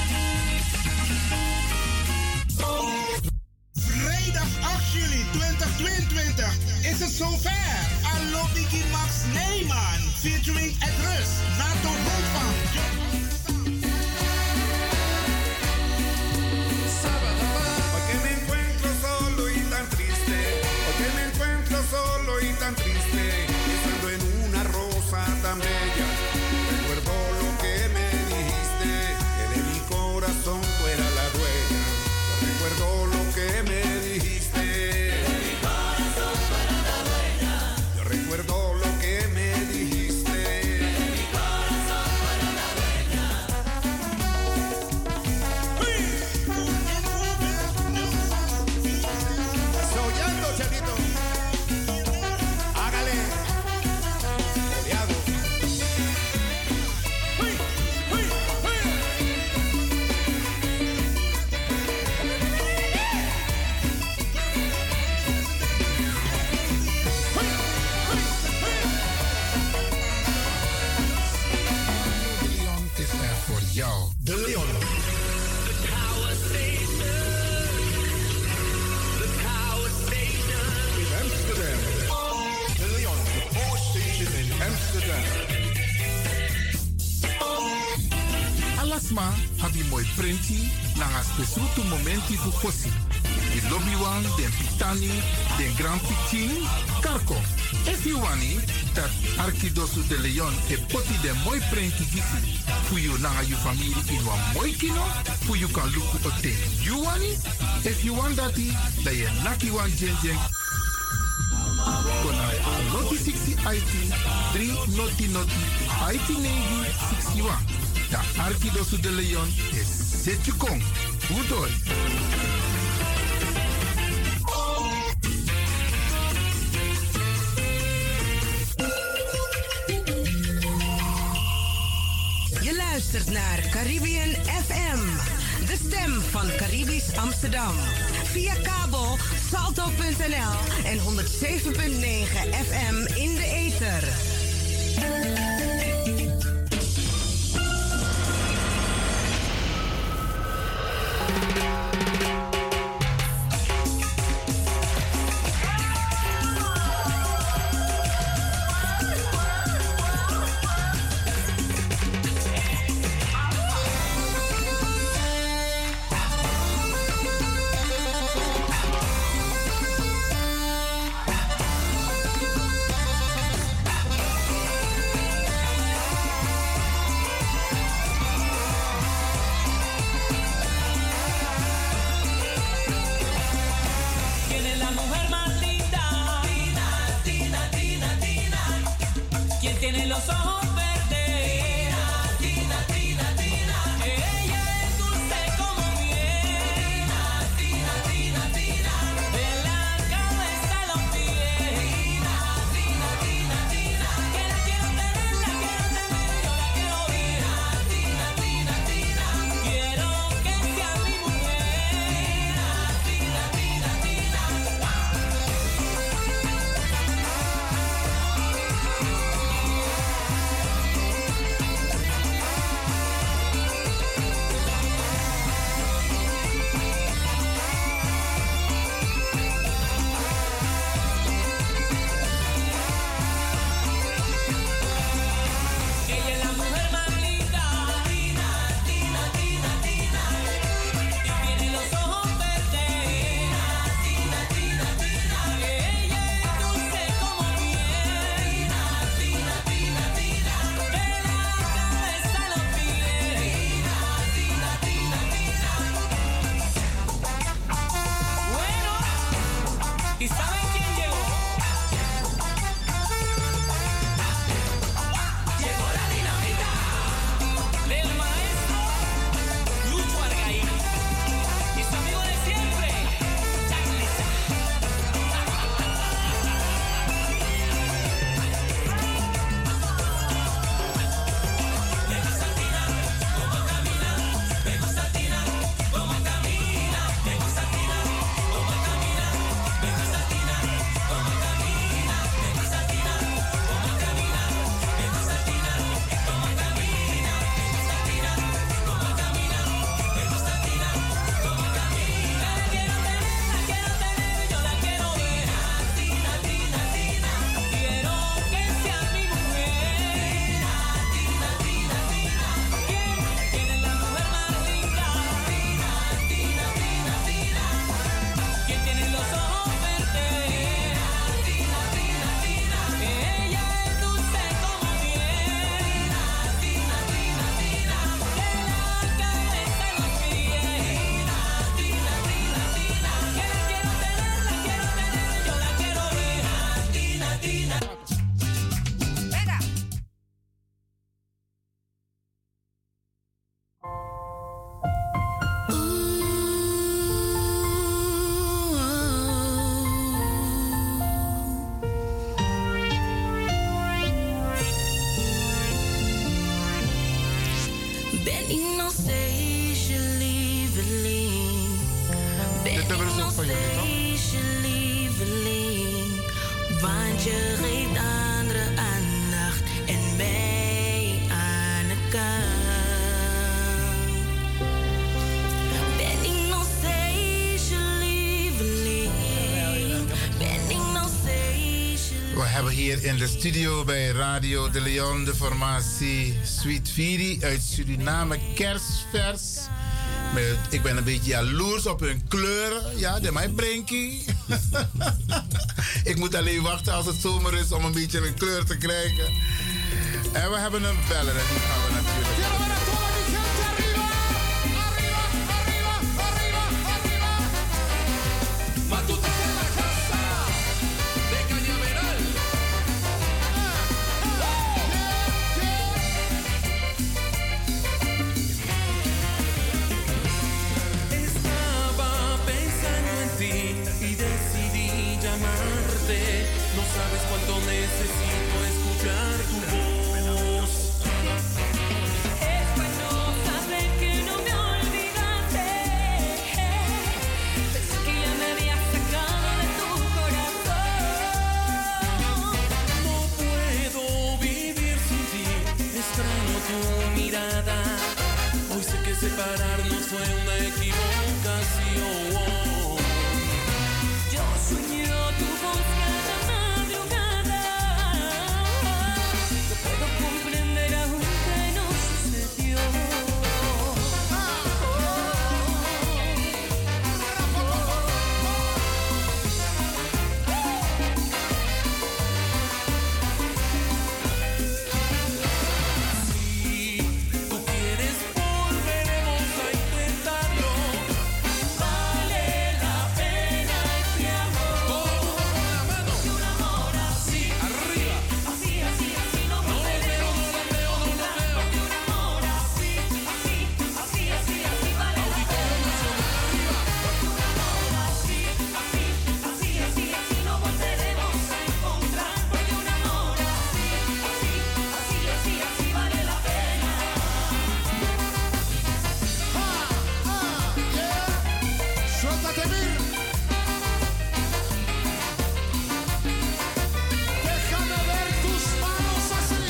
Vrijdag 8 juli 2022 is het zover. Allo Biggie Max Neyman featuring Ed Rus, Nato Roodvan. Solo y tan triste, estando en una rosa tan bella. Recuerdo lo que me dijiste, que de mi corazón tú eras la dueña. Recuerdo lo que me dijiste, prenti na een speciale momenti voor kosi. De lobby wan, den pitani, den grand pitin, karko. If you want dat Arkidosu de Leon e poti de mooi prenti gisi voor you na je familie in een mooi kino, voor you kan luku ote. You want it? If you want that, dan je naki wan jen. Kona noti 60 IT 3 noti IT 61. Da Arkidosu de Leon is Zetje Kong. Udoi. Je luistert naar Caribbean FM, de stem van Caribisch Amsterdam. Via kabel salto.nl en 107.9 FM in de ether. Want je geeft anderen aandacht en mij aan de kant. Ben ik nog steeds je lieveling? Ben ik nog steeds je... We hebben hier in de studio bij Radio de Leon de formatie Sweet Viri uit Suriname, kerstvers. Ik ben een beetje jaloers op hun kleuren. Ja, de mij brenkie. Ik moet alleen wachten als het zomer is om een beetje een kleur te krijgen. En we hebben een beller en die gaan we natuurlijk... No sabes cuánto necesito escuchar tu voz. Es bueno saber que no me olvidaste. Pensé que ya me habías sacado de tu corazón. No puedo vivir sin ti. Extraño tu mirada. Hoy sé que separarnos fue una equivocación. Yo soñé tu voz cada madrugada. No puedo comprender aún que no sucedió. Si tú quieres volveremos a intentarlo. Vale la pena este amor. Y un amor así, arriba, así, así, así no volveremos a encontrar. Porque un amor así, así, así, así, así vale la pena. Porque un amor así, así, así, así, así no volveremos a encontrar. Porque un amor así, así, así, así, así vale la pena. Suéltate, Mir. Déjame ver tus manos así.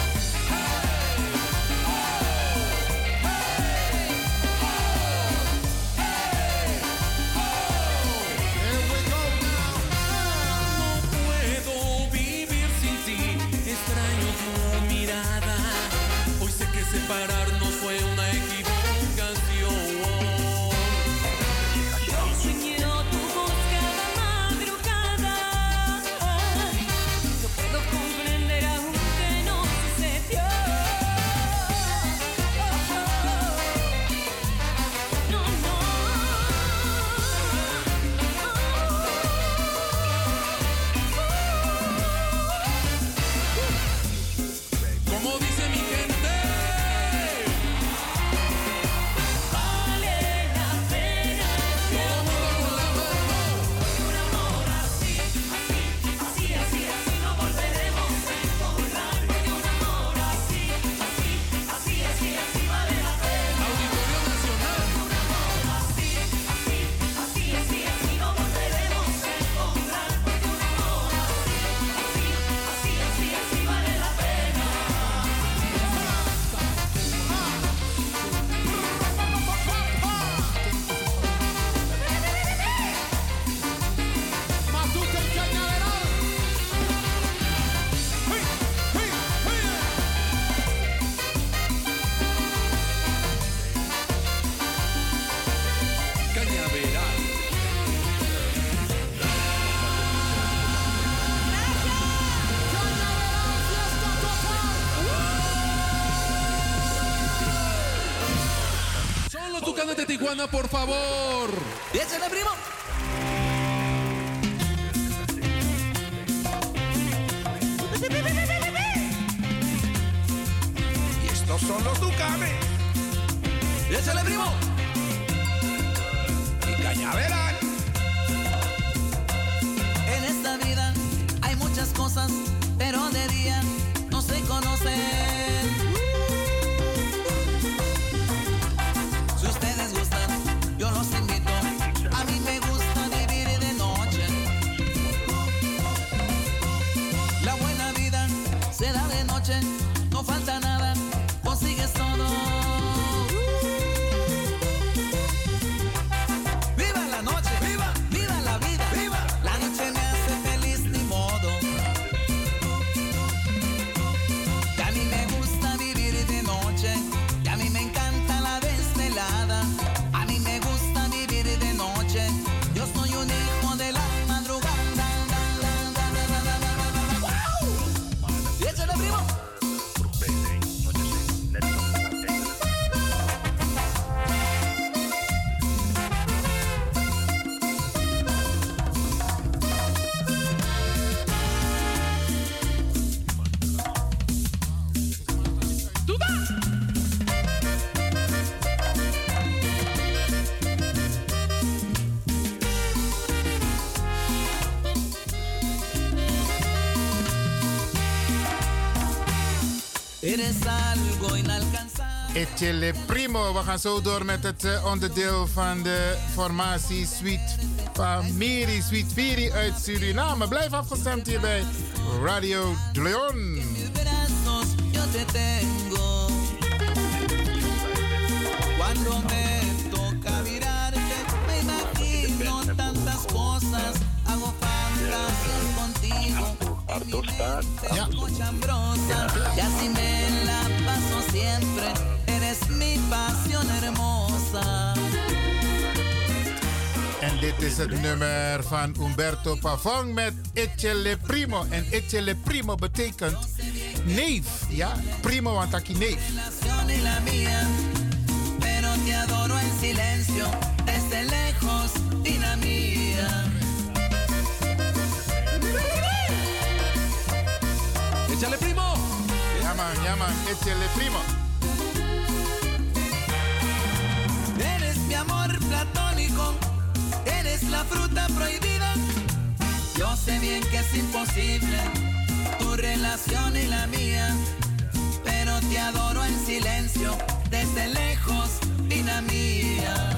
Here we go now. No puedo vivir sin ti, extraño tu mirada. Hoy sé que separarnos fue una equivocación. Yo soñé tu voz cada madrugada. No puedo comprender aún que no sucedió. No, no. Como dice mi gente, vale la pena. Todo mundo con la mano. Un amor así, así, así, así, así no volveremos a encontrar. Porque un amor así, así, así, así, así vale la pena. Auditorio Nacional. Un amor así, así, así, así, así no volveremos a encontrar. Porque un amor así, así, así, así, así vale la pena. Matute el cañaveral. Cañaveral. Son los Tucanes de Tijuana, por favor. ¡Échale, primo! Y estos son los Tucanes. ¡Échale, primo! Y Cañaveral. En esta vida hay muchas cosas, pero de día no se conocen. Si ustedes gustan, yo los invito. A mí me gusta vivir de noche. La buena vida se da de noche, no falta nada, consigues todo. ¡Viva la noche! ¡Viva! ¡Viva la vida! ¡Viva! La noche me hace feliz, ni modo. Y a mí me es algo inalcanzable. Echele Primo, we gaan zo door met het onderdeel van de formatie Familie Sweet Viri uit Suriname. Blijf afgestemd hier bij Radio de Leon. Yo te tengo. Cuando me toca mirarte, me imagino tantas cosas. Hago fantasías contigo. En mi mente algo chambrosa. Y así me la paso siempre. Eres mi pasión hermosa. En dit is het nummer van Umberto Pavón met Echele Primo. En Echele Primo betekent neef. Ja, primo want taki neef. Y la mía, pero te adoro en silencio, desde lejos, Tina mía. Échale Primo. Ja man, Echele Primo. Eres mi amor platónico, eres la fruta prohibida. Yo sé bien que es imposible tu relación y la mía, pero te adoro en silencio, desde lejos, Tina mía.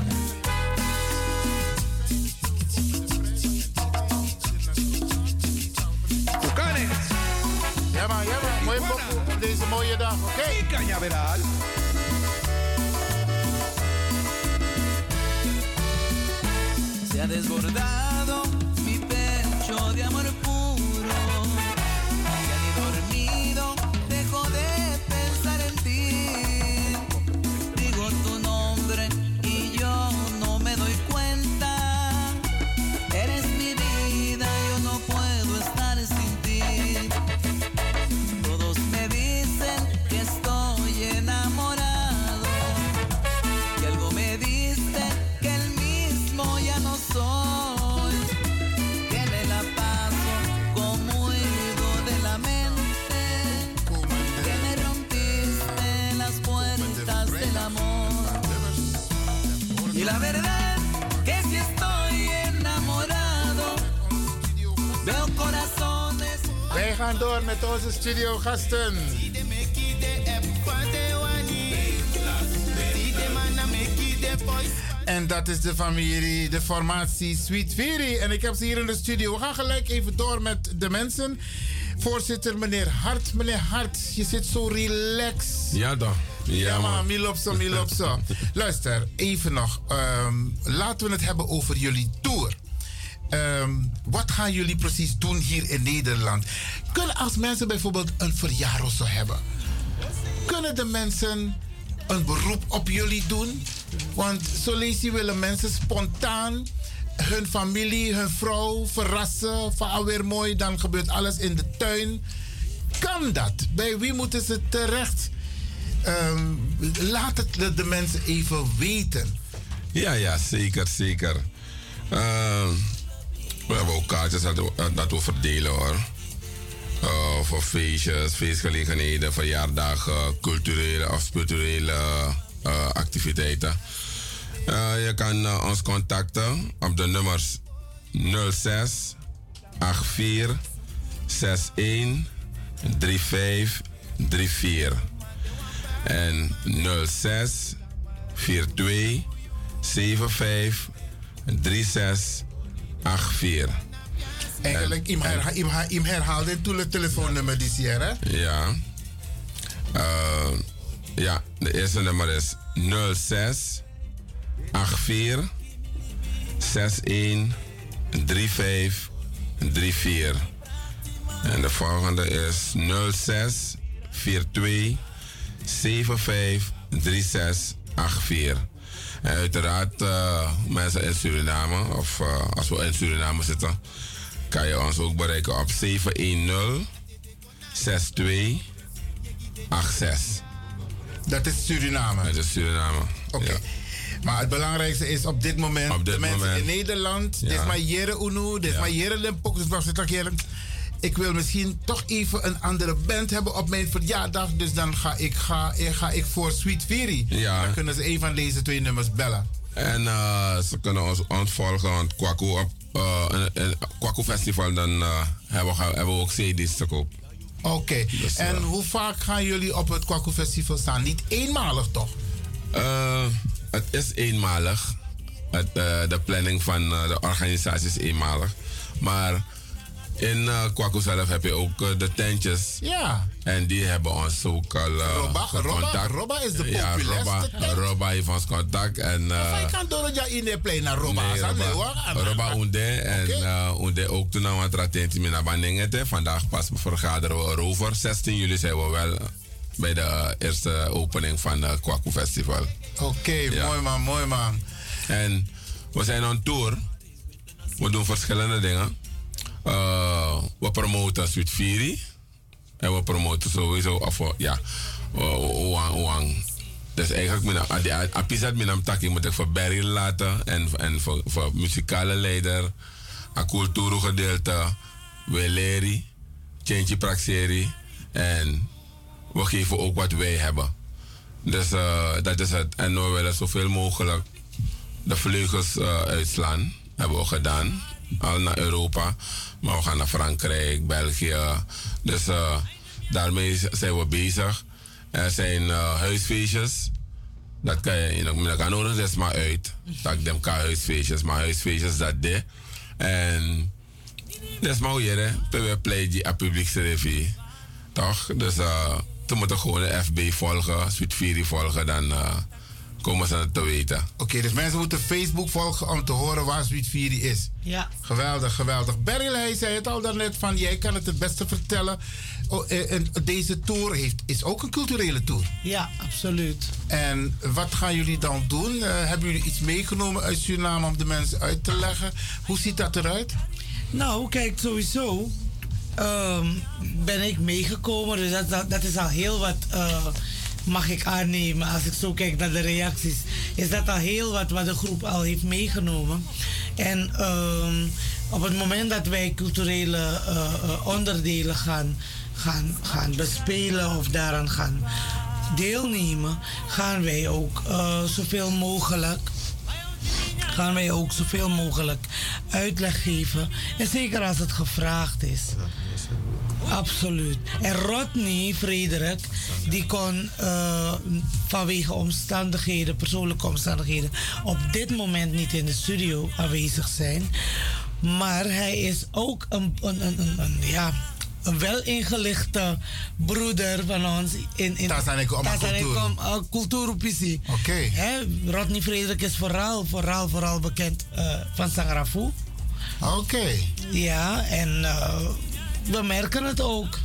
Tucanes. Ja man, mooi pokoe op deze mooie dag, oké? Cañaveral. Se ha desbordado mi pecho de amor puro. Ya ni dormido dejo de pensar en ti. Digo tu nombre y yo no me doy cuenta. Eres mi vida, yo no puedo estar sin ti. Todos me dicen que estoy enamorado. Y algo me dice que el mismo ya no soy, que me la paso como huido de la mente, que me rompiste las puertas del amor. Y la verdad que si estoy enamorado, veo corazones. Wij gaan door met onze studiogasten. En dat is de familie, de formatie Sweet Viri. En ik heb ze hier in de studio. We gaan gelijk even door met de mensen. Voorzitter, meneer Hart. Meneer Hart, je zit zo relaxed. Ja dan. Ja man. Milopso. Luister, even nog. Laten we het hebben over jullie tour. Wat gaan jullie precies doen hier in Nederland? Kunnen als mensen bijvoorbeeld een verjaardag of zo hebben, kunnen de mensen een beroep op jullie doen? Want zo lees je willen mensen spontaan hun familie, hun vrouw verrassen. Van alweer mooi, dan gebeurt alles in de tuin. Kan dat? Bij wie moeten ze terecht? Laat het de mensen even weten. Ja, zeker. We hebben ook kaartjes dat we verdelen hoor. Voor feestjes, feestgelegenheden, verjaardagen, culturele of spirituele activiteiten. Je kan ons contacten op de nummers 06 84 61 35 34 en 06 42 75 36 84. Eigenlijk, im herhaalde toen het telefoonnummer die hier, hè? Ja. Ja, de eerste nummer is 06 84 61 35 34. En de volgende is 06 42 75 36 84. En uiteraard mensen in Suriname, of als we in Suriname zitten, kan je ons ook bereiken op 710 62 86. Dat is Suriname? Dat is Suriname. Oké. Ja. Maar het belangrijkste is op dit moment, de mensen in Nederland, dit is maar Jere Unu, dit is maar Jere Limpok, ik wil misschien toch even een andere band hebben op mijn verjaardag. Dus dan ga ik voor Sweet Viri. Ja. Dan kunnen ze een van deze twee nummers bellen. En ze kunnen ons ontvolgen. Want Kwaku Festival, dan hebben we ook CD's te koop. Oké. Dus, en hoe vaak gaan jullie op het Kwaku Festival staan? Niet eenmalig toch? Het is eenmalig. De planning van de organisatie is eenmalig. Maar in Kwaku zelf heb je ook de tentjes. Ja. En die hebben ons ook al contact. Robba is de populairste tent. Robba heeft ons contact. En, je kan door het in de play naar Robba. Robba Unde. En Unde ook toen aan het ratenti met Baningete. Vandaag pas vergaderen we erover. 16 juli zijn we wel bij de eerste opening van het Kwaku Festival. Oké, mooi man. En we zijn on tour. We doen verschillende dingen. We promoten Sweet Firi. En we promoten sowieso Oang. Dus eigenlijk apizat minam taki moet ik voor Barry laten. En voor muzikale leider. A cultuur gedeelte. Weleri. Change praxeri. En we geven ook wat wij hebben. Dus dat is het. En we willen zoveel mogelijk de vleugels uitslaan. Hebben we gedaan. Al naar Europa. Maar we gaan naar Frankrijk, België. Dus daarmee zijn we bezig. Er zijn huisfeestjes. Dat kan je dat kan nodig dus maar uit. Dat dem kan huisfeestjes. Maar huisfeestjes dat de. En dat is maar hoe je we play die publiek revue. Toch? Dus ze moeten gewoon de FB volgen, Sweet Firi volgen. Dan komen ze het te weten. Oké, dus mensen moeten Facebook volgen om te horen waar Sweet Firi is. Ja. Geweldig. Beryl, hij zei het al daarnet van, jij kan het beste vertellen. En deze tour is ook een culturele tour. Ja, absoluut. En wat gaan jullie dan doen? Hebben jullie iets meegenomen uit Suriname om de mensen uit te leggen? Hoe ziet dat eruit? Nou, kijk, sowieso ben ik meegekomen. Dus dat is al heel wat... mag ik aannemen, als ik zo kijk naar de reacties, is dat al heel wat de groep al heeft meegenomen. En op het moment dat wij culturele onderdelen gaan bespelen of daaraan gaan deelnemen, gaan wij ook zoveel mogelijk uitleg geven. En zeker als het gevraagd is. Absoluut. En Rodney Frederik, die kon vanwege persoonlijke omstandigheden, op dit moment niet in de studio aanwezig zijn. Maar hij is ook een wel ingelichte broeder van ons in cultuur. Oké. Rodney Frederik is vooral bekend van Sangrafu. Oké. Ja, en we merken het ook.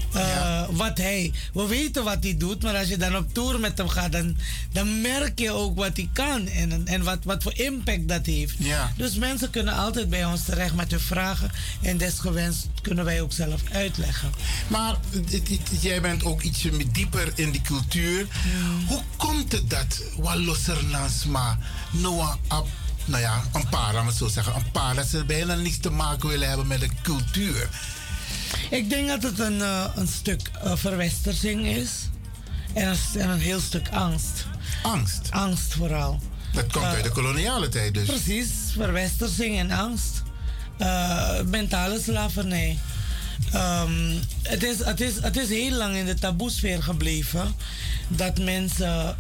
We weten wat hij doet, maar als je dan op tour met hem gaat, dan merk je ook wat hij kan en wat voor impact dat heeft. Ja. Dus mensen kunnen altijd bij ons terecht met hun vragen en desgewenst kunnen wij ook zelf uitleggen. Maar jij bent ook ietsje dieper in die cultuur. Hoe komt het dat Wallosernansma een paar, laten we het zo zeggen, dat ze bijna niets te maken willen hebben met de cultuur? Ik denk dat het een stuk verwestersing is. En een heel stuk angst. Angst? Angst vooral. Dat komt uit de koloniale tijd dus. Precies, verwestersing en angst. Mentale slavernij. Het is heel lang in de taboesfeer gebleven. Dat mensen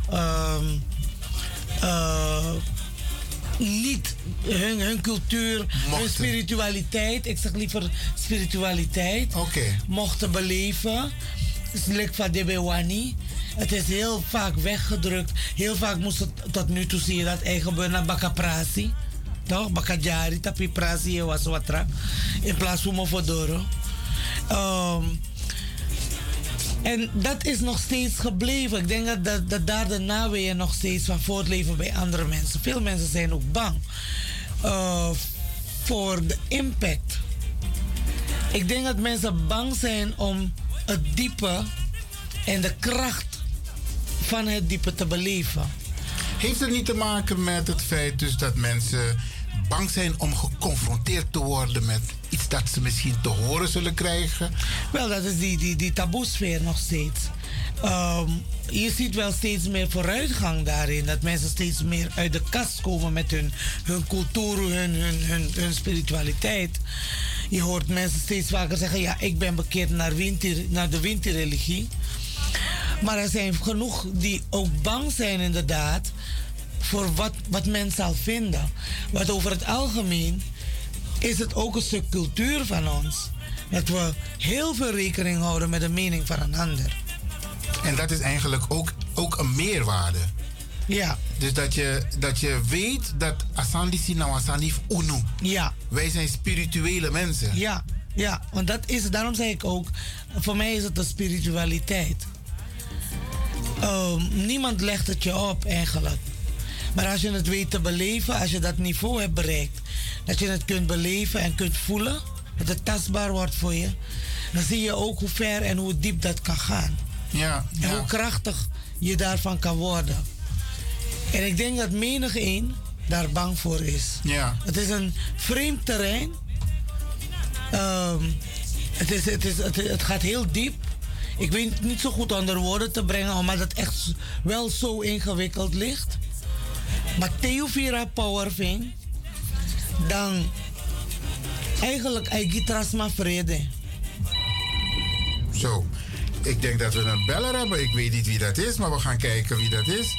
niet hun cultuur, hun spiritualiteit, ik zeg liever spiritualiteit, mochten beleven. Het is heel vaak weggedrukt. Heel vaak moest het tot nu toe zie je dat eigen burna bakaprasi. Toch? Bakajari, tapi prasi was watra. In plaats van mofodoro. En dat is nog steeds gebleven. Ik denk dat daar de naweeën nog steeds van voortleven bij andere mensen. Veel mensen zijn ook bang voor de impact. Ik denk dat mensen bang zijn om het diepe en de kracht van het diepe te beleven. Heeft het niet te maken met het feit dus dat mensen bang zijn om geconfronteerd te worden met iets dat ze misschien te horen zullen krijgen? Wel, dat is die taboesfeer nog steeds. Je ziet wel steeds meer vooruitgang daarin. Dat mensen steeds meer uit de kast komen met hun cultuur, hun spiritualiteit. Je hoort mensen steeds vaker zeggen, ja, ik ben bekeerd naar de Winti-religie. Maar er zijn genoeg die ook bang zijn inderdaad voor wat men zal vinden. Want over het algemeen is het ook een stuk cultuur van ons. Dat we heel veel rekening houden met de mening van een ander. En dat is eigenlijk ook een meerwaarde. Ja. Dus dat je weet dat Asandi nou Asanif Unu. Ja. Wij zijn spirituele mensen. Ja, ja, want dat is, daarom zeg ik ook, voor mij is het de spiritualiteit. Niemand legt het je op eigenlijk. Maar als je het weet te beleven, als je dat niveau hebt bereikt, dat je het kunt beleven en kunt voelen, dat het tastbaar wordt voor je, dan zie je ook hoe ver en hoe diep dat kan gaan. Ja, ja. En hoe krachtig je daarvan kan worden. En ik denk dat menigeen daar bang voor is. Ja. Het is een vreemd terrein. Het gaat heel diep. Ik weet het niet zo goed onder woorden te brengen, omdat het echt wel zo ingewikkeld ligt. Maar Theo Vira Powerving, dan eigenlijk Aigitrasma Vrede. Zo, ik denk dat we een beller hebben. Ik weet niet wie dat is, maar we gaan kijken wie dat is.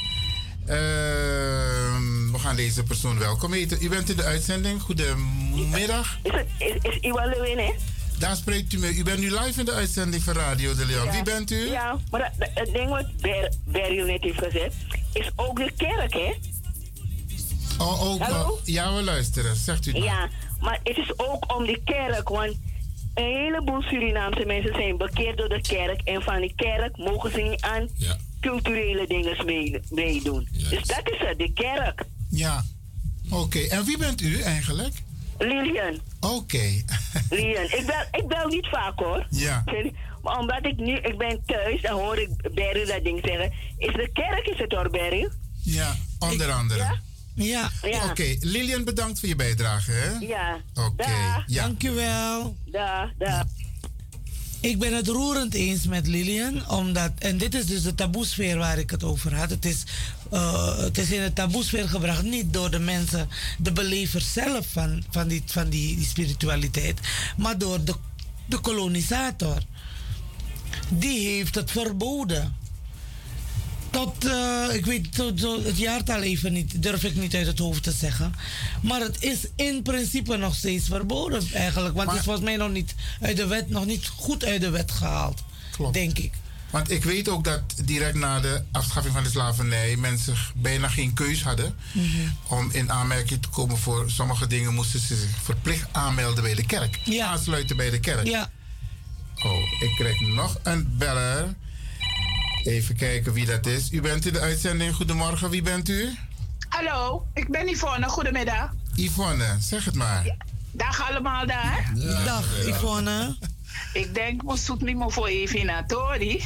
We gaan deze persoon welkom heten. U bent in de uitzending. Goedemiddag. Is Iwan Lewin, hè? Daar spreekt u mee. U bent nu live in de uitzending van Radio de Leon. Ja. Wie bent u? Ja, maar het ding wat Beryl net heeft gezegd, is ook de kerk, hè? Oh, ook. Hallo? Ja, we luisteren. Zegt u maar. Ja, maar het is ook om de kerk, want een heleboel Surinaamse mensen zijn bekeerd door de kerk en van die kerk mogen ze niet aan culturele dingen meedoen. Yes. Dus dat is het, de kerk. Ja, oké. En wie bent u eigenlijk? Lilian. Oké. Lilian, ik bel niet vaak hoor. Ja. Maar omdat ik ben thuis, dan hoor ik Beryl dat ding zeggen. Is de kerk, is het hoor, Beryl? Ja, onder andere. Ja. Oké, Lilian, bedankt voor je bijdrage. Hè? Ja. Oké. Ja. Dankjewel. Dag. Ik ben het roerend eens met Lilian, omdat, en dit is dus de taboesfeer waar ik het over had. Het is in de taboesfeer gebracht, niet door de mensen, de belevers zelf van die spiritualiteit, maar door de kolonisator. Die heeft het verboden. Tot, ik weet het jaartal even niet, durf ik niet uit het hoofd te zeggen. Maar het is in principe nog steeds verboden eigenlijk. Want het is volgens mij nog niet goed uit de wet gehaald. Klopt. Denk ik. Want ik weet ook dat direct na de afschaffing van de slavernij mensen bijna geen keus hadden. Om in aanmerking te komen voor sommige dingen moesten ze zich verplicht aanmelden bij de kerk. Ja. Aansluiten bij de kerk. Ja. Oh, ik krijg nog een beller. Even kijken wie dat is. U bent in de uitzending. Goedemorgen, wie bent u? Hallo, ik ben Yvonne. Goedemiddag. Yvonne, zeg het maar. Ja, dag allemaal daar. Ja, dag Yvonne. Ik denk, we zoeken niet meer voor even naar Tori.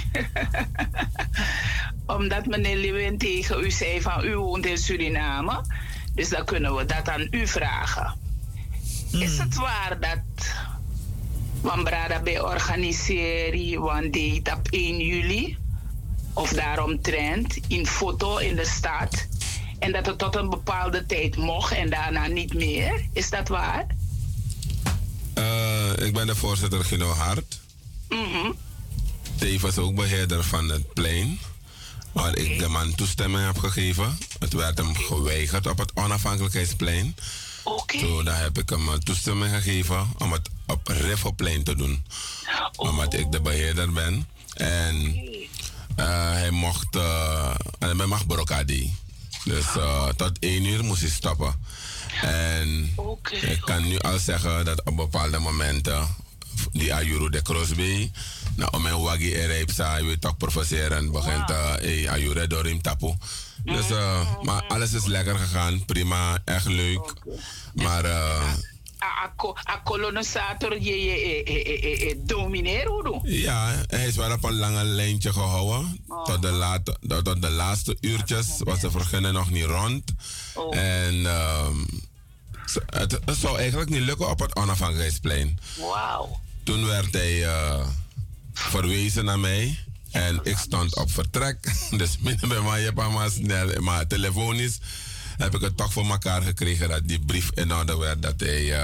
Omdat meneer Lewin tegen u zei van u woont in Suriname. Dus dan kunnen we dat aan u vragen. Is het waar dat Wambrada bij organiseert een date op 1 juli? Of daaromtrent in foto in de stad. En dat het tot een bepaalde tijd mocht en daarna niet meer. Is dat waar? Ik ben de voorzitter Gino Hart. Tevens ook beheerder van het plein. Waar ik de man toestemming heb gegeven. Het werd hem geweigerd op het onafhankelijkheidsplein. Toen heb ik hem toestemming gegeven om het op Riffelplein te doen. Omdat ik de beheerder ben. En hij mag brokadi. Dus tot 1 uur moest hij stoppen. En ik kan nu al zeggen dat op bepaalde momenten die Ayuru de Crosby, nou om mijn wagi ereipsa, je weet toch professeren, begint Ayuru door hem tapu. Dus, maar alles is lekker gegaan, prima, echt leuk. Maar A kolonisator je domineer hoe doen? Ja, hij is wel op een lange lijntje gehouden. Tot de laatste uurtjes was de vergunning nog niet rond. En het zou eigenlijk niet lukken op het onafhankelijkheidsplein. Wauw. Toen werd hij verwezen naar mij. En ik stond op vertrek. Dus minder bij mij, maar snel, maar telefonisch. heb ik het toch voor elkaar gekregen dat die brief in orde werd dat hij,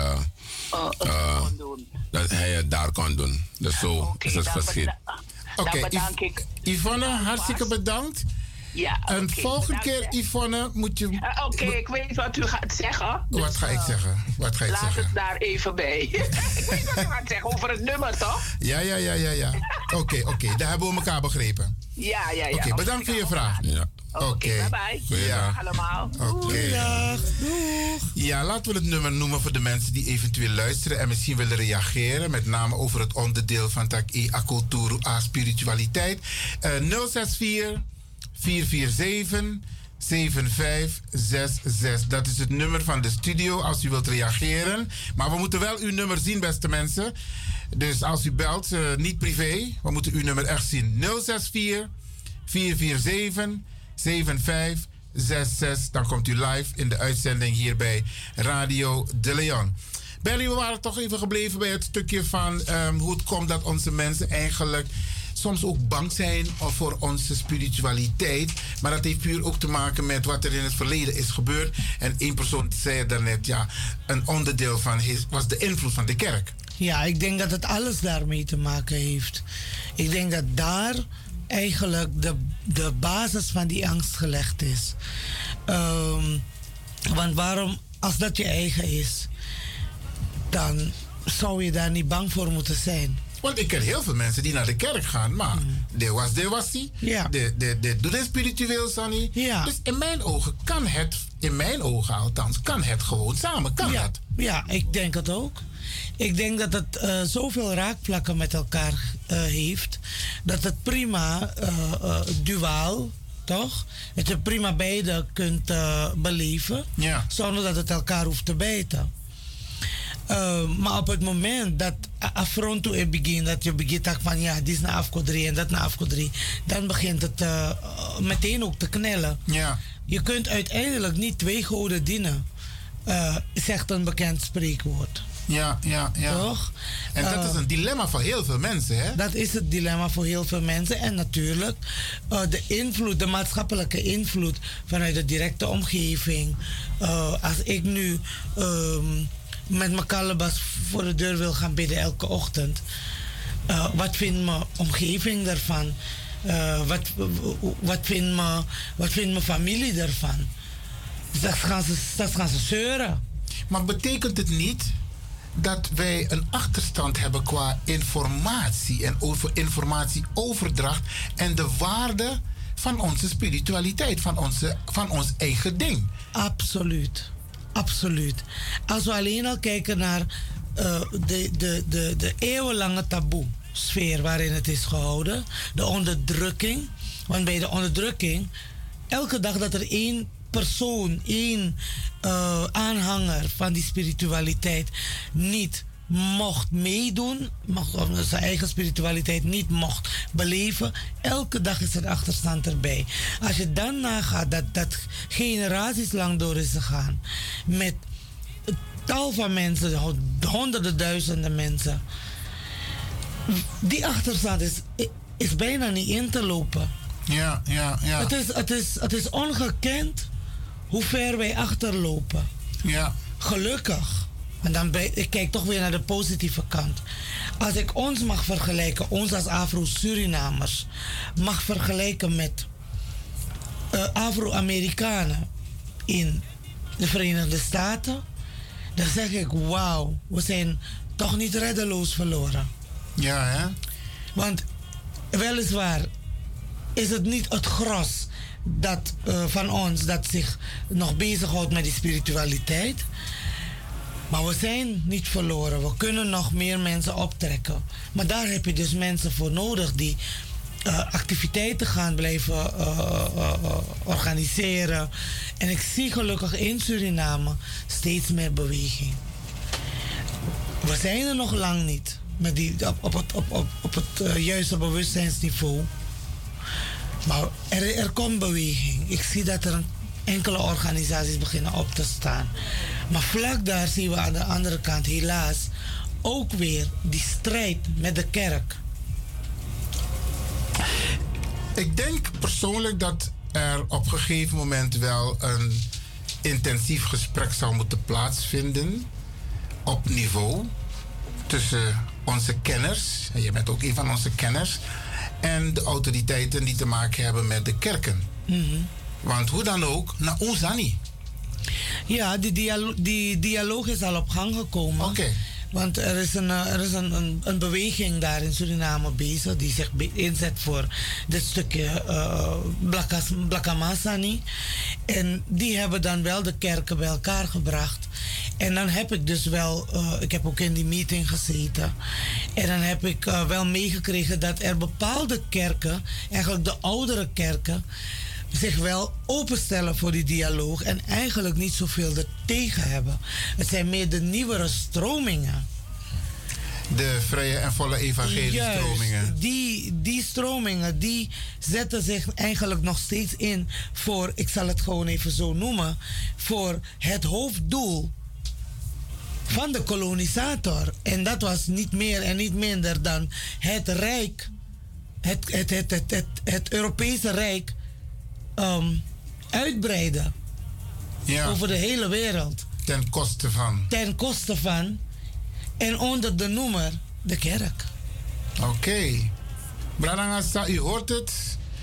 dat hij het daar kon doen. Dus zo is het verschil. Dan bedank ik. Yvonne, hartstikke bedankt. Ja, en volgende keer, Yvonne, moet je... Oké, ik weet wat u gaat zeggen. Dus, wat ga ik zeggen? Wat ga ik laat zeggen? het daar even bij. Ik weet wat u gaat zeggen over het nummer, toch? Ja. Oké, daar hebben we elkaar begrepen. Ja. Oké, bedankt voor je vraag. Ja. Oké, bye. Goeiedag allemaal. Oké. Ja, laten we het nummer noemen voor de mensen die eventueel luisteren en misschien willen reageren. Met name over het onderdeel van tak a cultuur, a spiritualiteit. 064 447 7566. Dat is het nummer van de studio als u wilt reageren. Maar we moeten wel uw nummer zien, beste mensen. Dus als u belt, niet privé. We moeten uw nummer echt zien. 064 447 7566. Dan komt u live in de uitzending hier bij Radio De Leon. Berry, we waren toch even gebleven bij het stukje van hoe het komt dat onze mensen eigenlijk soms ook bang zijn voor onze spiritualiteit. Maar dat heeft puur ook te maken met wat er in het verleden is gebeurd. En één persoon zei daarnet, ja, een onderdeel van was de invloed van de kerk. Ja, ik denk dat het alles daarmee te maken heeft. Ik denk dat daar eigenlijk de basis van die angst gelegd is. Want waarom, als dat je eigen is, dan zou je daar niet bang voor moeten zijn. Want ik ken heel veel mensen die naar de kerk gaan, maar de was die. Ja. De doet het spiritueel, Sunny. Ja. Dus in mijn ogen kan het, kan het gewoon samen. Kan het? Ja, ik denk het ook. Ik denk dat het zoveel raakvlakken met elkaar heeft, dat het prima duaal, toch? Dat je prima beide kunt beleven, zonder dat het elkaar hoeft te bijten. Maar op het moment dat affront toe begint, dat je begint van ja, dit is naar afkodrie en dat naar afkodrie, dan begint het meteen ook te knellen. Ja. Je kunt uiteindelijk niet twee goden dienen, zegt een bekend spreekwoord. Ja. Toch? En dat is een dilemma voor heel veel mensen, hè? Dat is het dilemma voor heel veel mensen. En natuurlijk de invloed, de maatschappelijke invloed vanuit de directe omgeving. Als ik nu met mijn kalebas voor de deur wil gaan bidden elke ochtend. Wat vindt mijn omgeving daarvan? Wat vindt mijn familie daarvan? Dat gaan ze zeuren. Maar betekent het niet dat wij een achterstand hebben qua informatie en over informatieoverdracht en de waarde van onze spiritualiteit, van ons eigen ding? Absoluut. Als we alleen al kijken naar de eeuwenlange taboe-sfeer waarin het is gehouden, de onderdrukking. Want bij de onderdrukking, elke dag dat er één aanhanger van die spiritualiteit niet mocht meedoen, of zijn eigen spiritualiteit niet mocht beleven, elke dag is er achterstand erbij. Als je dan nagaat dat generaties lang door is gegaan met tal van mensen, honderden duizenden mensen, die achterstand is bijna niet in te lopen. Ja. Het is ongekend hoe ver wij achterlopen. Ja. Gelukkig. En ik kijk toch weer naar de positieve kant. Als ik ons mag vergelijken, ons als Afro-Surinamers, mag vergelijken met Afro-Amerikanen in de Verenigde Staten, dan zeg ik, wauw, we zijn toch niet reddeloos verloren. Ja, hè? Want weliswaar is het niet het gros van ons dat zich nog bezighoudt met die spiritualiteit. Maar we zijn niet verloren. We kunnen nog meer mensen optrekken. Maar daar heb je dus mensen voor nodig die activiteiten gaan blijven organiseren. En ik zie gelukkig in Suriname steeds meer beweging. We zijn er nog lang niet met op het juiste bewustzijnsniveau. Maar er komt beweging. Ik zie dat er enkele organisaties beginnen op te staan. Maar vlak daar zien we aan de andere kant helaas ook weer die strijd met de kerk. Ik denk persoonlijk dat er op een gegeven moment wel intensief gesprek zou moeten plaatsvinden op niveau tussen onze kenners, en je bent ook een van onze kenners, en de autoriteiten die te maken hebben met de kerken. Want hoe dan ook, naar ons dan niet. Ja, die dialoog is al op gang gekomen. Oké. Want er is een beweging daar in Suriname bezig die zich inzet voor dit stukje Blakamasani. En die hebben dan wel de kerken bij elkaar gebracht. En dan heb ik dus wel, ik heb ook in die meeting gezeten. En dan heb ik wel meegekregen dat er bepaalde kerken, eigenlijk de oudere kerken, zich wel openstellen voor die dialoog en eigenlijk niet zoveel er tegen hebben. Het zijn meer de nieuwere stromingen. De vrije en volle evangeliestromingen. Juist, die stromingen die zetten zich eigenlijk nog steeds in voor, ik zal het gewoon even zo noemen, voor het hoofddoel van de kolonisator. En dat was niet meer en niet minder dan het Rijk, het Europese Rijk uitbreiden. Ja. Over de hele wereld. Ten koste van. Ten koste van. En onder de noemer de kerk. Oké. Branagasta, u hoort het.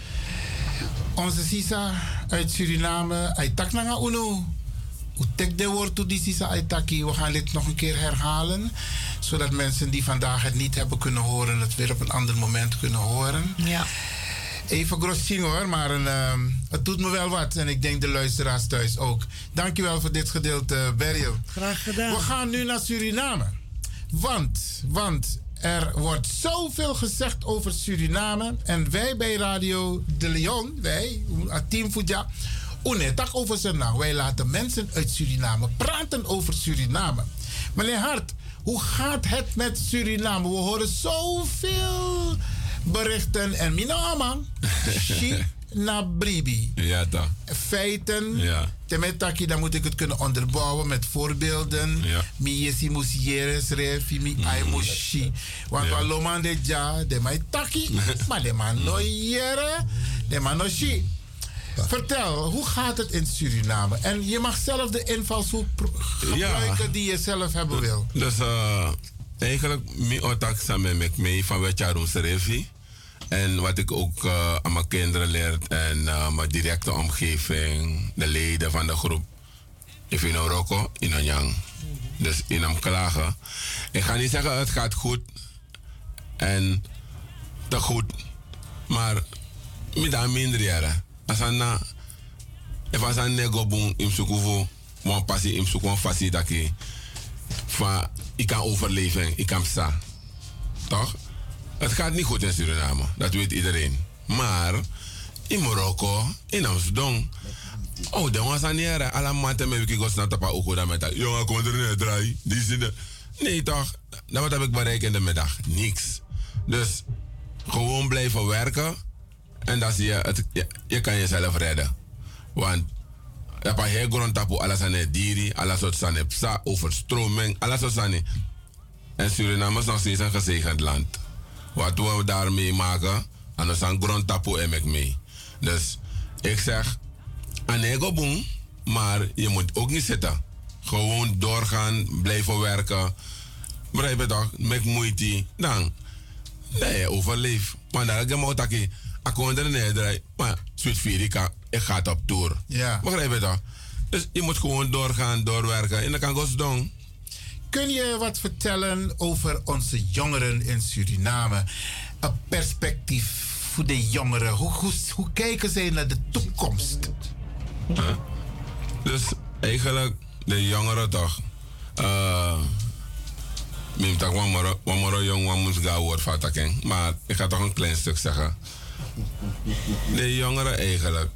Onze Sisa uit Suriname. Aitak nanga uno. Utek de woord toe die Sisa Aitaki. We gaan dit nog een keer herhalen. Zodat mensen die vandaag het niet hebben kunnen horen, het weer op een ander moment kunnen horen. Ja. Even grossing hoor, maar het doet me wel wat. En ik denk de luisteraars thuis ook. Dankjewel voor dit gedeelte, Beryl. Graag gedaan. We gaan nu naar Suriname. Want er wordt zoveel gezegd over Suriname. En wij bij Radio de Leon, wij, het team Fuja, tak over Suriname. Wij laten mensen uit Suriname praten over Suriname. Meneer Hart, hoe gaat het met Suriname? We horen zoveel berichten en minamang. Na bribi. Ja, toch. Feiten. Ja. Temetaki, dan moet ik het kunnen onderbouwen met voorbeelden. Ja. Mi yesi musiere schreef, mi ai mushi. Want we loman de ja, de mai taki, maar de man no yere, de man no shi. Vertel, hoe gaat het in Suriname? En je mag zelf de invalshoek gebruiken die je zelf hebben wil. Dus eigenlijk, mi otak samen met mij van Wetjarum Serefi. En wat ik ook aan mijn kinderen leer en mijn directe omgeving, de leden van de groep, ik vind Rocco in Anyang. Dus in hem klagen. Ik ga niet zeggen het gaat goed en te goed, maar met een minder jaren. Als een nego boom in Sukuvu, een passie in Sukuvu, een passie dat ik kan overleven, ik kan staan. Toch? Het gaat niet goed in Suriname, dat weet iedereen. Maar in Marokko, in Amsterdam, oh, dan was aan jaren. Alle maten met wie ik was naar Tapa ook dan met dat. Jongen, kom er niet draai. Die zin. Nee, toch? Dan wat heb ik bereikt in de middag? Niks. Dus gewoon blijven werken. En dan zie je, je kan jezelf redden. Want je hebt een heel grond tapu, alles aan het dieren, alles wat aan het psa, overstroming, alles wat aan het. En Suriname is nog steeds een gezegend land. Wat we daarmee maken, en ons aan grond tapu en ik mee. Dus ik zeg, een ego boom, maar je moet ook niet zitten. Gewoon doorgaan, blijven werken. Begrijp je toch? Met moeite. Dan, nee, overleef. Maar dan heb ik dat ik kon er niet draaien. Maar Sweet Firika, ik ga op tour. Ja. Begrijp je toch? Dus je moet gewoon doorgaan, doorwerken. En dan kan God doen. Kun je wat vertellen over onze jongeren in Suriname? Een perspectief voor de jongeren. Hoe kijken zij naar de toekomst? Dus eigenlijk, de jongeren toch. Ik dacht, one jong, one moest gaan woord van. Maar ik ga toch een klein stuk zeggen. De jongeren eigenlijk.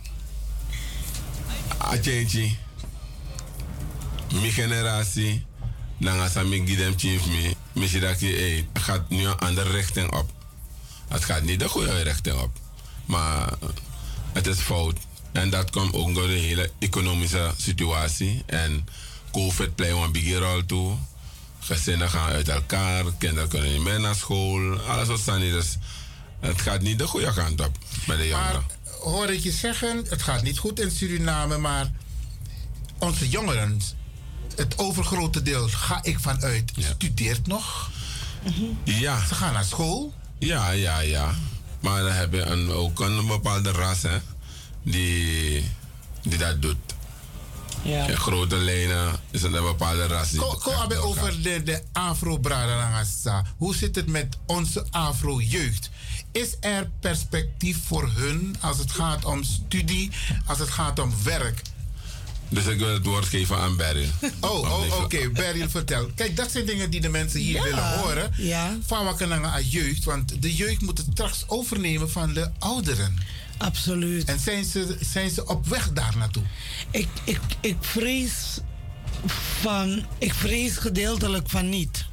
Atjentje. Mijn generatie. Dan ga ik gidem chief me. Misschien dat je het gaat nu een andere richting op. Het gaat niet de goede richting op. Maar het is fout. En dat komt ook door de hele economische situatie. En COVID pleit een big rol toe. Gezinnen gaan uit elkaar. Kinderen kunnen niet meer naar school. Alles wat staan niet. Dus het gaat niet de goede kant op met de jongeren. Maar hoor ik je zeggen, het gaat niet goed in Suriname. Maar onze jongeren, het overgrote deel, ga ik vanuit, studeert nog. Ja. Ze gaan naar school. Ja. Maar dan heb je ook een bepaalde ras hè, die dat doet. Ja. In grote lijnen is het een bepaalde ras. Kom over de Afro-Brada. Hoe zit het met onze Afro-jeugd? Is er perspectief voor hun als het gaat om studie, als het gaat om werk? Dus ik wil het woord geven aan Beryl. Oké. Beryl, vertel. Kijk, dat zijn dingen die de mensen hier willen horen. Ja. Van wat aan jeugd. Want de jeugd moet het straks overnemen van de ouderen. Absoluut. En zijn ze op weg daar naartoe? Ik vrees gedeeltelijk van niet.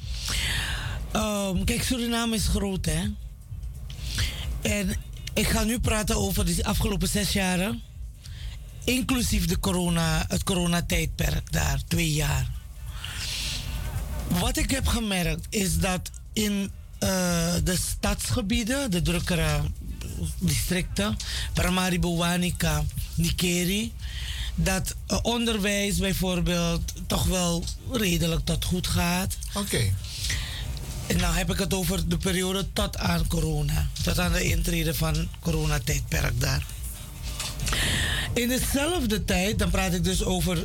Kijk, Suriname is groot, hè. En ik ga nu praten over de afgelopen 6 jaren. Inclusief het coronatijdperk daar, 2 jaar. Wat ik heb gemerkt is dat in de stadsgebieden, de drukkere districten, Paramaribo, Wanica, Nikeri, dat onderwijs bijvoorbeeld toch wel redelijk tot goed gaat. Oké. En nou heb ik het over de periode tot aan corona. Tot aan de intrede van coronatijdperk daar. In dezelfde tijd, dan praat ik dus over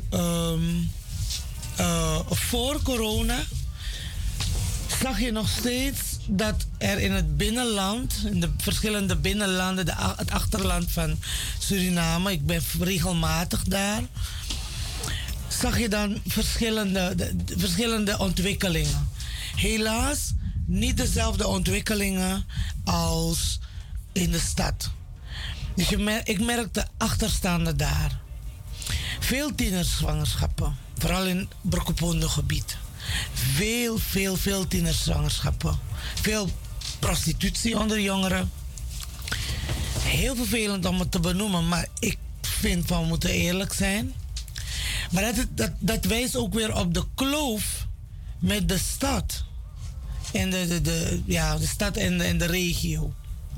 voor corona, zag je nog steeds dat er in het binnenland, in de verschillende binnenlanden, het achterland van Suriname, ik ben regelmatig daar, zag je dan verschillende ontwikkelingen. Helaas niet dezelfde ontwikkelingen als in de stad. Dus ik merkte achterstanden daar. Veel tienerzwangerschappen, vooral in Brokopondo gebied. Veel tienerzwangerschappen. Veel prostitutie onder jongeren. Heel vervelend om het te benoemen, maar ik vind van we moeten eerlijk zijn. Maar dat wijst ook weer op de kloof met de stad. En de stad en de regio.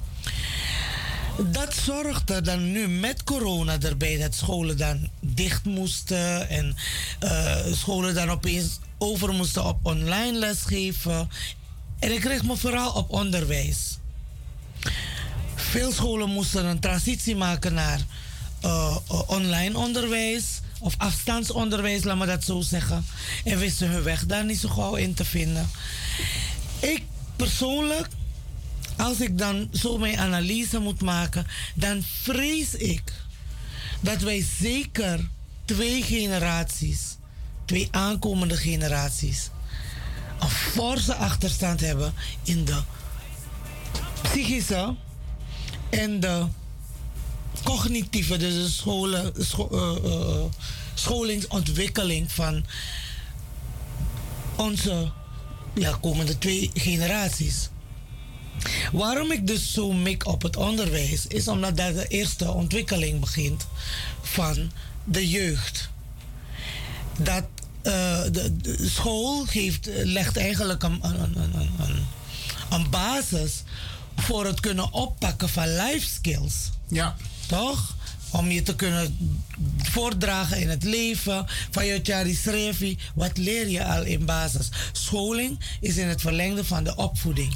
Dat zorgde dan nu met corona erbij dat scholen dan dicht moesten en scholen dan opeens over moesten op online lesgeven. En ik richt me vooral op onderwijs. Veel scholen moesten een transitie maken naar online onderwijs of afstandsonderwijs, laat me dat zo zeggen. En wisten hun weg daar niet zo gauw in te vinden. Ik persoonlijk, als ik dan zo mijn analyse moet maken, dan vrees ik dat wij zeker 2 aankomende generaties, een forse achterstand hebben in de psychische en de cognitieve, dus de scholingsontwikkeling van onze komende 2 generaties. Waarom ik dus zo mik op het onderwijs, is omdat daar de eerste ontwikkeling begint van de jeugd. Dat de school legt eigenlijk een basis voor het kunnen oppakken van life skills. Ja. Toch? Om je te kunnen voortdragen in het leven. Van je Jari Srevi, wat leer je al in basis? Scholing is in het verlengde van de opvoeding.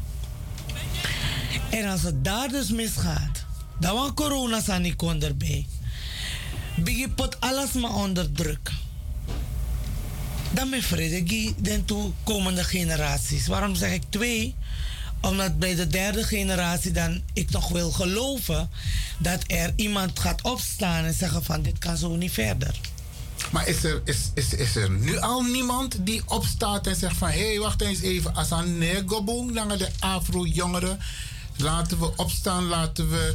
En als het daar dus misgaat, dan was corona zijn niet kon erbij. Bigi pot alles maar onder druk. Dan ben vrede de toekomende generaties. Waarom zeg ik 2? Omdat bij de 3e generatie dan ik nog wil geloven dat er iemand gaat opstaan en zeggen van dit kan zo niet verder. Maar is er nu al niemand die opstaat en zegt van hé, wacht eens even, als een negoboom lange de Afro-jongeren, laten we opstaan, laten we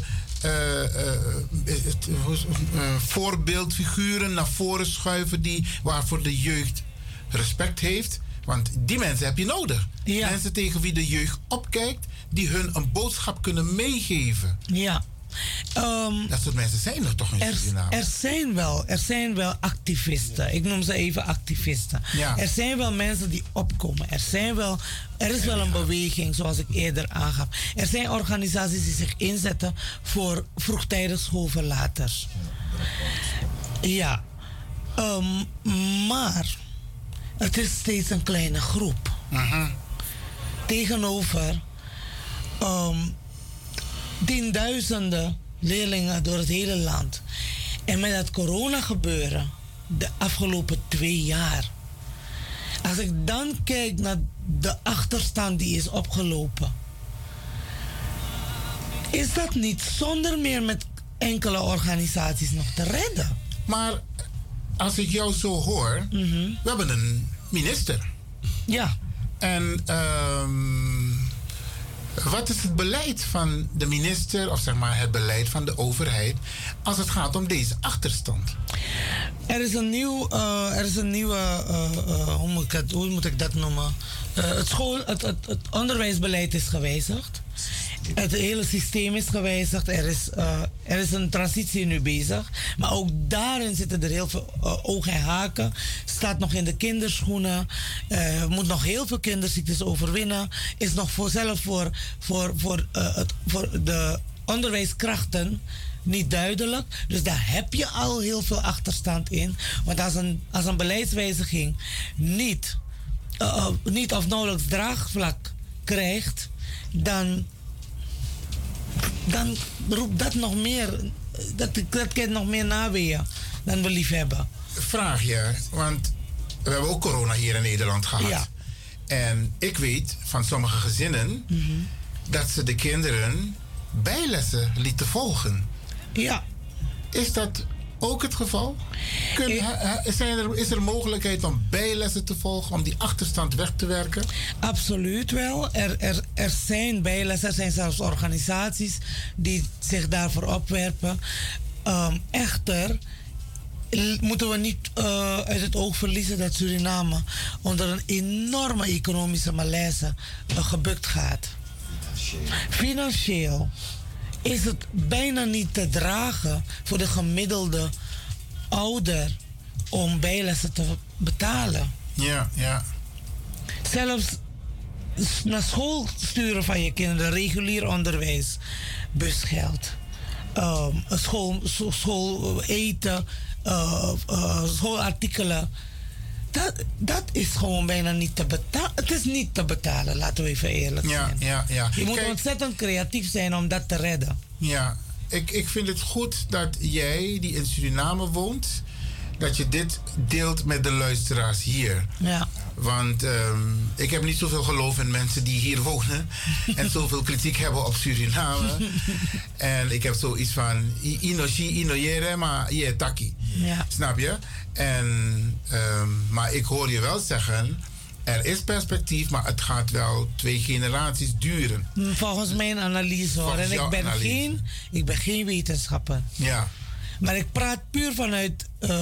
voorbeeldfiguren naar voren schuiven waarvoor de jeugd respect heeft. Want die mensen heb je nodig. Ja. Mensen tegen wie de jeugd opkijkt, die hun een boodschap kunnen meegeven. Ja. Dat soort mensen zijn er toch in Suriname? Er zijn wel activisten. Ik noem ze even activisten. Ja. Er zijn wel mensen die opkomen. Er is wel een beweging, zoals ik eerder aangaf. Er zijn organisaties die zich inzetten voor vroegtijdig schoolverlaters. Ja. Maar het is steeds een kleine groep. Tegenover tienduizenden leerlingen door het hele land. En met dat corona gebeuren de afgelopen 2 jaar. Als ik dan kijk naar de achterstand die is opgelopen. Is dat niet zonder meer met enkele organisaties nog te redden? Maar als ik jou zo hoor, we hebben een minister. Ja. En wat is het beleid van de minister, of zeg maar het beleid van de overheid, als het gaat om deze achterstand? Er is een nieuwe, hoe moet ik dat noemen? Het onderwijsbeleid is gewijzigd. Het hele systeem is gewijzigd. Er is een transitie nu bezig. Maar ook daarin zitten er heel veel ogen en haken. Staat nog in de kinderschoenen. Moet nog heel veel kinderziektes overwinnen. Is nog voor de onderwijskrachten niet duidelijk. Dus daar heb je al heel veel achterstand in. Want als een beleidswijziging niet of nauwelijks draagvlak krijgt, dan roept dat nog meer, dat kent nog meer naweeën dan we lief hebben. Vraag je, want we hebben ook corona hier in Nederland gehad. Ja. En ik weet van sommige gezinnen dat ze de kinderen bijlessen lieten volgen. Ja. Is dat ook het geval? Is er mogelijkheid om bijlessen te volgen, om die achterstand weg te werken? Absoluut wel. Er zijn bijlessen, er zijn zelfs organisaties die zich daarvoor opwerpen. Echter moeten we niet uit het oog verliezen dat Suriname onder een enorme economische malaise gebukt gaat. Financieel is het bijna niet te dragen voor de gemiddelde ouder om bijlessen te betalen. Ja, ja. Zelfs naar school sturen van je kinderen, regulier onderwijs, busgeld, school eten, schoolartikelen. Dat is gewoon bijna niet te betalen. Het is niet te betalen, laten we even eerlijk zijn. Ja. Je moet ontzettend creatief zijn om dat te redden. Ja, ik vind het goed dat jij, die in Suriname woont, dat je dit deelt met de luisteraars hier. Ja. Want ik heb niet zoveel geloof in mensen die hier wonen en zoveel kritiek hebben op Suriname. En ik heb zoiets van, inoshi, inoyere, maar je taki. Ja. Snap je? Maar ik hoor je wel zeggen, er is perspectief, maar het gaat wel 2 generaties duren. Volgens mijn analyse hoor. En ik ben geen wetenschapper. Ja. Maar ik praat puur vanuit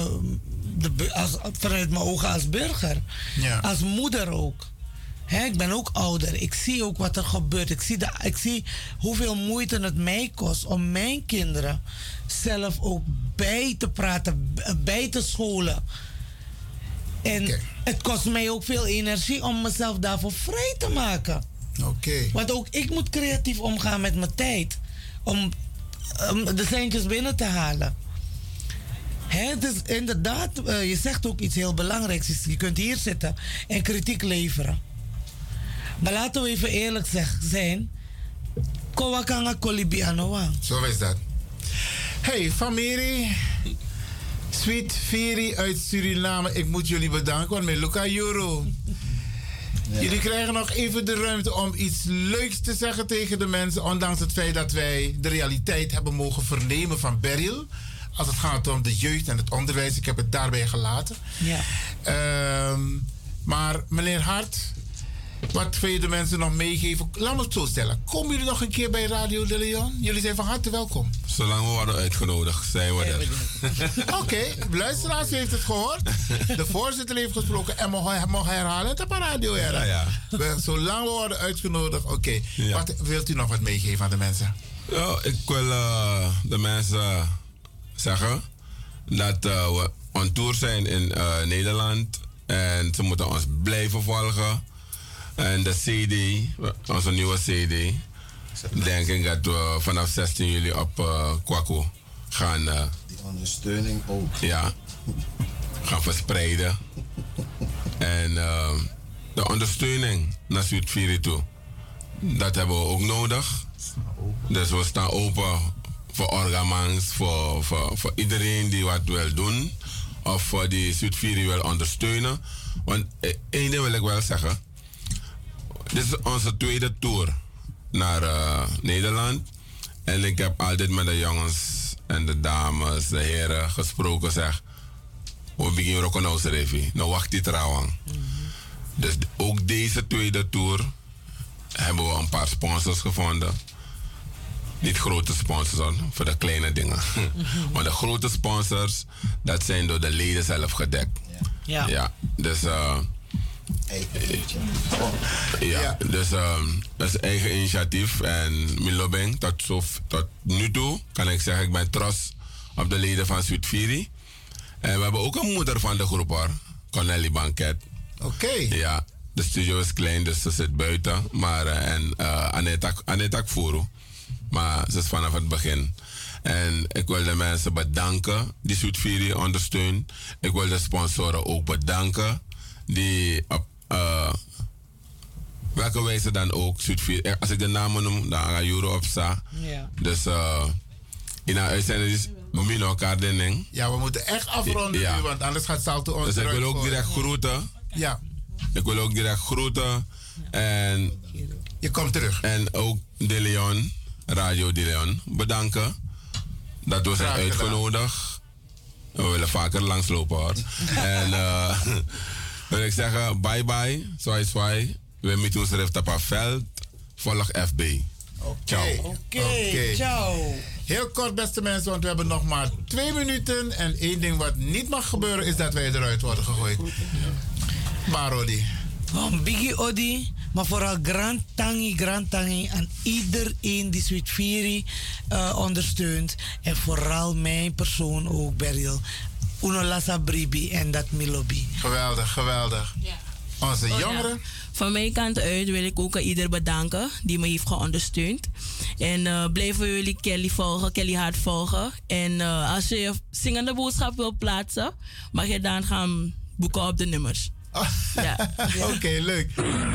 mijn ogen als burger. Ja. Als moeder ook. Ik ben ook ouder. Ik zie ook wat er gebeurt. Ik zie hoeveel moeite het mij kost om mijn kinderen zelf ook bij te praten, bij te scholen. En het kost mij ook veel energie om mezelf daarvoor vrij te maken. Want ook ik moet creatief omgaan met mijn tijd. Om de centjes binnen te halen. Dus inderdaad, je zegt ook iets heel belangrijks. Je kunt hier zitten en kritiek leveren. Maar laten we even eerlijk zijn. Kowakanga Kolibianoa. Zo is dat. Hey, familie. Sweet Firi uit Suriname. Ik moet jullie bedanken, want met Luca Juro. Ja. Jullie krijgen nog even de ruimte om iets leuks te zeggen tegen de mensen. Ondanks het feit dat wij de realiteit hebben mogen vernemen van Beryl. Als het gaat om de jeugd en het onderwijs. Ik heb het daarbij gelaten. Ja. Maar meneer Hart, wat wil je de mensen nog meegeven? Laat me het zo stellen. Komen jullie nog een keer bij Radio de Leon? Jullie zijn van harte welkom. Zolang we worden uitgenodigd, zijn we er. Oké, luisteraars heeft het gehoord. De voorzitter heeft gesproken en mag herhalen het op een radio. Ja. Zolang we worden uitgenodigd, oké. Ja. Wat wilt u nog wat meegeven aan de mensen? Ja, ik wil de mensen zeggen dat we on tour zijn in Nederland. En ze moeten ons blijven volgen. En de CD, onze nieuwe CD, denk ik dat we vanaf 16 juli op Kwaku gaan. Die ondersteuning ook. Ja. gaan verspreiden. En de ondersteuning naar Zuid-Viri toe, dat hebben we ook nodig. Dus we staan open voor orgamangs, voor iedereen die wat wil doen. Of voor die Zuid-Viri wil ondersteunen. Want één ding wil ik wel zeggen. Dit is onze tweede tour naar Nederland. En ik heb altijd met de jongens en de dames, de heren gesproken. Zeg, we beginnen ook een Revi. Nou wacht die trouwens. Dus ook deze tweede tour hebben we een paar sponsors gevonden. Niet grote sponsors, voor de kleine dingen. Maar de grote sponsors, dat zijn door de leden zelf gedekt. Ja. Dus dus dat is eigen initiatief. En Milobeng, tot nu toe kan ik zeggen, ik ben trots op de leden van Zuid-Viri. En we hebben ook een moeder van de groep hoor, Cornelie Banket. Oké. Ja, de studio is klein, dus ze zit buiten. Maar, en Aneta Furu. Maar ze is vanaf het begin. En ik wil de mensen bedanken die Zuid-Viri ondersteunen. Ik wil de sponsoren ook bedanken. Die op welke wijze dan ook Zuid-Viri. Als ik de namen noem, dan ga je op sta. Ja. Dus in haar uitzending is Mino Kardening. Ja, we moeten echt afronden nu, want anders gaat Salto ons. Dus ik wil ook direct groeten. Ja. Ik wil ook direct groeten. En je komt terug. En ook De Leon, Radio De Leon, bedanken. Dat we zijn uitgenodigd. We willen vaker langslopen hoor. En wil ik zeggen, bye bye. Swai. We moeten ons even op het veld. Volg FB. Ciao. Oké, ciao. Heel kort beste mensen, want we hebben nog maar 2 minuten. En één ding wat niet mag gebeuren is dat wij eruit worden gegooid. Barodi. Biggie Odi, maar vooral grand tangi aan iedereen die Zuid-Viri ondersteunt. En vooral mijn persoon ook, Beryl. Uno Lassa Bribi en dat Milobi. Geweldig. Ja. Onze jongeren. Ja. Van mijn kant uit wil ik ook ieder bedanken die me heeft geondersteund. En blijven jullie Kelly Hart volgen. En als je zingende boodschap wilt plaatsen, mag je dan gaan boeken op de nummers. Ja. Oké, leuk.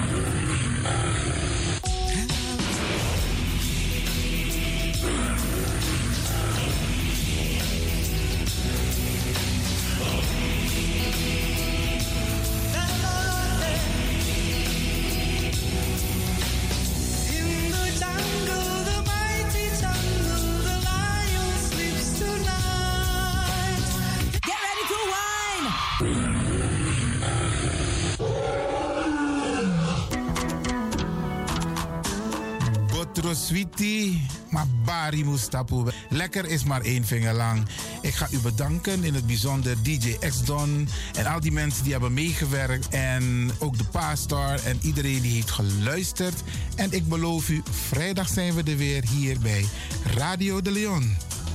Sweetie, maar Bari Mustapu. Lekker is maar 1 vinger lang. Ik ga u bedanken, in het bijzonder DJ X-Don en al die mensen die hebben meegewerkt. En ook de Pastor en iedereen die heeft geluisterd. En ik beloof u, vrijdag zijn we er weer hier bij Radio de Leon.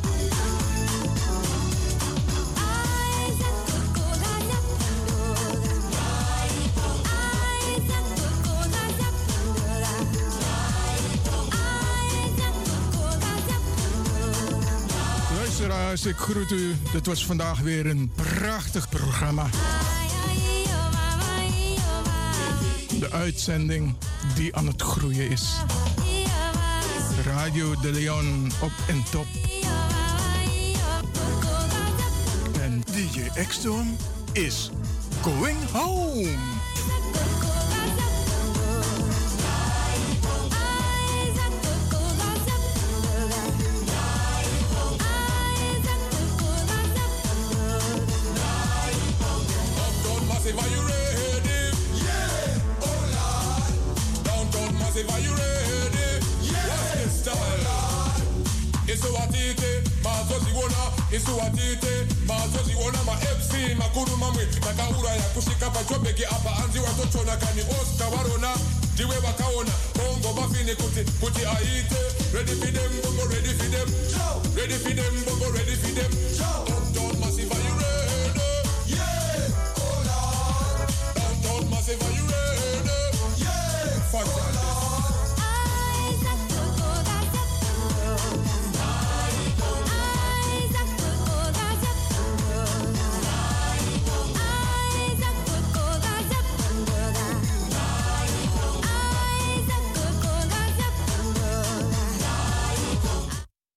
Ik groet u. Dit was vandaag weer een prachtig programma. De uitzending die aan het groeien is. Radio de Leon op en top. En DJ X-Don is going home. Are you ready? Yeah, oh Lord. Downtown Massive, are you ready? Yeah, what's this style? Isuatite, mazoziona, Isuatite, mazoziona, ma FC, makuru mamwe, nakaura ya kushika pachobeki apa anzi watochona kani Oscar warona, diwe wakaona, bongo bafini kuti aite, ready for